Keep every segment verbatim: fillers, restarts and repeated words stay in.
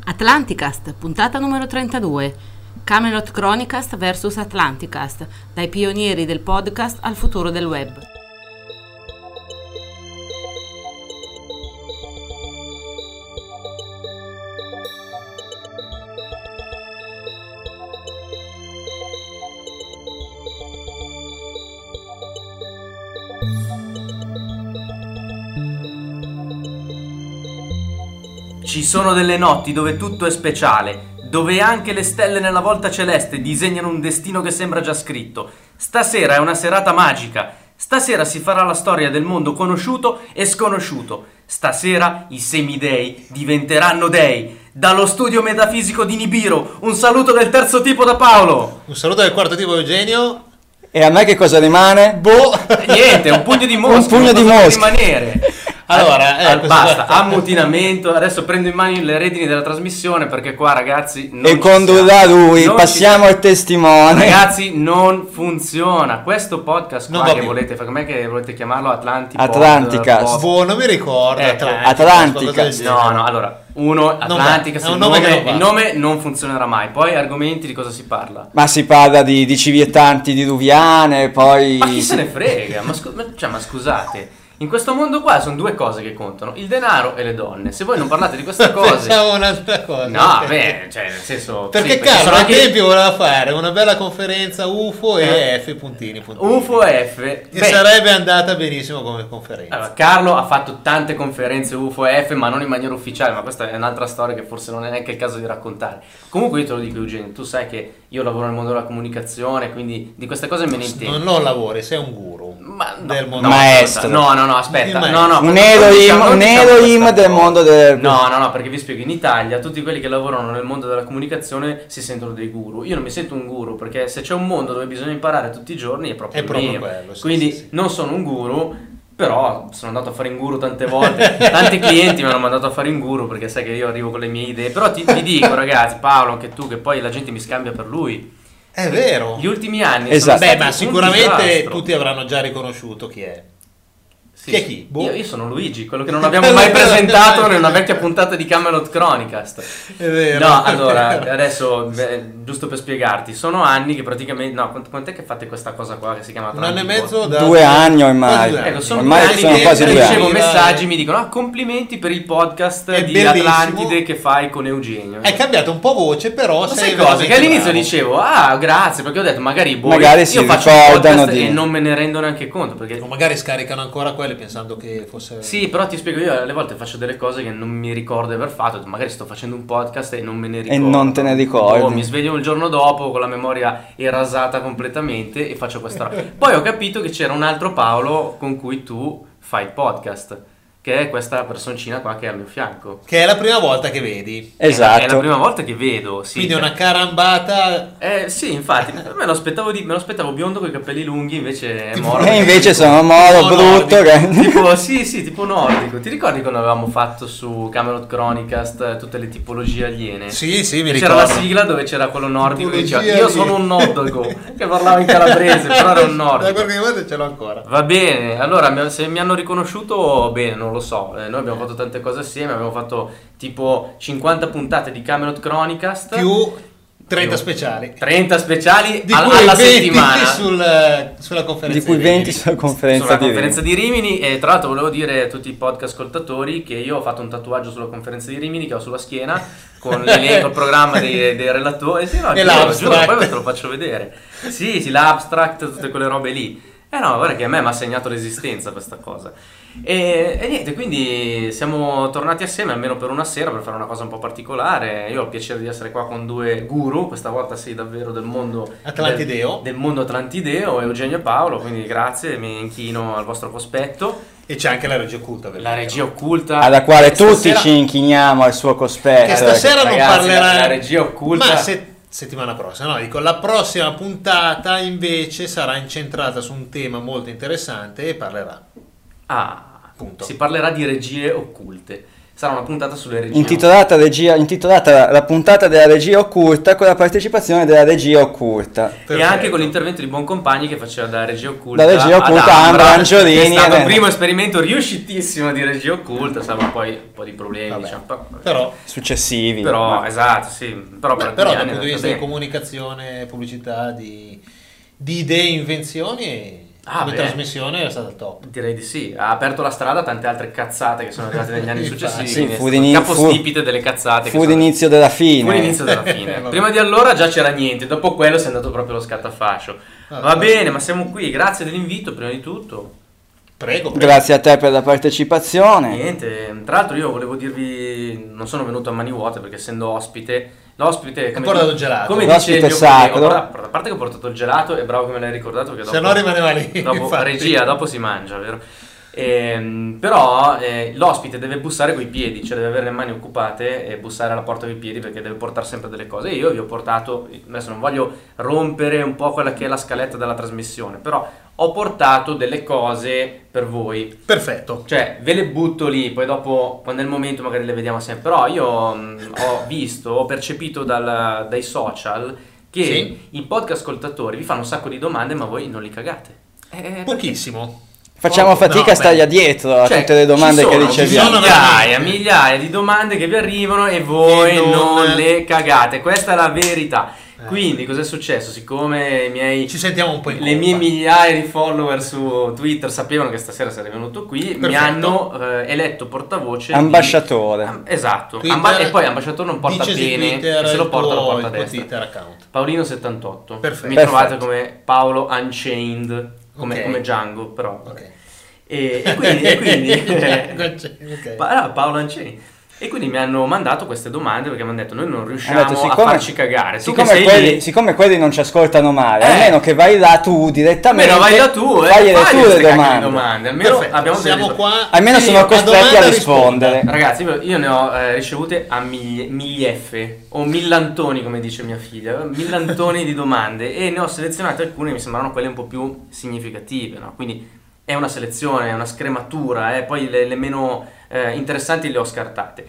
Atlanticast, puntata numero trentadue. Camelot Chronicast versus Atlanticast, dai pionieri del podcast al futuro del web. Ci sono delle notti dove tutto è speciale, dove anche le stelle nella volta celeste disegnano un destino che sembra già scritto. Stasera è una serata magica. Stasera si farà la storia del mondo conosciuto e sconosciuto. Stasera i semidei diventeranno dei. Dallo studio metafisico di Nibiru, un saluto del terzo tipo da Paolo. Un saluto del quarto tipo Eugenio. E a me che cosa rimane? Boh, niente, un pugno di mosche. Un pugno di mosche. Rimanere. Allora, eh, eh, basta, ammutinamento. Adesso prendo in mano le redini della trasmissione perché qua, ragazzi, non e condurrà lui, non passiamo al testimone. Ragazzi, non funziona. Questo podcast Non qua va che più. volete, come che volete chiamarlo? Atlantic Atlanticast. boh, non mi ricordo. Eh, Atlantica, Atlantica. qualcosa del genere. No, no, allora, uno, Atlantica, va, è un il, nome che nome, non va. il nome non funzionerà mai. Poi argomenti, di cosa si parla? Ma si parla di, di civietanti diluviane, poi... Ma chi se ne frega? Ma, scu- ma- cioè, ma scusate, in questo mondo qua sono due cose che contano, il denaro e le donne. Se voi non parlate di queste cose... Pensavo un'altra cosa. No, Ok. beh, cioè, nel senso... Perché sì, Carlo sono ai anche- tempi voleva fare una bella conferenza U F O e F puntini puntini. U F O e F. Che Beh, sarebbe andata benissimo come conferenza. allora, Carlo ha fatto tante conferenze U F O e F, ma non in maniera ufficiale, ma questa è un'altra storia che forse non è neanche il caso di raccontare. Comunque io te lo dico, Eugenio, tu sai che io lavoro nel mondo della comunicazione, quindi di queste cose me ne intendo. non, non lavori, sei un guru Ma no, del mondo. no, Maestro. No, no, no, aspetta. Il No, no, un non Elohim, diciamo- non un diciamo Elohim questa del cosa. mondo del... No, no, no, perché vi spiego, in Italia tutti quelli che lavorano nel mondo della comunicazione si sentono dei guru. Io non mi sento un guru perché se c'è un mondo dove bisogna imparare tutti i giorni è proprio È il proprio mio. quello, sì, Quindi sì, sì. non sono un guru, però sono andato a fare in guru tante volte. Tanti clienti mi hanno mandato a fare in guru perché sai che io arrivo con le mie idee. Però ti, ti dico, ragazzi, Paolo, anche tu, che poi la gente mi scambia per lui. È vero. Gli ultimi anni Esatto. sono Beh, stati ma un sicuramente disastro. tutti avranno già riconosciuto chi è. Sì, Chi è chi? Boh. Io, io sono Luigi, quello che non abbiamo mai presentato nella vecchia puntata di Camelot Chronicast. È vero. No, è allora, vero. adesso, beh, giusto per spiegarti, sono anni che praticamente... No, quant- quant'è che fate questa cosa qua che si chiama Un anno e Atlantic mezzo da Due anni ormai. Quasi due anni. Ecco, sono Ormai due anni sono che quasi due ricevo anni. messaggi, mi dicono ah, complimenti per il podcast È di bellissimo. Atlantide che fai con Eugenio. È cambiato un po' voce, però Ma sai sei cosa? Che veramente all'inizio bravo. dicevo, ah, grazie, perché ho detto, magari, boh, Magari io si faccio un ricordano podcast di- e non me ne rendo neanche conto, perché... O magari scaricano ancora quelli pensando che fosse... Sì, però ti spiego, io alle volte faccio delle cose che non mi ricordo di aver fatto, magari sto facendo un podcast e non me ne ricordo. non te ne ricordi. Boh, mi sveglio il giorno dopo con la memoria erasata completamente e faccio questa roba. Poi ho capito che c'era un altro Paolo con cui tu fai il podcast, che è questa personcina qua che è al mio fianco. Che è la prima volta che vedi. È la Esatto. prima volta che vedo, sì. Quindi cioè- una carambata... Eh sì, infatti, me lo aspettavo, di, me lo aspettavo biondo con i capelli lunghi, invece è moro. E invece sono moro, No, brutto. no, che- Tipo, sì, sì, tipo nordico. Ti ricordi quando avevamo fatto su Camelot Chronicast eh, tutte le tipologie aliene? Sì, sì, mi C'era ricordo. la sigla dove c'era quello nordico che diceva Tipologia io sono aliene. un nordico, che parlava in calabrese, però era un Da nordico. qualche volta ce l'ho ancora. Va bene, allora mi- se mi hanno riconosciuto, bene, non lo so. Eh, noi abbiamo fatto tante cose assieme, abbiamo fatto tipo cinquanta puntate di Camelot Chronicast Più trenta Più speciali. trenta speciali Di al- cui alla venti settimana. sul, sulla conferenza Di cui Rimini. venti sulla conferenza sulla di conferenza Rimini. di Rimini. E tra l'altro volevo dire a tutti i podcast ascoltatori che io ho fatto un tatuaggio sulla conferenza di Rimini che ho sulla schiena con l'elenco, il programma dei, dei relatori. Sì, no, E giuro, l'abstract. giuro, poi te lo faccio vedere. Sì, sì, l'abstract, tutte quelle robe lì. Eh no, guarda che a me mi ha segnato l'esistenza questa cosa. E, e niente, quindi siamo tornati assieme almeno per una sera per fare una cosa un po' particolare. Io ho il piacere di essere qua con due guru, questa volta sì davvero del mondo Atlantideo. del, del mondo atlantideo, Eugenio e Paolo, quindi grazie, mi inchino al vostro cospetto. E c'è anche la regia occulta. La regia occulta Alla quale tutti stasera- ci inchiniamo al suo cospetto. Che stasera non ragazzi, parlerà... la- la regia occulta- Ma se- settimana prossima, no, dico, la prossima puntata invece sarà incentrata su un tema molto interessante e parlerà. Ah, Punto. si parlerà di regie occulte. sarà una puntata sulle regie. Intitolata, regia, intitolata la puntata della regia occulta, con la partecipazione della regia occulta. Perfetto. E anche con l'intervento di Buoncompagni che faceva da regia occulta. Da regia occulta Ambra Angiolini. È stato il primo esperimento riuscitissimo di regia occulta, salvo poi un po' di problemi, Vabbè, diciamo. Però, però successivi. però ma... esatto, sì. Però, Beh, per però alcuni dal anni punto di è vista di andato bene. comunicazione, pubblicità, di, di idee, invenzioni, Ah, come beh. trasmissione è stata top. Direi di sì, ha aperto la strada a tante altre cazzate che sono arrivate negli anni Infatti. successivi. Sì, quindi è fu stato l'ini- il capostipite delle cazzate. Fu che sono- l'inizio della fine. Fu l'inizio della fine. Vabbè. Prima di allora già c'era niente, dopo quello si è andato proprio lo scattafascio. Vabbè. Va bene, ma siamo qui, grazie dell'invito prima di tutto. Prego, prego. Grazie a te per la partecipazione. Niente, tra l'altro io volevo dirvi, non sono venuto a mani vuote perché essendo ospite, l'ospite come, portato il gelato. come L'ospite dice il mio sacro. collega, ho portato- a parte che ho portato il gelato, è bravo che me l'hai ricordato perché Se dopo, no rimaneva lì. dopo infatti. regia, dopo si mangia, vero? Ehm, però eh, l'ospite deve bussare coi piedi, cioè deve avere le mani occupate e bussare alla porta coi piedi perché deve portare sempre delle cose. Io vi ho portato, adesso non voglio rompere un po' quella che è la scaletta della trasmissione, però ho portato delle cose per voi. Perfetto. Cioè, ve le butto lì, poi dopo, quando è il momento, magari le vediamo sempre. Però io mh, ho visto, ho percepito dal- dai social che Sì. i podcast ascoltatori vi fanno un sacco di domande, ma voi non li cagate. Eh, perché- Pochissimo. Facciamo Poco. fatica No, a stargli beh. dietro a Cioè, tutte le domande ci che sono, ci riceviamo. sono migliaia, migliaia di domande che vi arrivano e voi E non- non le cagate. Questa è la verità. Eh. Quindi, cos'è successo? Siccome i miei Ci sentiamo un po' in le colpa. mie migliaia di follower su Twitter sapevano che stasera sarei venuto qui, mi Perfetto. hanno eh, eletto portavoce di- Ambasciatore. Am- esatto. Twitter- Amba- e poi ambasciatore non porta dicesi bene, Twitter, e se lo il porta lo tuo- porta a il tuo destra. Twitter account. Paolino settantotto. Perfetto. Mi Perfetto. trovate come Paolo Unchained, come, Ok. come Django, però. Ok. E, e quindi, e quindi Ok. Pa- no, Paolo Anceni. E quindi mi hanno mandato queste domande perché mi hanno detto noi non riusciamo Hanno detto, a siccome- farci cagare. Tu che Siccome sei quelli, lì, siccome quelli non ci ascoltano male, Eh. almeno che vai là tu direttamente. almeno vai da tu e fai le fai tue queste cacchio di domande. domande. Almeno Perfetto. abbiamo delle Siamo risposte. qua. Almeno Sì, sono a costretti domanda a rispondere. risponda. Ragazzi, io- io ne ho eh, ricevute a migli- miglieffe o millantoni, come dice mia figlia, millantoni di domande e ne ho selezionate alcune, mi sembrano quelle un po' più significative, no? Quindi è una selezione, è una scrematura, eh? Poi le, le meno eh, interessanti le ho scartate.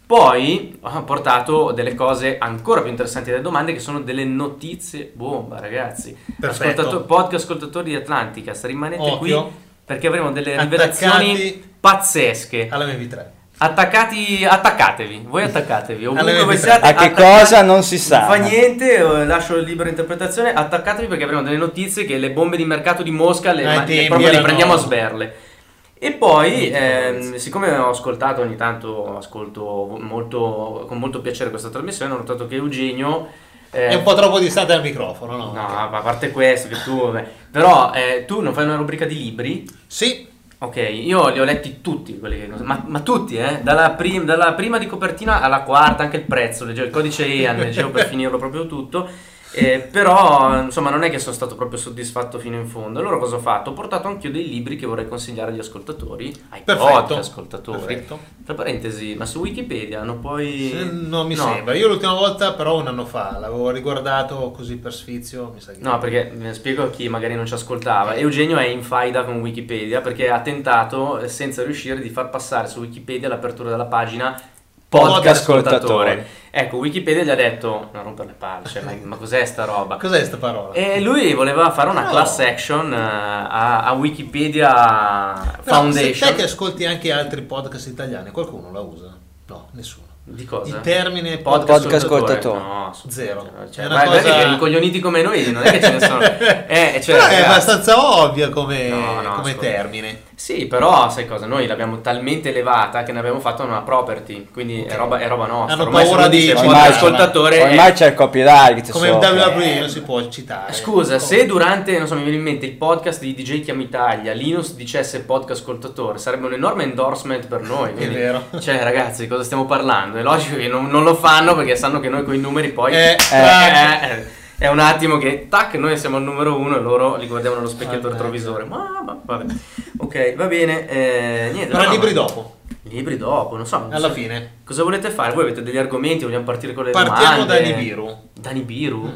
Poi ho portato delle cose ancora più interessanti delle domande che sono delle notizie bomba, ragazzi. Perfetto. Ascoltato- podcast ascoltatori di Atlanticast, rimanete Occhio. qui perché avremo delle Attaccati rivelazioni pazzesche. Alla M V tre. Attaccati, attaccatevi, voi attaccatevi, ovunque Alle voi venti. siate. A che attaccati- cosa non si sa. Non fa niente, eh, lascio libera interpretazione, attaccatevi perché avremo delle notizie che le bombe di mercato di Mosca le, Ai ma- le- tempi proprio le erano- prendiamo a sberle. E poi, Sì, ehm, siccome ho ascoltato ogni tanto, ascolto molto, con molto piacere questa trasmissione, ho notato che Eugenio... eh, È un po' troppo distante dal microfono, no? No, Ok. a parte questo, che tu... vabbè. Però eh, tu non fai una rubrica di libri? Sì. Ok, io li ho letti tutti, quelli che, ma, ma tutti, eh? Dalla, prim- dalla prima di copertina alla quarta, anche il prezzo, leggevo il codice E A N, leggevo per finirlo proprio tutto. Eh, però, insomma, non è che sono stato proprio soddisfatto fino in fondo. Allora cosa ho fatto? Ho portato anch'io dei libri che vorrei consigliare agli ascoltatori, ai Perfetto. podcast ascoltatori. Perfetto. Tra parentesi, ma su Wikipedia hanno poi... Eh, Non mi No. sembra. Io l'ultima volta, però, un anno fa l'avevo riguardato così per sfizio. Mi sa che... No, perché eh, spiego a chi magari non ci ascoltava. Eugenio è in faida con Wikipedia perché ha tentato, eh, senza riuscire, di far passare su Wikipedia l'apertura della pagina podcast Podcast ascoltatore. ascoltatore. Ecco, Wikipedia gli ha detto, non rompere le palle, cioè, ma, ma cos'è sta roba? Cos'è sta parola? E lui voleva fare una No. class action eh, a, a Wikipedia No, Foundation. se te che ascolti anche altri podcast italiani, qualcuno la usa? No, nessuno. Di cosa? Il termine Podcast, Podcast ascoltatore. ascoltatore. No, su- Zero. Cioè, È una guarda, cosa- guarda che incoglioniti come noi non è che ce ne sono. Eh, cioè, Però è ragazzi, abbastanza ovvia come, No, no, come ascolta. termine. Sì, però sai cosa? Noi l'abbiamo talmente elevata che ne abbiamo fatto una property, quindi è, roba, è roba nostra. Hanno Ormai se paura uno di dice citare. podcast Ormai- ascoltatore è- Ormai c'è il copyright. Come il sopra. W W E non si può citare. Scusa, Come- se durante, non so, mi viene in mente il podcast di D J Chiam Italia, Linus dicesse podcast ascoltatore, sarebbe un enorme endorsement per noi. Quindi, vero. Cioè, ragazzi, di cosa stiamo parlando? È logico che non, non lo fanno perché sanno che noi con i numeri poi... Eh, eh, eh, è un attimo che, tac, noi siamo al numero uno e loro li guardiamo nello specchietto Mannaggia. retrovisore. Ma, ma vabbè. Ok, va bene. Eh, niente. Però no, libri ma- dopo, Libri dopo, non so. alla se- fine. Cosa volete fare? Voi avete degli argomenti? Vogliamo partire con le Partiamo domande? da Nibiru. Da Nibiru?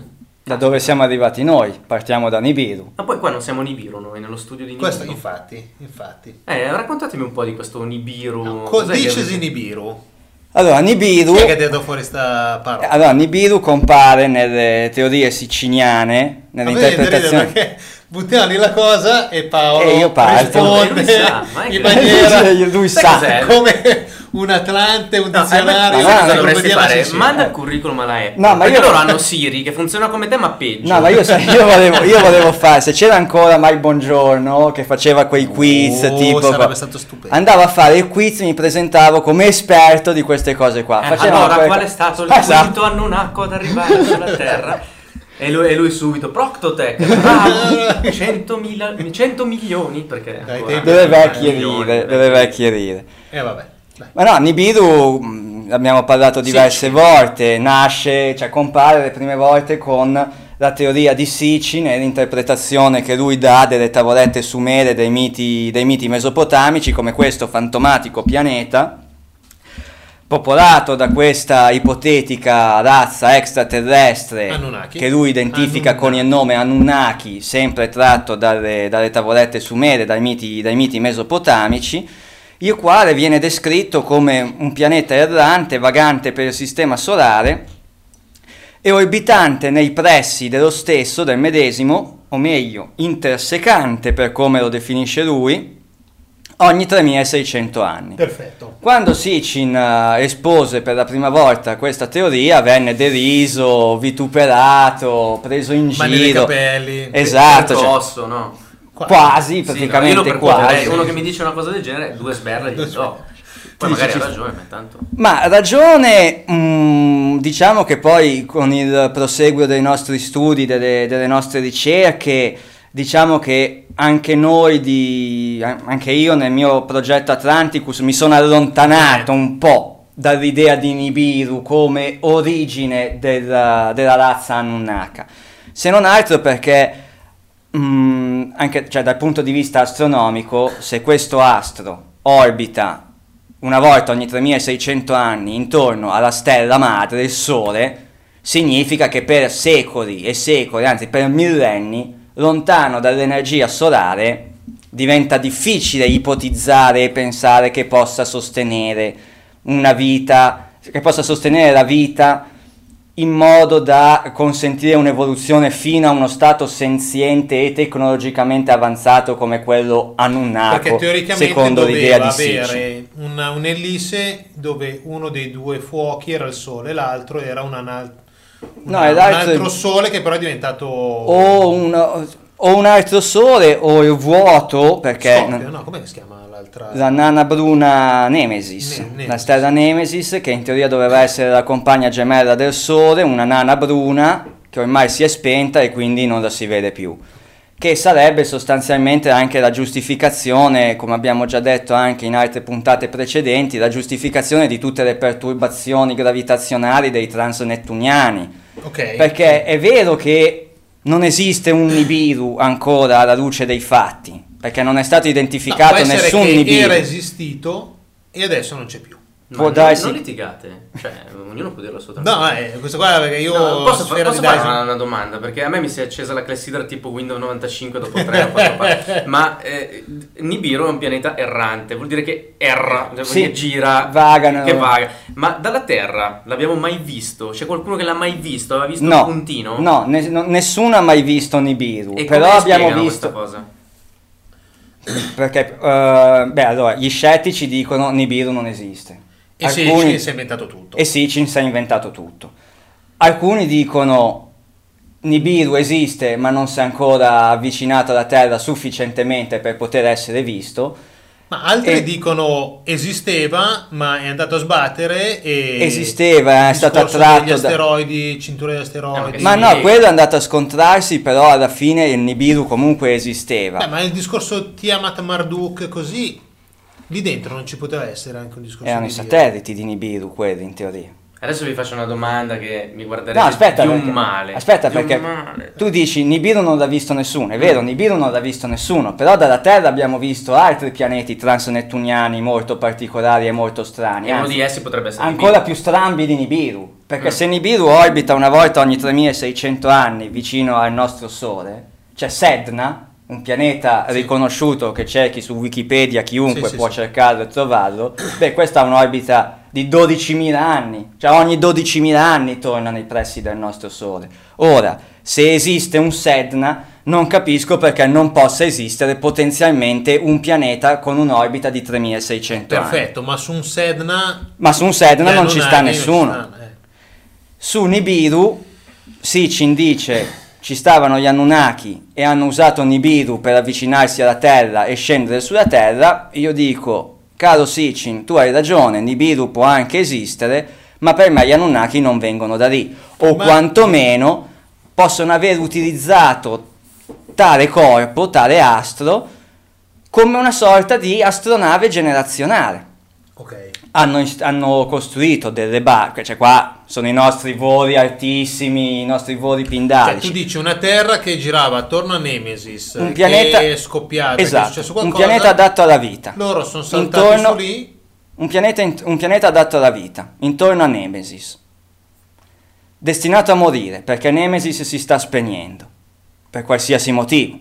da dove siamo arrivati noi, partiamo da Nibiru. Ma poi qua non siamo Nibiru noi, nello studio di Nibiru. Questo infatti, infatti. Eh, raccontatemi un po' di questo Nibiru. No, Cos'è che dicesi avete- Nibiru. Allora, Nibiru... Chi è che ti ha dato fuori sta parola? Allora, Nibiru compare nelle teorie siciliane, nelle A me viene da ridere interpretazioni... perché buttiamo lì la cosa e Paolo E io parto. risponde E lui sa, ma è in che- maniera Lui Sai sa. cos'è? come un Atlante, un No, dizionario. eh, ma ma no, cosa no, dovresti Vediamo fare? se sì. Manda Eh. il curriculum alla Apple. No, ma perché io- loro hanno Siri che funziona come te ma peggio. No, ma io, sai, io, volevo, io volevo fare, se c'era ancora Mike Bongiorno che faceva quei quiz, Oh, tipo... sarebbe stato stupendo. Andavo a fare il quiz, mi presentavo come esperto di queste cose qua. Eh, Facevano allora, quelle qual co- è stato il Esatto. quinto Anunnaki ad arrivare sulla Terra? E lui, e lui subito, Proctotech, bravo, cento milioni, perché... Dai ancora- tempi- Delle vecchie milioni, rire, delle vecchie rire. E eh, vabbè. Dai. Ma no, Nibiru, mh, abbiamo parlato diverse volte, nasce, cioè compare le prime volte con la teoria di Sicine, l'interpretazione che lui dà delle tavolette sumere dei miti, dei miti mesopotamici, come questo fantomatico pianeta, popolato da questa ipotetica razza extraterrestre Anunnaki. che lui identifica Anunnaki. con il nome Anunnaki, sempre tratto dalle, dalle tavolette sumere, dai miti, dai miti mesopotamici, il quale viene descritto come un pianeta errante, vagante per il sistema solare e orbitante nei pressi dello stesso, del medesimo, o meglio, intersecante per come lo definisce lui, ogni tremilaseicento anni. Perfetto. Quando Sitchin eh, espose per la prima volta questa teoria, venne deriso, vituperato, preso in Mani nei giro. capelli. Esatto, Tanto cioè, osso, no? Qua. quasi, Sì, praticamente no, io lo quasi. percuoterei. Uno che mi dice una cosa del genere, due sberle gli Due do. sberle. Poi Sì, magari sì, ha sì. ragione, ma tanto... Ma ragione, mm, diciamo che poi con il proseguo dei nostri studi, delle, delle nostre ricerche, diciamo che anche noi, di, anche io nel mio progetto Atlanticus mi sono allontanato un po' dall'idea di Nibiru come origine della, della razza Anunnaka, se non altro perché mm, anche cioè, dal punto di vista astronomico, se questo astro orbita una volta ogni tremilaseicento anni intorno alla stella madre, il Sole, significa che per secoli e secoli, anzi per millenni, lontano dall'energia solare, diventa difficile ipotizzare e pensare che possa sostenere una vita, che possa sostenere la vita in modo da consentire un'evoluzione fino a uno stato senziente e tecnologicamente avanzato come quello Anunnaki, Perché teoricamente secondo l'idea doveva di Sitchin. avere una, un'ellisse dove uno dei due fuochi era il Sole e l'altro era un, anal- No, una- e un l'altro- altro Sole che però è diventato O un, o un altro sole o il vuoto, perché Scorpio, no? Com'è che si chiama l'altra? la nana bruna Nemesis, Ne- Nemesis. la stella Nemesis, che in teoria doveva essere la compagna gemella del Sole, una nana bruna che ormai si è spenta e quindi non la si vede più, che sarebbe sostanzialmente anche la giustificazione, come abbiamo già detto anche in altre puntate precedenti, la giustificazione di tutte le perturbazioni gravitazionali dei transnettuniani, Ok. perché è vero che non esiste un Nibiru ancora alla luce dei fatti, perché non è stato No, identificato può essere nessun che Nibiru. era esistito e adesso non c'è più. Ma Può non, darsi- non litigate, cioè ognuno può dirlo sotto. No, eh, questo qua perché io No, posso, fa- sfera posso di fare Dyson- una, una domanda? Perché a me mi si è accesa la clessidra tipo Windows novantacinque dopo tre o quattro passi. Ma eh, Nibiru è un pianeta errante, vuol dire che erra, cioè Sì, che gira, vaga, che no. vaga. Ma dalla Terra l'abbiamo mai visto? C'è qualcuno che l'ha mai visto? Aveva visto No, un puntino? no, ne- no, nessuno ha mai visto Nibiru, E però come abbiamo spiegano visto... questa cosa? Perché, eh, beh, allora, gli scettici dicono Nibiru non esiste. E sì, Alcuni- si è inventato tutto. E Sitchin si è inventato tutto. Alcuni dicono Nibiru esiste ma non si è ancora avvicinato alla Terra sufficientemente per poter essere visto. Ma altri E- dicono esisteva, ma è andato a sbattere e Esisteva, è il stato discorso attratto degli da- asteroidi, cinture di asteroidi. Eh, ma che Ma si no, vede. quello è andato a scontrarsi, però alla fine il Nibiru comunque esisteva. Beh, ma il discorso Tiamat Marduk così lì dentro non ci poteva essere anche un discorso Erano di i Dio. satelliti di Nibiru quelli in teoria. Adesso vi faccio una domanda che mi guarderete No, aspetta, di un perché, male. aspetta di un perché male. tu dici Nibiru non l'ha visto nessuno, è vero, Nibiru non l'ha visto nessuno, però dalla Terra abbiamo visto altri pianeti transnettuniani molto particolari e molto strani, E uno anzi, di essi potrebbe essere ancora Nibiru. più strambi di Nibiru. perché se Nibiru orbita una volta ogni tremilaseicento anni vicino al nostro Sole, c'è Sedna, un pianeta Sì. riconosciuto che cerchi su Wikipedia, chiunque Sì, sì, può sì. cercarlo e trovarlo, beh, questa ha un'orbita di dodicimila anni, cioè ogni dodicimila anni torna nei pressi del nostro Sole. Ora, se esiste un Sedna, non capisco perché non possa esistere potenzialmente un pianeta con un'orbita di tremilaseicento anni. Perfetto, ma su un Sedna... Ma su un Sedna gli non ci sta Anunnaki non ci nessuno. stanno, eh. Su Nibiru, Sitchin dice ci stavano gli Anunnaki e hanno usato Nibiru per avvicinarsi alla Terra e scendere sulla Terra. Io dico, caro Sitchin, tu hai ragione, Nibiru può anche esistere, ma per me gli Anunnaki non vengono da lì, o Ma- quantomeno possono aver utilizzato tale corpo, tale astro, come una sorta di astronave generazionale. Ok. Hanno, inst- hanno costruito delle barche, cioè qua sono i nostri voli altissimi, i nostri voli Cioè, pindarici. tu dici una Terra che girava attorno a Nemesis, Un pianeta- che è scoppiata, che è esatto, successo un qualcosa, pianeta adatto alla vita. loro sono saltati Intorno- su lì, Un pianeta, in- un pianeta adatto alla vita, intorno a Nemesis. Destinato a morire, perché Nemesis si sta spegnendo, per qualsiasi motivo.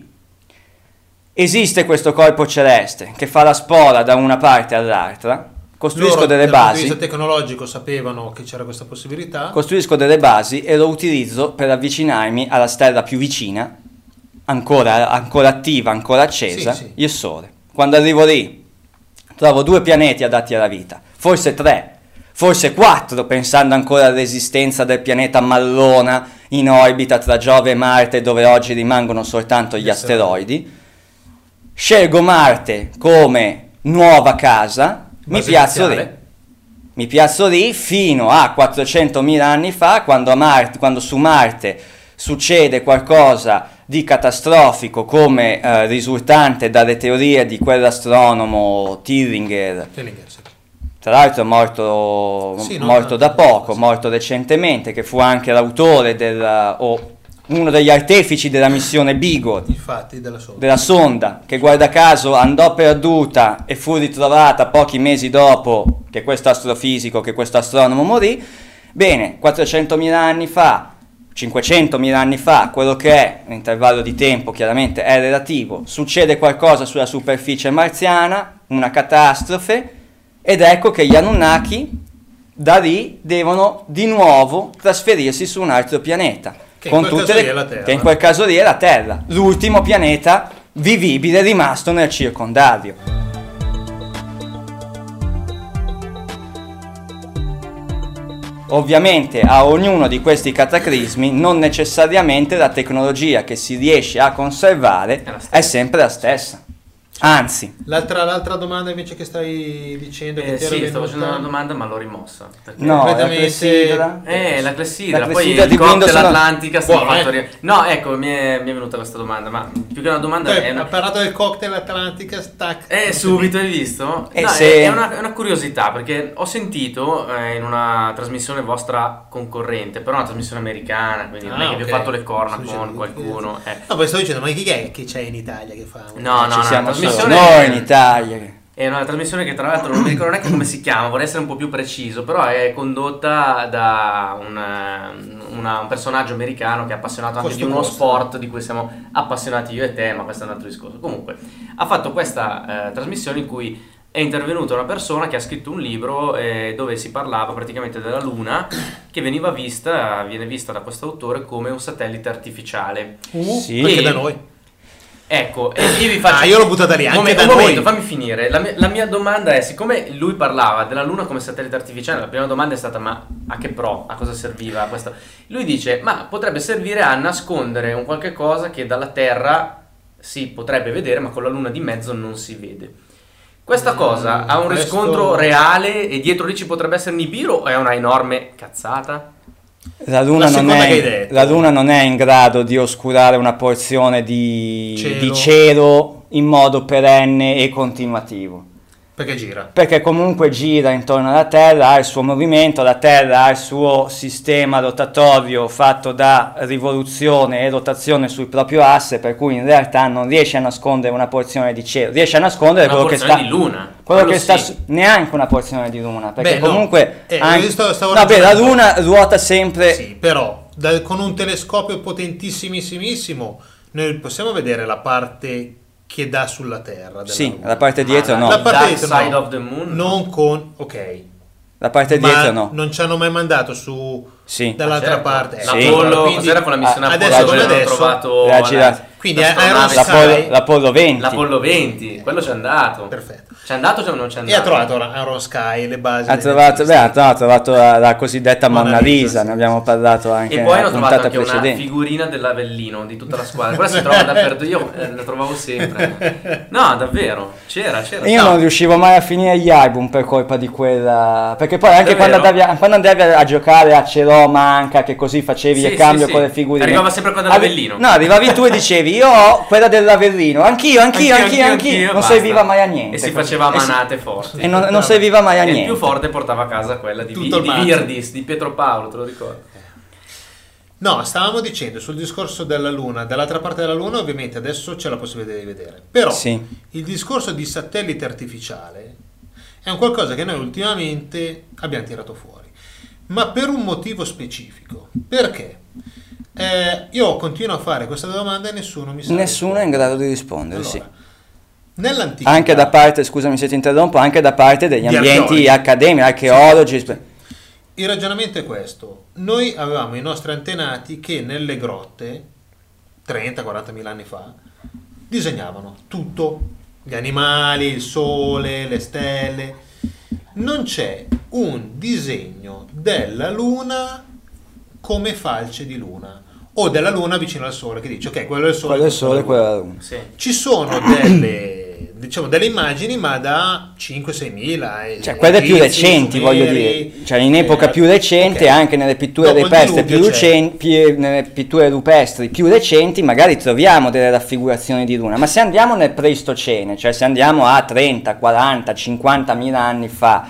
Esiste questo corpo celeste che fa la spola da una parte all'altra, costruisco loro delle dal punto di basi, vista tecnologico sapevano che c'era questa possibilità. costruisco delle basi e lo utilizzo per avvicinarmi alla stella più vicina, ancora, ancora attiva, ancora accesa, Sì, sì. il Sole. Quando arrivo lì, trovo due pianeti adatti alla vita, forse tre, forse quattro, pensando ancora all'esistenza del pianeta Mallona in orbita tra Giove e Marte, dove oggi rimangono soltanto gli Gli asteroidi. asteroidi. Scelgo Marte come nuova casa, mi Base piazzo lì. iniziale. Mi piazzo lì fino a quattrocentomila anni fa, quando, a Marte, quando su Marte succede qualcosa di catastrofico come eh, risultante dalle teorie di quell'astronomo Tillinger, Tellinger, sì. tra l'altro è morto, Sì, no, morto no, da no, poco, sì. morto recentemente, che fu anche l'autore del, o uno degli artefici della missione Beagle, Infatti della sonda. della sonda, che guarda caso andò perduta e fu ritrovata pochi mesi dopo che questo astrofisico, che questo astronomo morì. Bene, quattrocentomila anni fa, cinquecentomila anni fa, quello che è l'intervallo di tempo chiaramente è relativo, succede qualcosa sulla superficie marziana, una catastrofe, ed ecco che gli Anunnaki da lì devono di nuovo trasferirsi su un altro pianeta. Che in quel caso le- lì è la Terra. che in quel caso lì è la Terra, l'ultimo pianeta vivibile rimasto nel circondario. Ovviamente a ognuno di questi cataclismi non necessariamente la tecnologia che si riesce a conservare È la stessa. è sempre la stessa. Anzi, L'altra, l'altra domanda invece che stai dicendo che Eh, ti era sì, stavo venuta- facendo una domanda ma l'ho rimossa. perché- no, la completamente- clessidra. Eh, la clessidra, La poi clessidra il di cocktail Windows non- Atlantica sta Buono, fatto eh? ri- No, ecco, mi è, mi è venuta questa domanda, ma più che una domanda Beh, è ha una... parlato del cocktail Atlantica, stack. Eh, subito hai visto? E No, se- è, è una, è una curiosità perché ho sentito eh, in una trasmissione vostra concorrente, però una trasmissione americana, quindi non è Ah, che vi ok. ho fatto le corna Sto con dicendo- qualcuno. eh. No, poi sto dicendo, ma chi è che c'è in Italia che fa? No, no, ci no, siamo la solo trasmissione noi in Italia. che- È una trasmissione che tra l'altro non mi ricordo neanche come si chiama, vorrei essere un po' più preciso, però è condotta da un, eh, una- un personaggio americano che è appassionato anche Costo di uno costo. sport di cui siamo appassionati io e te, ma questo è un altro discorso. Comunque, ha fatto questa eh, trasmissione in cui è intervenuta una persona che ha scritto un libro eh, dove si parlava praticamente della Luna, che veniva vista, viene vista da questo autore come un satellite artificiale. Uh, Sì. anche E- da noi. Ecco, e io vi faccio... Ah, io l'ho buttata lì, anche Un momento, da un momento, noi. fammi finire. La mia, la mia domanda è, siccome lui parlava della Luna come satellite artificiale, la prima domanda è stata, ma a che pro? A cosa serviva questa? Lui dice, ma potrebbe servire a nascondere un qualche cosa che dalla Terra si potrebbe vedere, ma con la Luna di mezzo non si vede. Questa Mm, cosa ha un questo- riscontro reale e dietro lì ci potrebbe essere Nibiru o è una enorme cazzata? La luna, La non seconda è, che hai detto. la Luna non è in grado di oscurare una porzione di Cielo. di cielo in modo perenne e continuativo. Perché gira. Perché comunque gira intorno alla Terra, ha il suo movimento, la Terra ha il suo sistema rotatorio fatto da rivoluzione e rotazione sul proprio asse, per cui in realtà non riesce a nascondere una porzione di cielo, riesce a nascondere Una quello che porzione sta... di luna. Quello Quello che sta sì. su- neanche una porzione di luna, perché Beh, no. comunque... Eh, anche- io stavo- stavo no, beh, la ragionando. Luna ruota sempre... Sì, però da- con un telescopio potentissimissimo noi possiamo vedere la parte che dà sulla Terra. della Sì, Luna. la parte dietro Ma no. La parte Dark dietro Side no. of the Moon? Non con... ok. La parte Ma dietro no. non ci hanno mai mandato su... Sì. dall'altra Certo. parte. L'Apollo, Sì. Apollo, cos'era quella missione Ah, Apollo? adesso dove come hanno adesso? trovato La la- gira- Quindi l'astronave- Aerosky- L'Apollo, l'Apollo venti. l'Apollo venti, quello c'è andato. Perfetto. C'è andato o non c'è E andato? ha trovato Aaron Sky, le basi. Ha degli trovato, artisti. beh, ha trovato, ha trovato la, la cosiddetta Mona Monna Lisa, Lisa, sì. ne abbiamo parlato anche E poi nella hanno trovato puntata anche una precedente. figurina dell'Avellino di tutta la squadra. Quella si trova dappertutto, io eh, la trovavo sempre. No, davvero, c'era, c'era. Io No. non riuscivo mai a finire gli album per colpa di quella. Perché poi anche È quando vero? andavi, a, quando andavi a giocare a Cerò Manca, che così facevi Sì, il sì, cambio sì. con le figurine. Arrivava sempre quella Arri- dell'Avellino. No, arrivavi tu e dicevi io ho quella dell'Avellino. Anch'io, anch'io, anch'io, anch'io. Non basta. serviva mai a niente. E si faceva E si- manate forti. E non, non serviva mai a E il niente. più forte portava a casa quella di, Tutto il di mazzo. Virdis, di Pietro Paolo, te lo ricordi? No, stavamo dicendo sul discorso della Luna, dall'altra parte della Luna ovviamente adesso c'è la possibilità di vedere, però Sì. il discorso di satellite artificiale è un qualcosa che noi ultimamente abbiamo tirato fuori, ma per un motivo specifico. Perché? Eh, io continuo a fare questa domanda e nessuno mi sa Nessuno è in rispondere. grado di rispondere, Allora, sì. nell'antichità, Anche da parte, scusami se ti interrompo, anche da parte degli Di ambienti archeologi. accademici, archeologi. spe- il ragionamento è questo: noi avevamo i nostri antenati che nelle grotte trenta quaranta mila anni fa disegnavano tutto, gli animali, il sole, le stelle. Non c'è un disegno della luna come falce di luna o della luna vicino al sole che dice ok, quello è il sole, Quello è il questo sole, la quello è luna. la luna. Sì. Ci sono delle, diciamo, delle immagini, ma da cinque sei mila. Cioè, quelle più recenti, voglio dire, cioè in epoca più recente, anche nelle pitture Dopo il rupestri più diluvio c'è. recenti, più- nelle pitture rupestri più recenti, magari troviamo delle raffigurazioni di luna, ma se andiamo nel Pleistocene, cioè se andiamo a trenta, quaranta, cinquanta mila anni fa,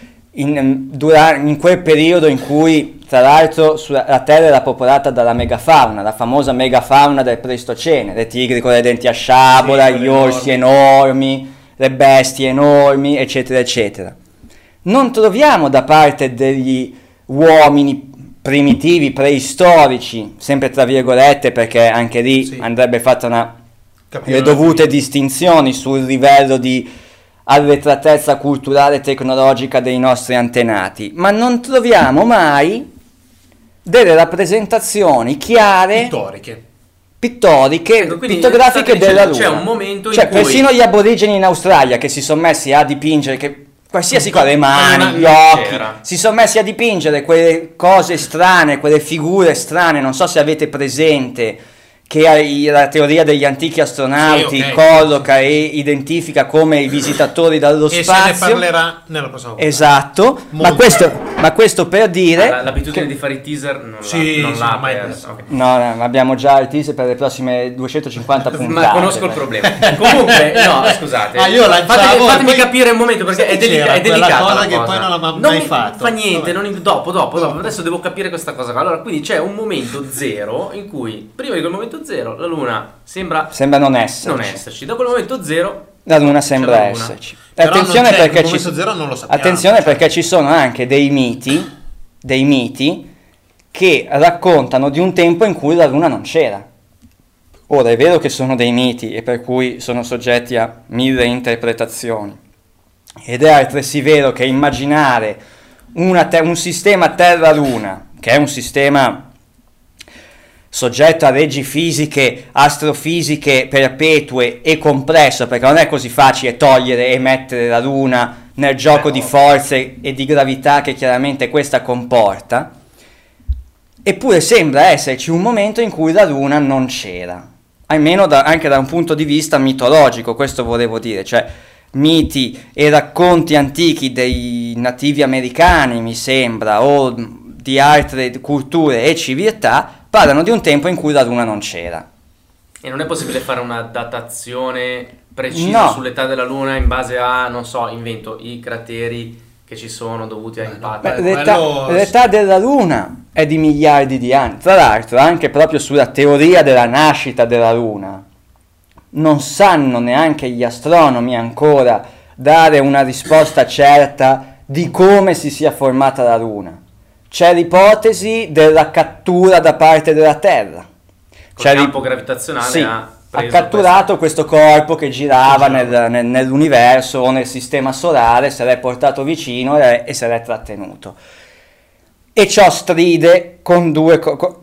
in, dura- in quel periodo in cui tra l'altro sulla- la Terra era popolata dalla megafauna, la famosa megafauna del Pleistocene, le tigri con le denti a sciabola, Sì, gli quelle orsi enormi, le bestie enormi, eccetera, eccetera. Non troviamo da parte degli uomini primitivi, preistorici, sempre tra virgolette, perché anche lì Sì. andrebbe fatta una, Capire le la dovute fine. distinzioni sul livello di arretratezza culturale e tecnologica dei nostri antenati, ma non troviamo mai delle rappresentazioni chiare, pittoriche. pittoriche, Ecco, quindi pittografiche state della dicendo, Luna. c'è un momento in Cioè, cui- persino gli aborigeni in Australia che si sono messi a dipingere, che qualsiasi Un cosa, po' le di mani, mani gli occhi, c'era. si sono messi a dipingere quelle cose strane, quelle figure strane, non so se avete presente, che hai- la teoria degli antichi astronauti Sì, ok. colloca e identifica come i visitatori dallo E se ne spazio. parlerà nella prossima puntata. Esatto, ma Molto. questo, ma questo per dire... La- l'abitudine che- di fare i teaser non Sì, l'ha, non sì, l'ha mai persa. perso. Ok. No, no, ma abbiamo già il teaser per le prossime duecentocinquanta puntate. Ma conosco il problema. Comunque, no, scusate. Ah, io lanciavo fatemi, e fatemi poi- capire un momento perché è, Sì, delica- c'era è quella delicata cosa la che cosa. poi non l'ha ma- Non mai mi fatto. fa niente, Vabbè. non- dopo, dopo, dopo. Adesso devo capire questa cosa qua. Allora, quindi c'è un momento zero in cui, prima di quel momento zero, la Luna sembra Sembra non esserci. non esserci. Dopo il momento zero, La Luna sembra C'è la Luna. esserci. Però Attenzione non c'è, perché il ci momento zero non lo sappiamo. Attenzione Cioè. perché ci sono anche dei miti, dei miti che raccontano di un tempo in cui la Luna non c'era. Ora è vero che sono dei miti e per cui sono soggetti a mille interpretazioni. Ed è altresì vero che immaginare una te- un sistema Terra-Luna, che è un sistema soggetto a leggi fisiche, astrofisiche perpetue e complesso, perché non è così facile togliere e mettere la Luna nel gioco Beh, di no. forze e di gravità che chiaramente questa comporta, eppure sembra esserci un momento in cui la Luna non c'era, almeno da- anche da un punto di vista mitologico, questo volevo dire, cioè miti e racconti antichi dei nativi americani, mi sembra, o di altre culture e civiltà, parlano di un tempo in cui la Luna non c'era. e non è possibile fare una datazione preciso No. sull'età della Luna in base a, non so, invento, i crateri che ci sono dovuti a Beh, no, impatti. Beh, Eh, l'età, quello- l'età della Luna è di miliardi di anni. Tra l'altro, anche proprio sulla teoria della nascita della Luna, non sanno neanche gli astronomi ancora dare una risposta certa di come si sia formata la Luna. C'è l'ipotesi della cattura da parte della Terra. Col C'è campo l'ip- gravitazionale sì, ha ha preso catturato questo corpo che girava Che nel- girava. nel- nell'universo o nel sistema solare, se l'è portato vicino e, e se l'è trattenuto. E ciò stride con due... co- co-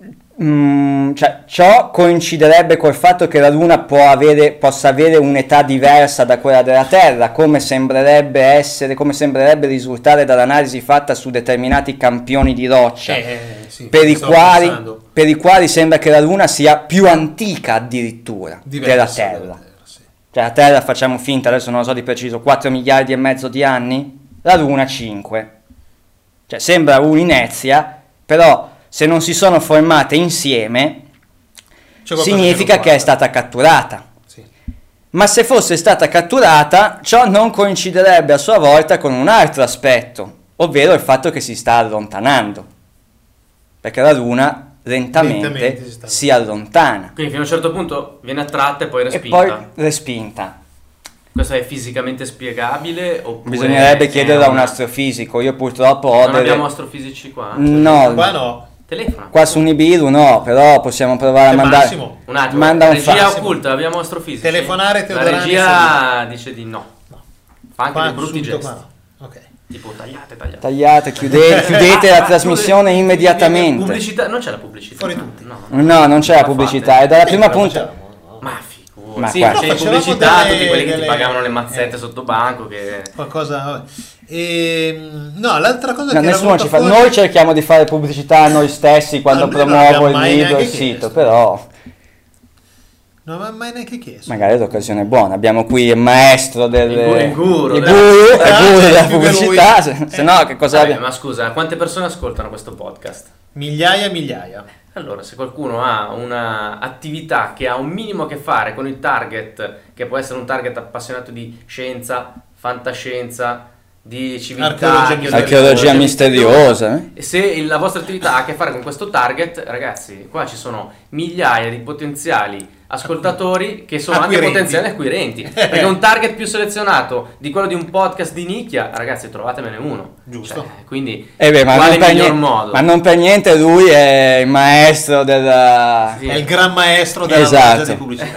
mm, cioè, ciò coinciderebbe col fatto che la Luna può avere, possa avere un'età diversa da quella della Terra, come sembrerebbe essere, come sembrerebbe risultare dall'analisi fatta su determinati campioni di roccia. Eh, sì, Per i, stavo quali, pensando. per i quali sembra che la Luna sia più antica addirittura Diversa della dalla Terra. Terra, sì. Cioè la Terra, facciamo finta, adesso non lo so di preciso, quattro miliardi e mezzo di anni, la Luna cinque. Cioè sembra un'inezia, però se non si sono formate insieme C'è qualcosa significa non che è quadra. stata catturata. Sì. Ma se fosse stata catturata, ciò non coinciderebbe a sua volta con un altro aspetto, ovvero il fatto che si sta allontanando. Perché la Luna lentamente, Lentamente si sta si allontana Quindi fino a un certo punto viene attratta e poi e respinta. poi respinta. Questo è fisicamente spiegabile? Oppure Bisognerebbe è chiederlo a un una- astrofisico. Io purtroppo ho Non delle... abbiamo astrofisici qua? No, Qua no. Telefona. qua su Nibiru no, però possiamo provare a Eh, mandare... Massimo. Un attimo, Manda un regia fax. occulta, abbiamo astrofisici. Telefonare La Teodorani regia dice di no. Fa anche Qua dei brutti subito gesti. qua no. Ok. Tipo tagliate, tagliate. Tagliate, chiudete, chiudete la trasmissione immediatamente. Pubblicità, non c'è la pubblicità. Fuori no, tutti. No. No, non c'è la Cosa pubblicità, fate? è dalla Sì, prima però puntata. facciamo, no? Ma figurati. Ma Sì, qua- c'è in facevamo pubblicità delle- tutti quelli che ti delle- pagavano le mazzette eh. sotto banco che... Qualcosa. Vabbè. Ehm, no, l'altra cosa No, che era nessuno venuta ci fa. fuori- Noi cerchiamo di fare pubblicità a noi stessi quando No, noi non promuovo abbiamo il mai libro e il neanche sito, chiesto. però Non mi ha mai neanche chiesto. magari l'occasione è buona. Abbiamo qui il maestro del Il gu- il guru il della- guru, il Ah, guru c'è della più che lui. pubblicità. Se, se no, che cosa Vabbè, abbiamo? ma scusa, quante persone ascoltano questo podcast? Migliaia e migliaia. Allora, se qualcuno ha una attività che ha un minimo a che fare con il target, che può essere un target appassionato di scienza, fantascienza, di civiltà, Archeologia archeologia, Archeologia misteriosa, eh? E se il- la vostra attività ha a che fare con questo target, ragazzi, qua ci sono migliaia di potenziali ascoltatori che sono Acquirenti. anche potenziali acquirenti. Perché un target più selezionato di quello di un podcast di nicchia, ragazzi, trovatemene uno. Giusto. Cioè, quindi, Eh beh, ma, quale non per miglior niente, modo? ma non per niente lui è il maestro della... Sì. È il gran maestro della Esatto. loggia di pubblicità.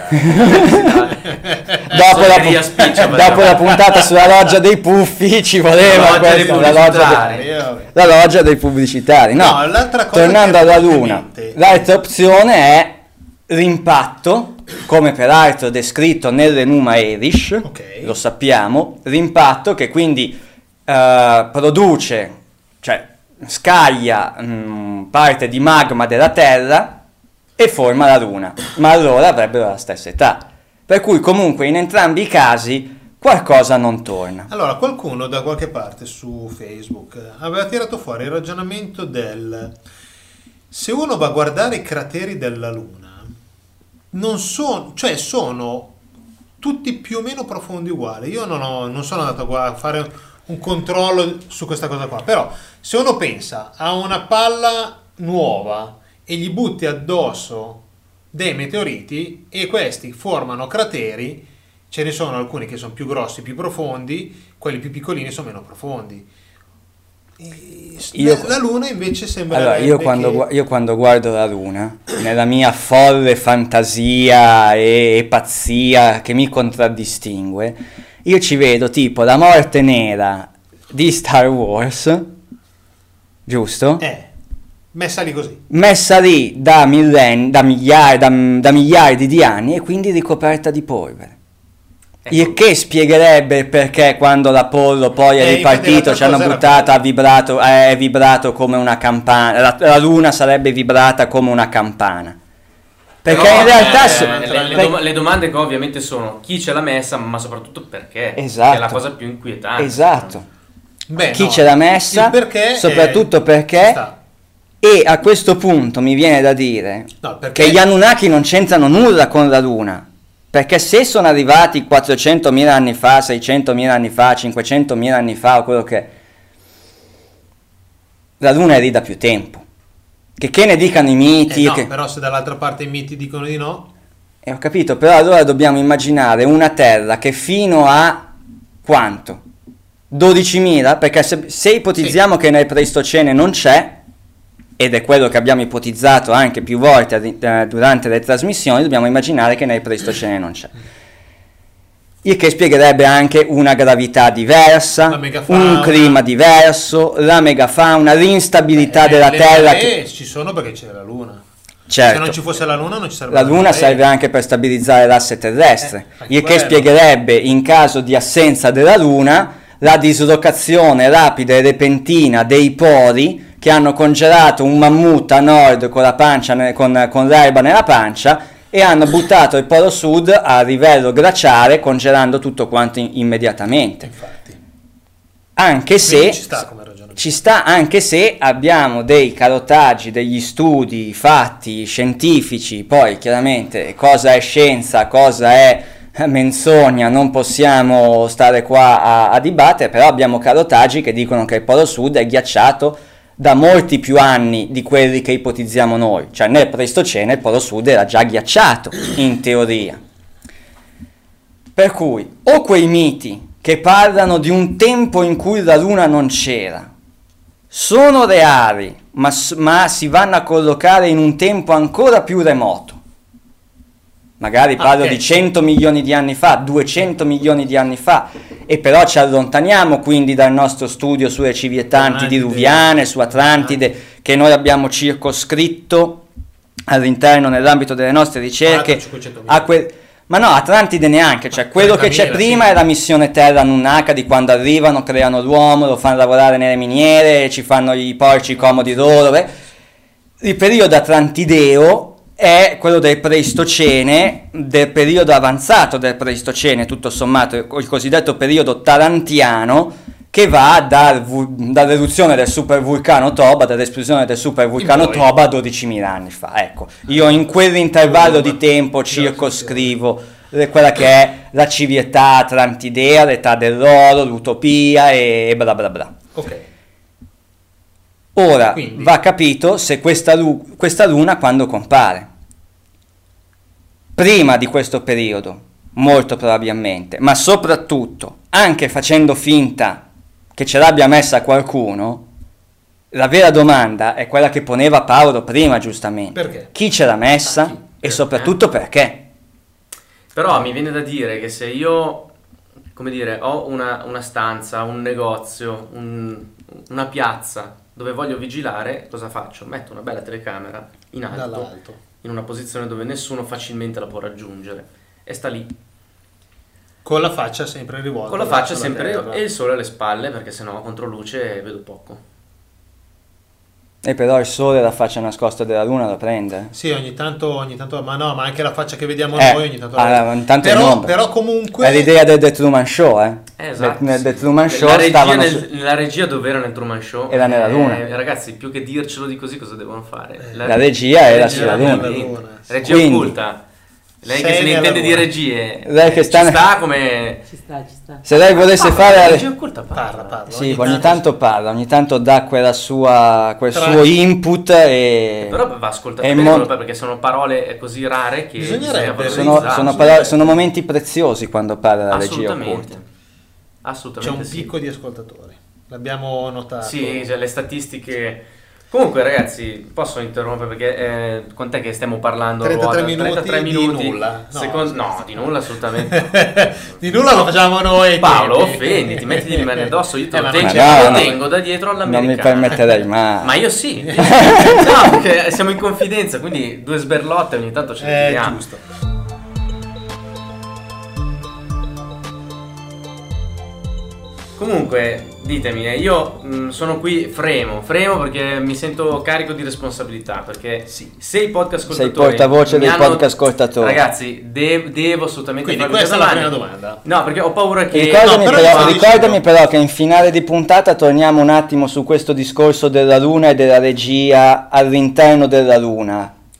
Dopo, la, Soneria spiccia, dopo facciamo. la puntata sulla loggia dei puffi ci voleva La loggia dei questa, la, loggia pubblicitari. dei, Eh, vabbè. la loggia dei pubblicitari. No, No, l'altra cosa tornando che alla fortemente- Luna, l'altra opzione è l'impatto, come peraltro descritto nell'Enuma Elish, Ok. lo sappiamo, l'impatto che quindi eh, produce, cioè scaglia mh, parte di magma della Terra e forma la Luna, ma allora avrebbero la stessa età. Per cui comunque in entrambi i casi qualcosa non torna. Allora, qualcuno da qualche parte su Facebook aveva tirato fuori il ragionamento del se uno va a guardare i crateri della Luna, non sono, cioè sono tutti più o meno profondi uguali. Io non, ho, non sono andato a gua- a fare un controllo su questa cosa qua, però se uno pensa a una palla nuova e gli butti addosso dei meteoriti e questi formano crateri, ce ne sono alcuni che sono più grossi, più profondi, quelli più piccolini sono meno profondi. E Io- la, la Luna invece sembra Allora, io quando, che... gu- io quando guardo la Luna, nella mia folle fantasia e, e pazzia che mi contraddistingue, io ci vedo tipo la morte nera di Star Wars, giusto? Eh, messa lì così. Messa lì da, millenni, da, migliaia, da, da miliardi di anni e quindi ricoperta di polvere. Ecco. Il che spiegherebbe perché quando l'Apollo poi è Eh, infatti ripartito l'altra ci hanno cosa era buttato, quella. ha vibrato, è vibrato come una campana, la, la Luna sarebbe vibrata come una campana. Perché Però, in realtà... eh, so- le, le per- dom- le domande che ho ovviamente sono chi ce l'ha messa, ma soprattutto perché. Esatto. Che è la cosa più inquietante. Esatto. Beh, Chi no, ce l'ha messa, il perché soprattutto è- perché- ci sta. E a questo punto mi viene da dire No, perché- che gli Anunnaki non c'entrano nulla con la Luna. Perché se sono arrivati quattrocentomila anni fa, seicentomila anni fa, cinquecentomila anni fa o quello che è, la Luna è lì da più tempo. Che che ne dicano i miti... Eh no, che... però se dall'altra parte i miti dicono di no... Eh, ho capito, però allora dobbiamo immaginare una Terra che fino a quanto? dodicimila? Perché se, se ipotizziamo sì. che nel Pleistocene non c'è, ed è quello che abbiamo ipotizzato anche più volte eh, durante le trasmissioni, dobbiamo immaginare che nel Pleistocene non c'è. Il che spiegherebbe anche una gravità diversa, un clima diverso, la megafauna, l'instabilità eh, della le Terra. Che... Che... ci sono perché c'è la Luna. Certo. Se non ci fosse la Luna non ci sarebbe la Luna serve anche per stabilizzare l'asse terrestre, eh, il che spiegherebbe in caso di assenza della Luna la dislocazione rapida e repentina dei poli che hanno congelato un mammut a nord con la pancia con, con l'erba nella pancia e hanno buttato il polo sud a livello glaciare congelando tutto quanto in, immediatamente. Infatti. Anche se ci sta come ragione. Ci sta anche se abbiamo dei carotaggi, degli studi fatti scientifici, poi chiaramente cosa è scienza, cosa è menzogna, non possiamo stare qua a, a dibattere, però abbiamo carotaggi che dicono che il polo sud è ghiacciato da molti più anni di quelli che ipotizziamo noi, cioè nel Pleistocene il polo sud era già ghiacciato in teoria. Per cui o quei miti che parlano di un tempo in cui la Luna non c'era sono reali, ma, ma si vanno a collocare in un tempo ancora più remoto. Magari parlo okay. di cento milioni di anni fa, duecento milioni di anni fa, e però ci allontaniamo quindi dal nostro studio sulle civiettanti Atlantide, diluviane, su Atlantide, che noi abbiamo circoscritto all'interno, nell'ambito delle nostre ricerche, a que- ma no, Atlantide neanche, cioè quello che c'è prima sì. è la missione Terra Nunnaka, di quando arrivano, creano l'uomo, lo fanno lavorare nelle miniere, ci fanno i porci comodi loro. Beh. Il periodo atlantideo è quello del Pleistocene, del periodo avanzato del Pleistocene, tutto sommato, il cosiddetto periodo tarantiano, che va dal, dall'eruzione del supervulcano Toba, dall'esplosione del supervulcano Toba a dodicimila anni fa. Ecco, io in quell'intervallo di tempo circoscrivo quella che è la civiltà atlantidea, l'età dell'oro, l'utopia e bla bla bla. Ok. Ora Quindi. va capito se questa, lu- questa luna quando compare. Prima di questo periodo, molto probabilmente, ma soprattutto, anche facendo finta che ce l'abbia messa qualcuno, la vera domanda è quella che poneva Paolo prima, giustamente. Perché? Chi ce l'ha messa chi? e Perché? soprattutto perché? Però mi viene da dire che se io, come dire, ho una, una stanza, un negozio, un, una piazza dove voglio vigilare, cosa faccio? Metto una bella telecamera in alto, Dall'alto. in una posizione dove nessuno facilmente la può raggiungere e sta lì. Con la faccia sempre rivolta. Con la faccia sempre rivolta e il sole alle spalle, perché sennò contro luce vedo poco. E però il sole la faccia nascosta della luna la prende. Sì, ogni tanto, ogni tanto, ma no, ma anche la faccia che vediamo eh, noi ogni tanto. Allora, ogni tanto però, però comunque è l'idea del The Truman Show, eh. Esatto. Nel, nel The Truman Show la regia, stavano nel, su... la regia dove era nel Truman Show era nella luna. Eh, ragazzi, più che dircelo di così, cosa devono fare? La, la regia era regia sulla luna. luna. luna. Regia Quindi, occulta. Lei che se ne intende di regie, lei che sta, ci sta come ci sta, ci sta. Se lei volesse ah, fare la la regia occulta parla, parla, parla. sì, ogni, ogni tanto, tanto parla, ogni tanto dà quella sua quel Tra... suo input e però va ascoltato e bene mo... perché sono parole così rare che bisognerebbe sono, sono, parole, sono momenti preziosi quando parla la regia occulta. Assolutamente. C'è un sì. picco di ascoltatori, l'abbiamo notato. Sì, cioè le statistiche. Comunque ragazzi, posso interrompere perché eh, quant'è che stiamo parlando? trentatré ruota? minuti, trentatré minuti di nulla. No, Secondo... no, di nulla assolutamente. Di nulla lo facciamo noi. Paolo, offenditi, mettiti le mani addosso, io te eh, lo ma tengo, no, lo no, tengo da dietro all'americana. Non mi permetterei mai. Ma io sì. No, perché siamo in confidenza, quindi due sberlotte ogni tanto ce le Eh, tiriamo. giusto. Comunque, ditemi, eh, io mh, sono qui fremo, fremo perché mi sento carico di responsabilità, perché Sì. se i podcast Sei ascoltatori portavoce mi dei hanno- podcast ascoltatori. Ragazzi, de- devo assolutamente Quindi farvi questa è la domande. prima domanda. No, perché ho paura che Ricordami, no, però però, stavo ricordami dicendo- però che in finale di puntata torniamo un attimo su questo discorso della luna e della regia all'interno della luna,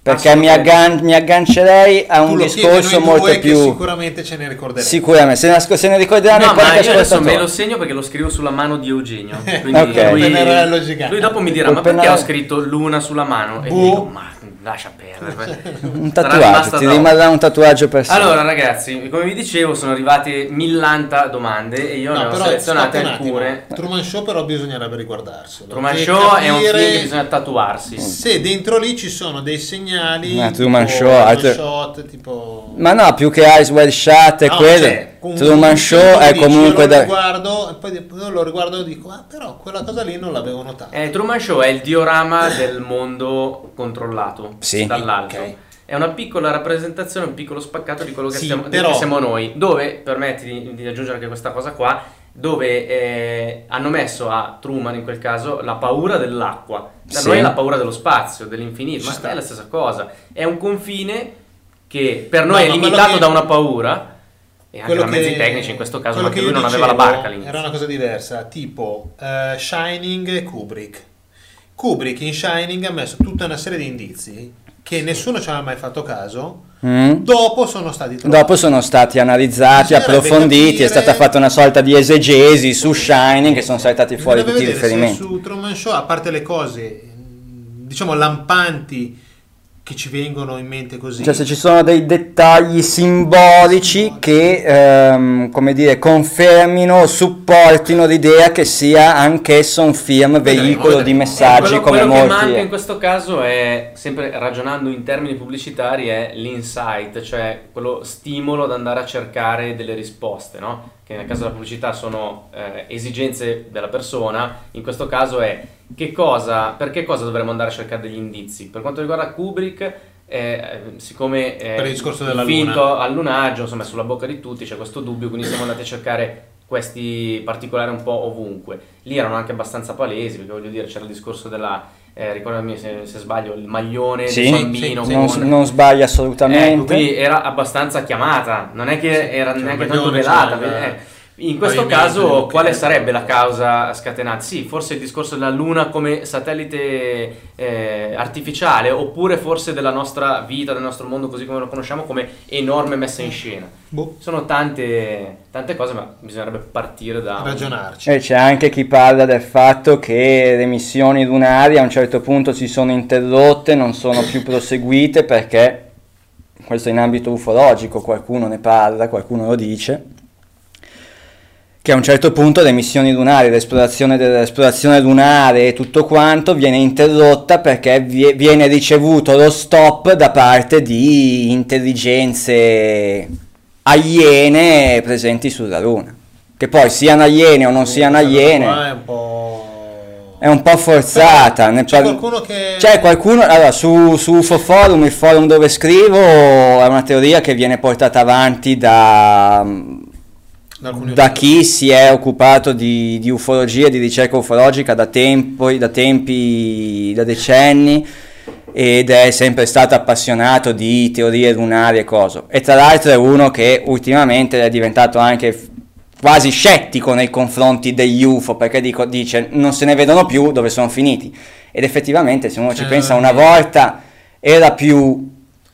perché mi, aggan- mi aggancerei a un Tu lo discorso chiedi, noi molto due più... che sicuramente ce ne ricorderemo. Sicuramente, se ne, se ne ricorderanno No, i ma podcast io adesso ascoltatori. me lo segno perché lo scrivo sulla mano di Eugenio. Quindi Ok. lui, Un pennarello gigante. lui dopo mi dirà: Col ma perché pennarello- ho scritto Luna sulla mano? E Boh. io dico: ma lascia perdere. Un Sarà tatuaggio, rimasta ti troppo. rimarrà un tatuaggio per sempre. Allora, ragazzi, come vi dicevo, sono arrivate millanta domande e io ne No, ho però selezionate aspetta un attimo. alcune. Truman Show però bisognerebbe riguardarselo. Truman E Show è un film capire che bisogna tatuarsi. se dentro lì ci sono dei segnali Ma tipo Truman Show, one altre- shot, tipo... Ma no, più che Eyes Wide Shut e No, quello, cioè, un- Truman un Show film è dici, comunque io lo da... riguardo e poi io lo riguardo e dico ah però quella cosa lì non l'avevo notata. Eh, Truman Show è il diorama del mondo controllato Sì. dall'alto. Ok. È una piccola rappresentazione, un piccolo spaccato di quello che, Sì, siamo, di però- che siamo noi. Dove, permetti di, di aggiungere anche questa cosa qua, dove eh, hanno messo a Truman in quel caso la paura dell'acqua. Da Sì. noi è la paura dello spazio, dell'infinito, Ci ma sta. è la stessa cosa. È un confine che per No, noi è ma quello limitato che- da una paura. E anche Quello da mezzi che- tecnici in questo caso, quello ma anche che lui io non aveva la dicevo barca all'inizio. era una cosa diversa, tipo eh, Shining e Kubrick. Kubrick in Shining ha messo tutta una serie di indizi che nessuno ci aveva mai fatto caso, Mm? dopo sono stati trovati. Dopo sono stati analizzati, Bisognerebbe approfonditi, è capire- stata fatta una sorta di esegesi su Shining che sono saltati fuori Bisognerebbe tutti i vedere se riferimenti. su Truman Show, a parte le cose mh, diciamo lampanti che ci vengono in mente così, Cioè se ci sono dei dettagli simbolici che, ehm, come dire, confermino, supportino l'idea che sia anch'esso un film veicolo vedremo. di messaggi quello, come quello che molti... manca in questo caso è, sempre ragionando in termini pubblicitari, è l'insight, cioè quello stimolo ad andare a cercare delle risposte, no? Che nel caso della pubblicità sono eh, esigenze della persona, in questo caso è che cosa, per che cosa dovremmo andare a cercare degli indizi. Per quanto riguarda Kubrick, eh, siccome eh, Per il discorso della finto luna. al lunaggio, insomma, è sulla bocca di tutti, c'è questo dubbio, quindi siamo andati a cercare questi particolari un po' ovunque. Lì erano anche abbastanza palesi, perché voglio dire, c'era il discorso della, eh, ricordami se, se sbaglio, il maglione Sì, del bambino. sì, non, con- non sbaglia Ecco, assolutamente. quindi era abbastanza chiamata, non è che era Cioè, neanche il tanto maglione velata. c'era il- eh. In questo pavimento, caso, il quale occhiello. sarebbe la causa scatenata? Sì, forse il discorso della Luna come satellite eh, artificiale, oppure forse della nostra vita, del nostro mondo così come lo conosciamo, come enorme messa in scena. Boh, Sono tante, tante cose, ma bisognerebbe partire da... ragionarci. E c'è anche chi parla del fatto che le missioni lunari a un certo punto si sono interrotte, non sono più proseguite perché, questo in ambito ufologico, qualcuno ne parla, qualcuno lo dice, che a un certo punto le missioni lunari, l'esplorazione, dell'esplorazione lunare e tutto quanto viene interrotta perché vie- viene ricevuto lo stop da parte di intelligenze aliene presenti sulla Luna. Che poi siano aliene o non siano Questa cosa aliene qua è un po'... è un po' forzata. ne C'è par- qualcuno che... C'è qualcuno, allora su, su U F O Forum, il forum dove scrivo, è una teoria che viene portata avanti da, da alcuni da chi si è occupato di, di ufologia, di ricerca ufologica da tempo, da tempi, da decenni, ed è sempre stato appassionato di teorie lunari e cose. E tra l'altro è uno che ultimamente è diventato anche f- quasi scettico nei confronti degli U F O, perché dico, dice non se ne vedono più, dove sono finiti. Ed effettivamente se uno ci Cioè, pensa, una volta era più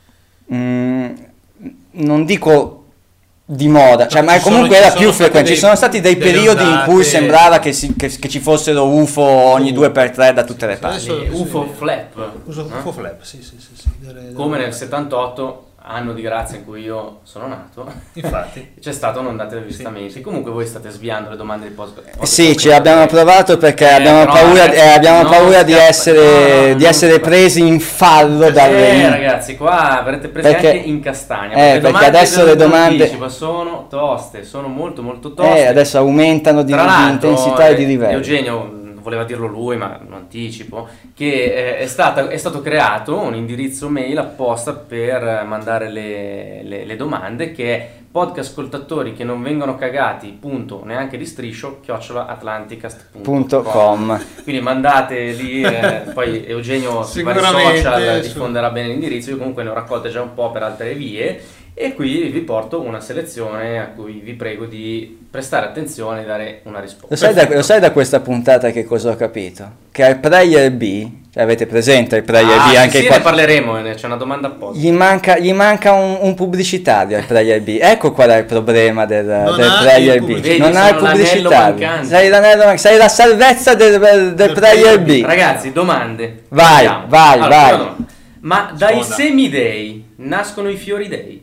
mm, non dico di moda, cioè, No, ma ci sono- comunque ci era sono più stati frequente. dei- Ci sono stati dei delle periodi in cui ondate- sembrava che, si- che- che ci fossero U F O ogni due per tre da tutte le parti. Adesso- U F O flap, Uso eh? U F O flap, sì, sì, sì, sì. Delle- delle- come nel settantotto, anno di grazia in cui io sono nato, Infatti. c'è stata un'ondata di avvistamenti. Comunque voi state sviando le domande del podcast. Sì, ci abbiamo provato perché Eh, abbiamo però, paura, ragazzi, eh, abbiamo no, paura di scherzo, essere, no, no, di no, essere no. presi in fallo dalle... Eh ragazzi, qua verrete presi Perché- anche in castagna. eh, le perché domande adesso del- le domande- dell'anticipo sono toste, sono molto molto toste. Eh, adesso aumentano di, Tra di l'altro, intensità e di eh, livello. Eugenio mh, voleva dirlo lui, ma lo anticipo, che eh, è, stata, è stato creato un indirizzo mail apposta per eh, mandare le, le- le domande, che è podcast ascoltatori che non vengono cagati, punto, neanche di striscio, chiocciola atlanticast punto com. Quindi mandate lì, eh, poi Eugenio sui vari Sicuramente, social su- diffonderà bene l'indirizzo, io comunque ne ho raccolte già un po' per altre vie. E qui vi porto una selezione a cui vi prego di prestare attenzione e dare una risposta. Lo sai, da, lo sai da questa puntata che cosa ho capito? Che al Player B, cioè avete presente il Player ah, B? Sì, Anche sì, i ne pod- parleremo, c'è una domanda apposta. Gli manca, gli manca un, un pubblicitario al Player B. Ecco qual è il problema del, Non del ha Player il B. pubblicitario. Non Vedi, ha il sono l'anello pubblicitario. mancante. Sei, l'anello, sei la salvezza del, del, del Player B. Ragazzi, domande. Vai, Andiamo. vai, Allora, vai. prima domanda. Ma dai Sponda. semidei nascono i fiori dei?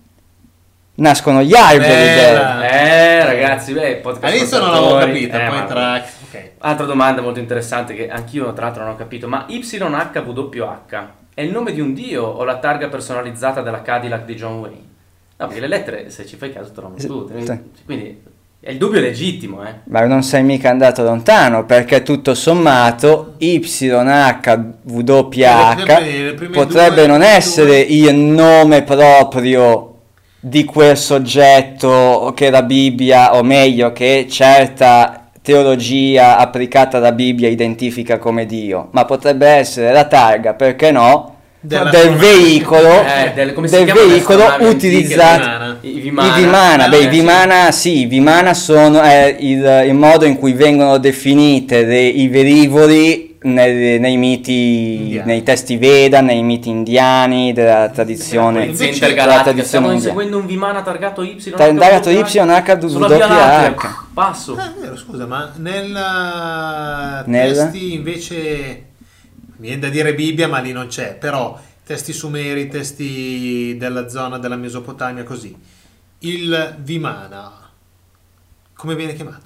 Nascono gli alberi. Bella. del- Eh, ragazzi, beh, podcast All'inizio non l'avevo ascoltatori. capita, Eh, poi ma- tra... ok. Altra domanda molto interessante che anch'io tra l'altro non ho capito, ma Y H W H è il nome di un dio o la targa personalizzata della Cadillac di John Wayne? No, perché le lettere, se ci fai caso, trovano tutte. Sì. Quindi è il dubbio legittimo, eh. Ma non sei mica andato lontano, perché tutto sommato Y H W Le prime- le H prime potrebbe due- non due- essere il nome proprio di quel soggetto che la Bibbia, o meglio che certa teologia applicata alla Bibbia identifica come Dio, ma potrebbe essere la targa, perché no, Della del sua- veicolo, Eh, del- come si del chiamano le veicolo astronavi utilizzato. antiche? I I Vimana. I Vimana, beh, i Eh, Vimana sì, i Vimana sono è il, il modo in cui vengono definite le- i velivoli nei, nei miti, Indiani. nei testi Veda, nei miti indiani, della tradizione, Polizia Invece- della intergalattica, tradizione stiamo indiana. inseguendo un Vimana targato Y. Targato Y H W Sulla Via Lattea. H. Passo. Ah, è vero, scusa, ma nella Nel- testi invece viene da dire Bibbia, ma lì non c'è, però testi sumeri, testi della zona della Mesopotamia, così. Il Vimana come viene chiamato?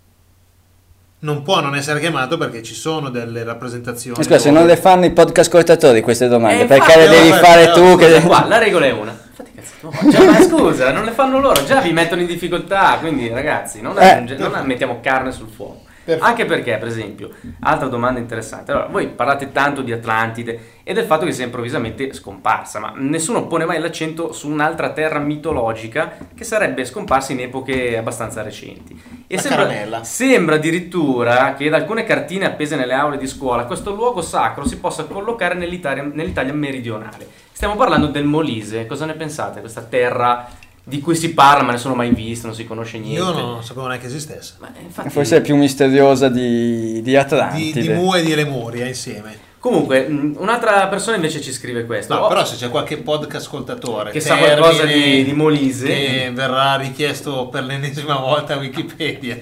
Non può non essere chiamato perché ci sono delle rappresentazioni. Scusa, se dove- non le fanno i podcast ascoltatori queste domande, Eh, perché infatti, le devi no, fare no, tu? scusa, Che... Qua la regola è una. Fate cazzo tua. Cioè, ma scusa, non le fanno loro, già vi mettono in difficoltà, quindi ragazzi, non, Eh. aggiunge- non mettiamo carne sul fuoco. Perfetto. Anche perché, per esempio, altra domanda interessante. Allora, voi parlate tanto di Atlantide e del fatto che sia improvvisamente scomparsa, ma nessuno pone mai l'accento su un'altra terra mitologica che sarebbe scomparsa in epoche abbastanza recenti. E La sembra, caramella. sembra addirittura che da alcune cartine appese nelle aule di scuola questo luogo sacro si possa collocare nell'Italia, nell'Italia meridionale. Stiamo parlando del Molise, cosa ne pensate? Questa terra di cui si parla ma nessuno mai visto, non si conosce niente. Io non sapevo neanche esistesse. Ma infatti, Forse è più misteriosa di, di Di, Atlantide. di Mu e di Lemuria insieme. Comunque, mh, un'altra persona invece ci scrive questo. No, Oh, però se c'è qualche podcast ascoltatore Che sa termine, qualcosa di- di Molise. che verrà richiesto per l'ennesima volta a Wikipedia.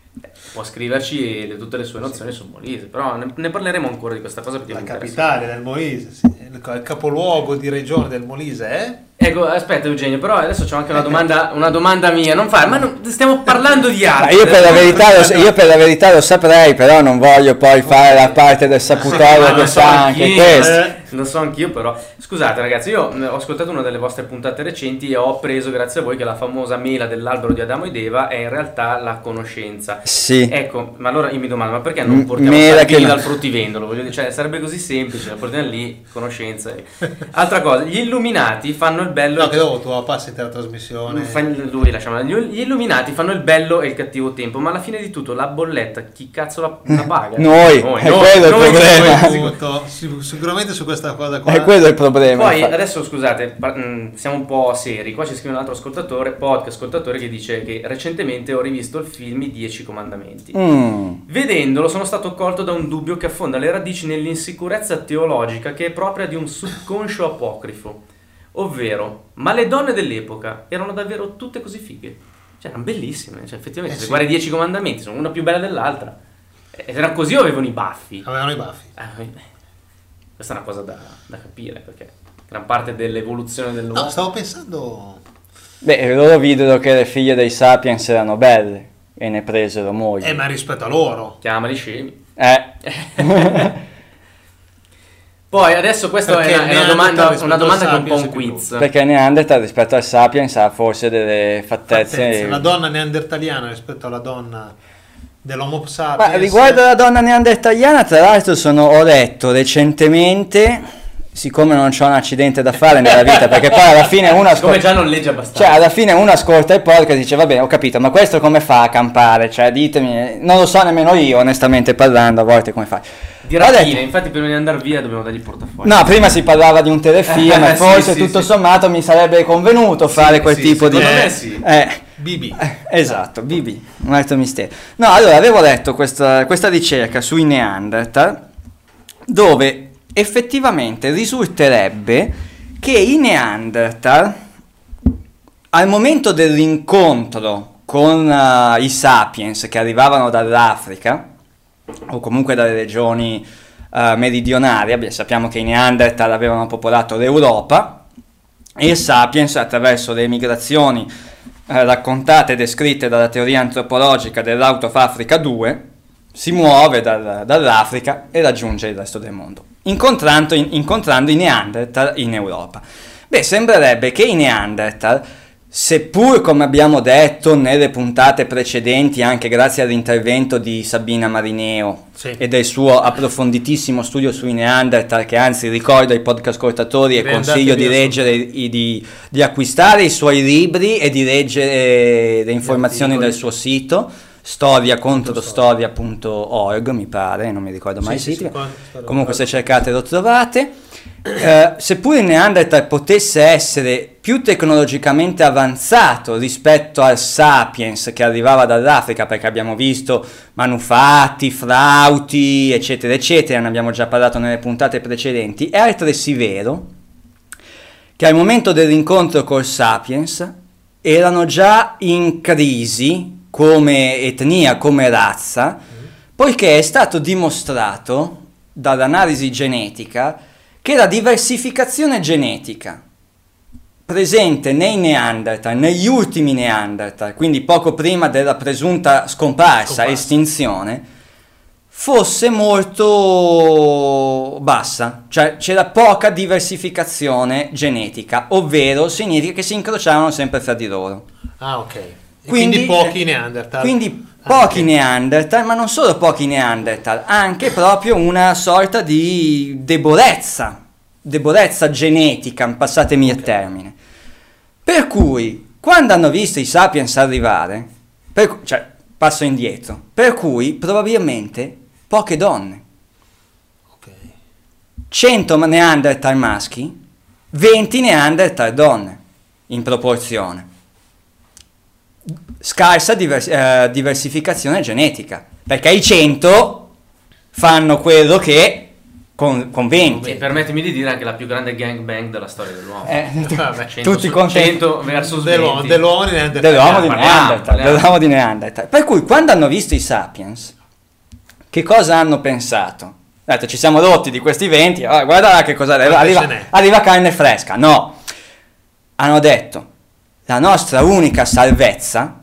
può scriverci le- tutte le sue nozioni su Molise, però ne, ne parleremo ancora di questa cosa perché La mi interessa. capitale del Molise, sì. il il capoluogo di regione del Molise è? Ecco, aspetta Eugenio, però adesso c'è anche una domanda, una domanda mia, non fare, ma non- stiamo parlando di Ma altro. io per, la verità lo, io per la verità lo saprei, però non voglio poi fare la parte del saputore Ma che lo so sa anche anch'io, questo. eh, lo so anch'io, però scusate ragazzi, io eh, ho ascoltato una delle vostre puntate recenti e ho appreso grazie a voi che la famosa mela dell'albero di Adamo ed Eva è in realtà la conoscenza. Sì. Ecco, ma allora io mi domando, ma perché non M- portiamo mela sardine che- dal fruttivendolo? Voglio dire, cioè, sarebbe così semplice, la portiamo lì, conoscenza. e- Altra cosa, gli illuminati fanno il bello... No, che dopo tu passi la trasmissione. Fa- Lui lasciamo. Gli gli illuminati fanno il bello e il cattivo tempo, ma alla fine di tutto la bolletta chi cazzo la, la paga? Noi, è quello il problema. noi, Appunto, sic- sicuramente su questa cosa qua. È quello il problema. Poi infatti. adesso scusate, pa- mh, siamo un po' seri. Qua ci scrive un altro ascoltatore, podcast ascoltatore, che dice che recentemente ho rivisto il film I Dieci Comandamenti. Mm. Vedendolo sono stato colto da un dubbio che affonda le radici nell'insicurezza teologica che è propria di un subconscio apocrifo. Ovvero, ma le donne dell'epoca erano davvero tutte così fighe? Cioè, erano bellissime, cioè effettivamente, Eh se sì. guardi i Dieci Comandamenti, sono una più bella dell'altra. Ed erano così o avevano i baffi? Avevano i baffi. Eh, questa è una cosa da, da capire, perché gran parte dell'evoluzione dell'uomo... No, stavo pensando. Beh, loro videro che le figlie dei Sapiens erano belle e ne presero mogli. Eh, ma rispetto a loro. Chiamali scemi. Eh. Poi adesso questa è Perché una, è una Neanderthal domanda, rispetto una al domanda che è un po' Sapiens un è più quiz. Perché Neanderthal rispetto al Sapiens ha forse delle fattezze... Fattezze. La donna neandertaliana rispetto alla donna dell'Homo sapiens. Ma riguardo alla donna neandertaliana, tra l'altro sono, ho letto recentemente, siccome non c'ho un accidente da fare nella vita, perché poi alla fine uno Come ascolta, già non legge abbastanza. cioè alla fine uno ascolta il podcast e dice va bene, ho capito, ma questo come fa a campare? Cioè ditemi, non lo so nemmeno io onestamente parlando a volte come fa. Di Ho rapine, detto- infatti prima di andare via dobbiamo dargli il portafoglio. No, prima si parlava di un telefilm Eh, e forse sì, sì, tutto sì. sommato mi sarebbe convenuto fare quel sì, tipo di... secondo me sì. Eh, B B. eh, esatto, B B, un altro mistero. No, allora avevo letto questa, questa ricerca sui Neanderthal dove effettivamente risulterebbe che i Neanderthal al momento dell'incontro con uh, i Sapiens che arrivavano dall'Africa o comunque dalle regioni uh, meridionali, Beh, sappiamo che i Neanderthal avevano popolato l'Europa e i Sapiens attraverso le migrazioni uh, raccontate e descritte dalla teoria antropologica dell'Out of Africa due si muove dal, dall'Africa e raggiunge il resto del mondo, incontrando, in, incontrando i Neanderthal in Europa. Beh, sembrerebbe che i Neanderthal, seppur come abbiamo detto nelle puntate precedenti, anche grazie all'intervento di Sabina Marineo Sì. e del suo approfonditissimo studio sui Neanderthal, che anzi ricordo ai podcast ascoltatori e consiglio di Riandatevi leggere, i- di, di acquistare i suoi libri e di leggere le informazioni articoli. del suo sito, storia contro storia punto org mi pare, non mi ricordo mai Sì, il sì, sito. sì, qua- Comunque se cercate lo trovate. Eh, seppur il Neanderthal potesse essere più tecnologicamente avanzato rispetto al Sapiens che arrivava dall'Africa, perché abbiamo visto manufatti, flauti, eccetera, eccetera, ne abbiamo già parlato nelle puntate precedenti, è altresì vero che al momento dell'incontro col Sapiens erano già in crisi come etnia, come razza, poiché è stato dimostrato dall'analisi genetica che la diversificazione genetica presente nei Neanderthal, negli ultimi Neanderthal, quindi poco prima della presunta scomparsa, Scomparsa. estinzione, fosse molto bassa, cioè c'era poca diversificazione genetica, ovvero significa che si incrociavano sempre fra di loro. Ah, ok. E quindi, pochi Neanderthal. Quindi pochi Anche. Neanderthal, ma non solo pochi Neanderthal, anche proprio una sorta di debolezza, debolezza genetica, passatemi il termine. Per cui, quando hanno visto i Sapiens arrivare, per, cioè, passo indietro, per cui probabilmente poche donne. Ok. cento Neanderthal maschi, venti Neanderthal donne, in proporzione. Scarsa divers- eh, diversificazione genetica, perché i cento fanno quello che con, con venti. E permettimi di dire anche la più grande gangbang della storia dell'uomo. Eh, Vabbè. cento tutti su- contenti. cento versus Dell'uomo, venti. dell'uomo di Neanderthal. dell'uomo di parliamo, Neanderthal, parliamo. dell'uomo di Neanderthal. Per cui quando hanno visto i Sapiens, che cosa hanno pensato? Hanno detto, ci siamo rotti di questi venti, ah, guarda che cosa arriva, Quante ce arriva, n'è? arriva carne fresca. No, hanno detto, la nostra unica salvezza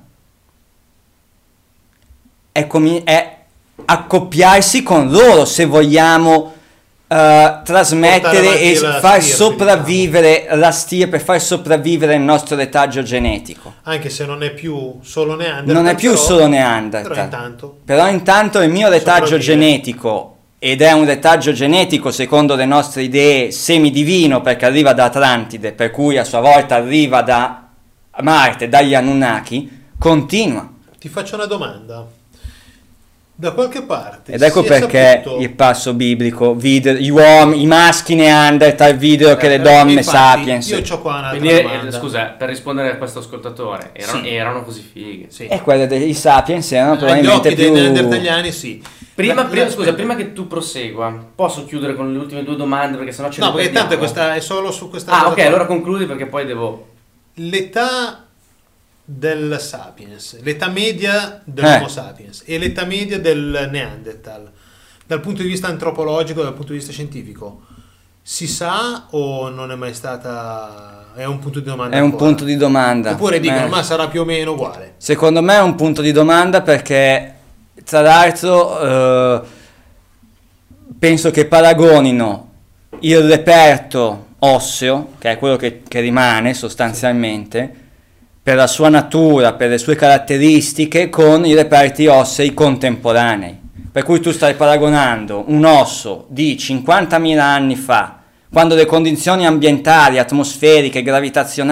è, comi- è accoppiarsi con loro se vogliamo eh, trasmettere Portare e avanti la far stirpe, sopravvivere la stirpe, per far sopravvivere il nostro retaggio genetico. Anche se non è più solo Neanderthal. Non è più però- solo Neanderthal. Però intanto. Però intanto il mio retaggio Sopravvive. genetico, ed è un retaggio genetico secondo le nostre idee semidivino, perché arriva da Atlantide, per cui a sua volta arriva da Marte, dagli Anunnaki, continua. Ti faccio una domanda. Da qualche parte. Ed ecco si è perché saputo- il passo biblico, vide, gli uomini, i maschi Neanderthal videro che le Eh, donne infatti, Sapiens. Io c'ho qua un'altra Quindi, eh, domanda. scusa, per rispondere a questo ascoltatore, erano, Sì. erano così fighe. Sì. E quelle dei Sapiens erano Agli probabilmente occhi dei più... neandertaliani sì. Prima, La- prima- la- scusa, prima che tu prosegua, posso chiudere con le ultime due domande perché sennò ce No, ne perché perdiamo. tanto questa è solo su questa Ah, cosa ok, qua. allora concludi perché poi devo... L'età del Sapiens, l'età media dell'Homo Eh. sapiens e l'età media del Neanderthal, dal punto di vista antropologico, dal punto di vista scientifico, si sa o non è mai stata... è un punto di domanda? È un ancora? punto di domanda. Oppure dicono, Eh. ma sarà più o meno uguale? Secondo me è un punto di domanda perché, tra l'altro, eh, penso che paragonino il reperto osseo, che è quello che, che rimane sostanzialmente, per la sua natura, per le sue caratteristiche, con i reperti ossei contemporanei. Per cui tu stai paragonando un osso di cinquantamila anni fa, quando le condizioni ambientali, atmosferiche,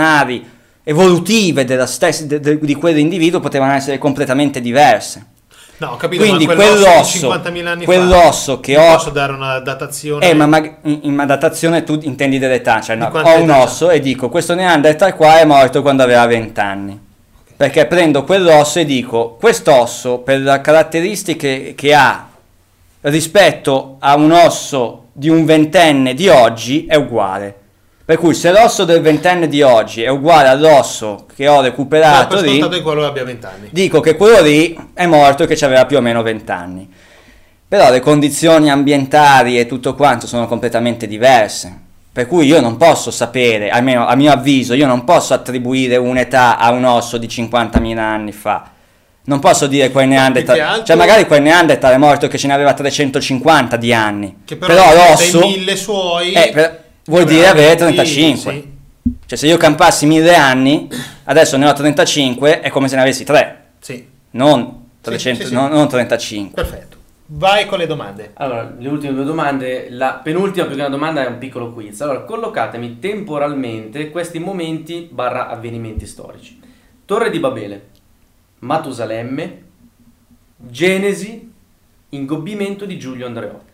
gravitazionali, evolutive della stessa, de- de- di quell'individuo potevano essere completamente diverse. No, ho capito, Quindi ma quell'osso, quell'osso di cinquantamila anni quell'osso fa, che non ho... posso dare una datazione. Eh, ma mag- in, in una datazione tu intendi dell'età, cioè Di no, quante ho un età osso e dico questo Neanderthal qua è morto quando aveva venti anni. Perché prendo quell'osso e dico quest'osso per le caratteristiche che ha rispetto a un osso di un ventenne di oggi è uguale. Per cui se l'osso del ventenne di oggi è uguale all'osso che ho recuperato lì, che quello abbia venti anni. dico che quello lì è morto e che aveva più o meno venti anni. Però le condizioni ambientali e tutto quanto sono completamente diverse. Per cui io non posso sapere, almeno a mio avviso, io non posso attribuire un'età a un osso di cinquantamila anni fa. Non posso dire quel Neanderthal, altro- cioè magari quel Neanderthal è morto che ce ne aveva trecentocinquanta di anni. Che però, però dai l'osso... mille suoi Eh, per- vuol vabbè, dire avere sì, trentacinque. sì. Cioè se io campassi mille anni, adesso ne ho trentacinque, è come se ne avessi tre, Sì, non, trecento, sì, sì. non, non trentacinque. perfetto. Vai con le domande. Allora, le ultime due domande, la penultima più che una domanda è un piccolo quiz. Allora, collocatemi temporalmente questi momenti barra avvenimenti storici. Torre di Babele, Matusalemme, Genesi, ingobbimento di Giulio Andreotti.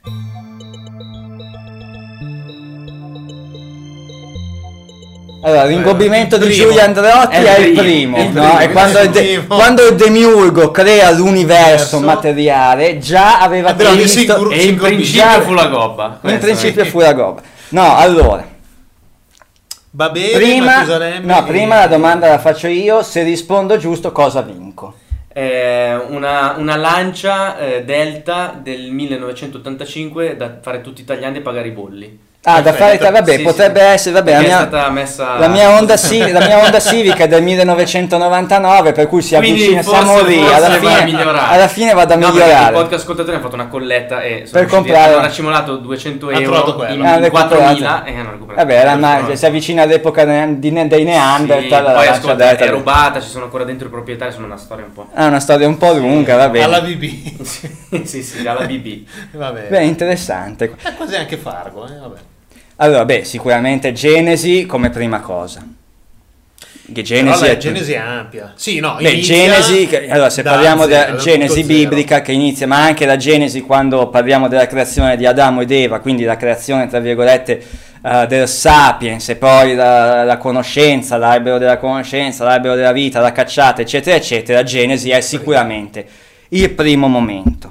Allora, l'ingobbimento di primo. Giulio Andreotti È è il il primo, primo, è il no? primo. E quando il, de- Il primo. quando il demiurgo crea l'universo Verso. materiale, già aveva Andreotti previsto... sicuro- E in Singobbimento. principio fu la gobba. In Questo, principio eh. fu la gobba. No, allora, Babele, prima, Matusalemme no, e- prima la domanda la faccio io, se rispondo giusto cosa vinco? Eh, una, una lancia eh, Delta del millenovecentottantacinque da fare tutti italiani e pagare i bolli. Ah, da fare, Perfetto. vabbè, Sì, potrebbe sì. essere, vabbè, la Perché è mia, stata messa... la mia Honda Civic, la mia Honda Civic è del millenovecentonovantanove, per cui si Quindi avvicina, forse- siamo lì, forse alla va a fine, migliorare. alla fine vado a No, perché migliorare. il podcast ascoltatori hanno fatto una colletta e sono Per riusciti- comprare- hanno racimolato duecento Ha trovato euro quello. in, Ah, in le quattromila comprate. e hanno recuperato. Vabbè, la quello. ma- si avvicina all'epoca ne- di- dei Sì, Neanderthal, la poi lancia ascolta, Delta. è rubata, ci sono ancora dentro i proprietari, sono una storia un po'. Ah, una storia un po' lunga, va bene. alla B B. sì, sì, alla B B. Vabbè. Beh, interessante. È quasi anche Fargo, eh? Vabbè. Allora, beh, sicuramente Genesi come prima cosa. Che Genesi Però la è Genesi è ampia. Sì, no, Beh, inizia Genesi, che- allora se da parliamo zero, della dal Genesi punto zero. biblica che inizia, ma anche la Genesi quando parliamo della creazione di Adamo ed Eva, quindi la creazione tra virgolette eh, del sapiens e poi la, la conoscenza, l'albero della conoscenza, l'albero della vita, la cacciata, eccetera, eccetera, la Genesi è sicuramente il primo momento.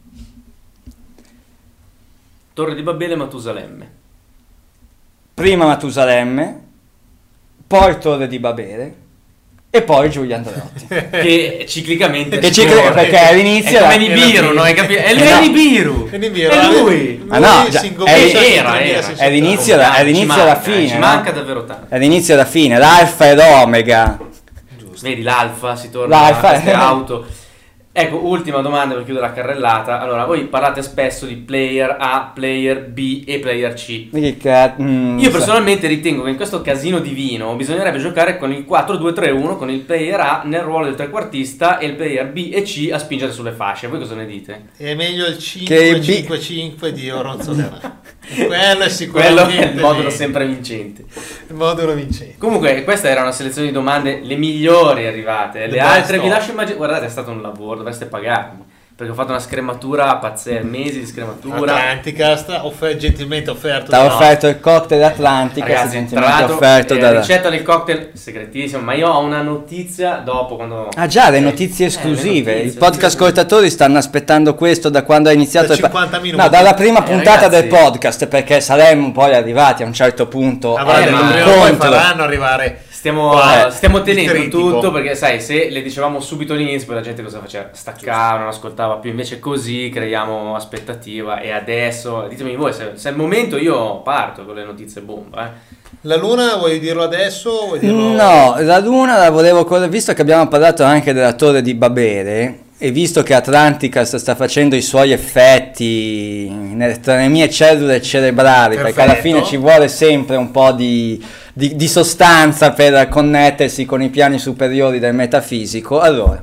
Torre di Babele, Matusalemme. Prima Matusalemme, poi Torre di Babele e poi Giulio Andreotti. Che ciclicamente Che scorre. cicli- perché all'inizio è come era- Nibiru, no? Hai capito? È lui, Eh, è no. Nibiru. E Nibiru, È eh, lui. Ma no, già, si è- incomincia era, nel era. duemilasei. È l'inizio, da- è Ci l'inizio manca, alla fine, eh, Ci no? manca davvero tanto. È l'inizio alla fine, l'alfa e l'omega. Vedi l'alfa, si torna L'alfa, a queste eh. auto. Ecco, ultima domanda per chiudere la carrellata. Allora, voi parlate spesso di player A, player B e player C. Che ca- mm, Io sa- personalmente ritengo che in questo casino divino bisognerebbe giocare con il quattro due tre uno, con il player A nel ruolo del trequartista e il player B e C a spingere sulle fasce. Voi cosa ne dite? È meglio il Che il B- cinque cinque cinque di Oronzolera. Quello è Quello sicuramente è il modulo meglio. sempre vincente. Il modulo vincente. Comunque, questa era una selezione di domande, le migliori arrivate. Le The altre best vi of. lascio immaginare. Guardate, è stato un lavoro, dovreste pagarmi. Perché ho fatto una scrematura pazzesca, mesi di scrematura. Atlanticast, offer- gentilmente offerto. T'ha da- offerto il cocktail Atlantica, Ragazzi, tra gentilmente l'altro, offerto eh, da... ricetta del cocktail segretissimo, ma io ho una notizia dopo quando... Ah già, le Eh, notizie eh, le esclusive. notizie, Il podcast sì. ascoltatori stanno aspettando questo da quando è iniziato Da il pa- cinquanta minuti. No, dalla prima Eh, puntata ragazzi. del podcast, perché saremmo poi arrivati a un certo punto Avranno, Eh, ma- prima o poi all'incontro. faranno arrivare. Stiamo, Qua, stiamo il tenendo trittico. tutto perché sai, se le dicevamo subito all'inizio poi la gente cosa faceva? Staccava, non ascoltava più, invece così creiamo aspettativa e adesso, ditemi voi, se, se è il momento io parto con le notizie bomba, eh. La luna, vuoi dirlo adesso? o Vuoi dirlo... No, la luna la volevo, co- visto che abbiamo parlato anche della torre di Babele e visto che Atlanticast sta facendo i suoi effetti nelle, tra le mie cellule cerebrali, perché alla Perfetto. fine ci vuole sempre un po' di, di- di sostanza per connettersi con i piani superiori del metafisico, allora,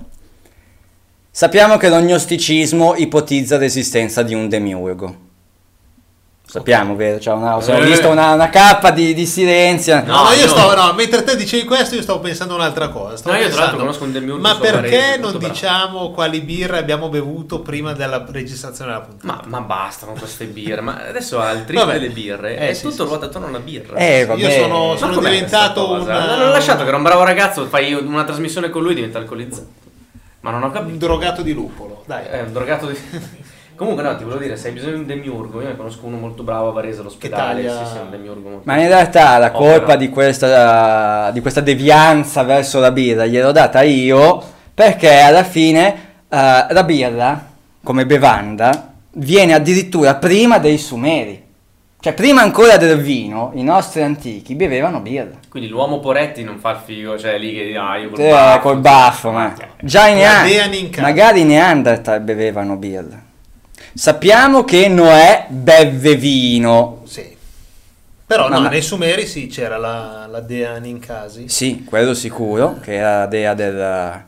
sappiamo che lo gnosticismo ipotizza l'esistenza di un demiurgo. sappiamo, vero? Cioè una, ho Eh. visto una, una cappa di, di silenzio. No, no, No, io io- stavo, no, mentre te dicevi questo, io stavo pensando a un'altra cosa. Stavo No, io tra l'altro pensando, conosco un demiurgo ma suo perché barese, non molto bravo. diciamo quali birre abbiamo bevuto prima della registrazione della puntata? Ma, ma basta con queste birre, ma adesso ha il trip Vabbè. delle birre, Eh, è sì, tutto sì, ruota attorno alla birra. Eh, vabbè. Io sono, Ma sono com'è diventato questa un, cosa? L'ho lasciato che era un bravo ragazzo, fai una trasmissione con lui e diventa alcolizzato. Ma non ho un capito. drogato di lupolo. Dai, È un drogato di... Comunque no, ti volevo dire, se hai bisogno di un demiurgo, io ne conosco uno molto bravo a Varese all'ospedale. Che taglia- Sì, sì, un demiurgo molto Ma in realtà la Opera. colpa di questa, di questa devianza verso la birra gliel'ho data io, perché alla fine eh, la birra, come bevanda, viene addirittura prima dei Sumeri. Cioè prima ancora del vino, i nostri antichi bevevano birra. Quindi l'uomo Poretti non fa il figo, cioè lì che ah, io col Eh, baffo. col baffo, ma cioè, già i La Nean- Dea Ninkasi. magari i Neanderthal bevevano birra. Sappiamo che Noè beve vino. sì. Però Ma- no, ma- nei Sumeri sì, c'era la, la Dea Ninkasi. Sì, quello sicuro, che era la dea del...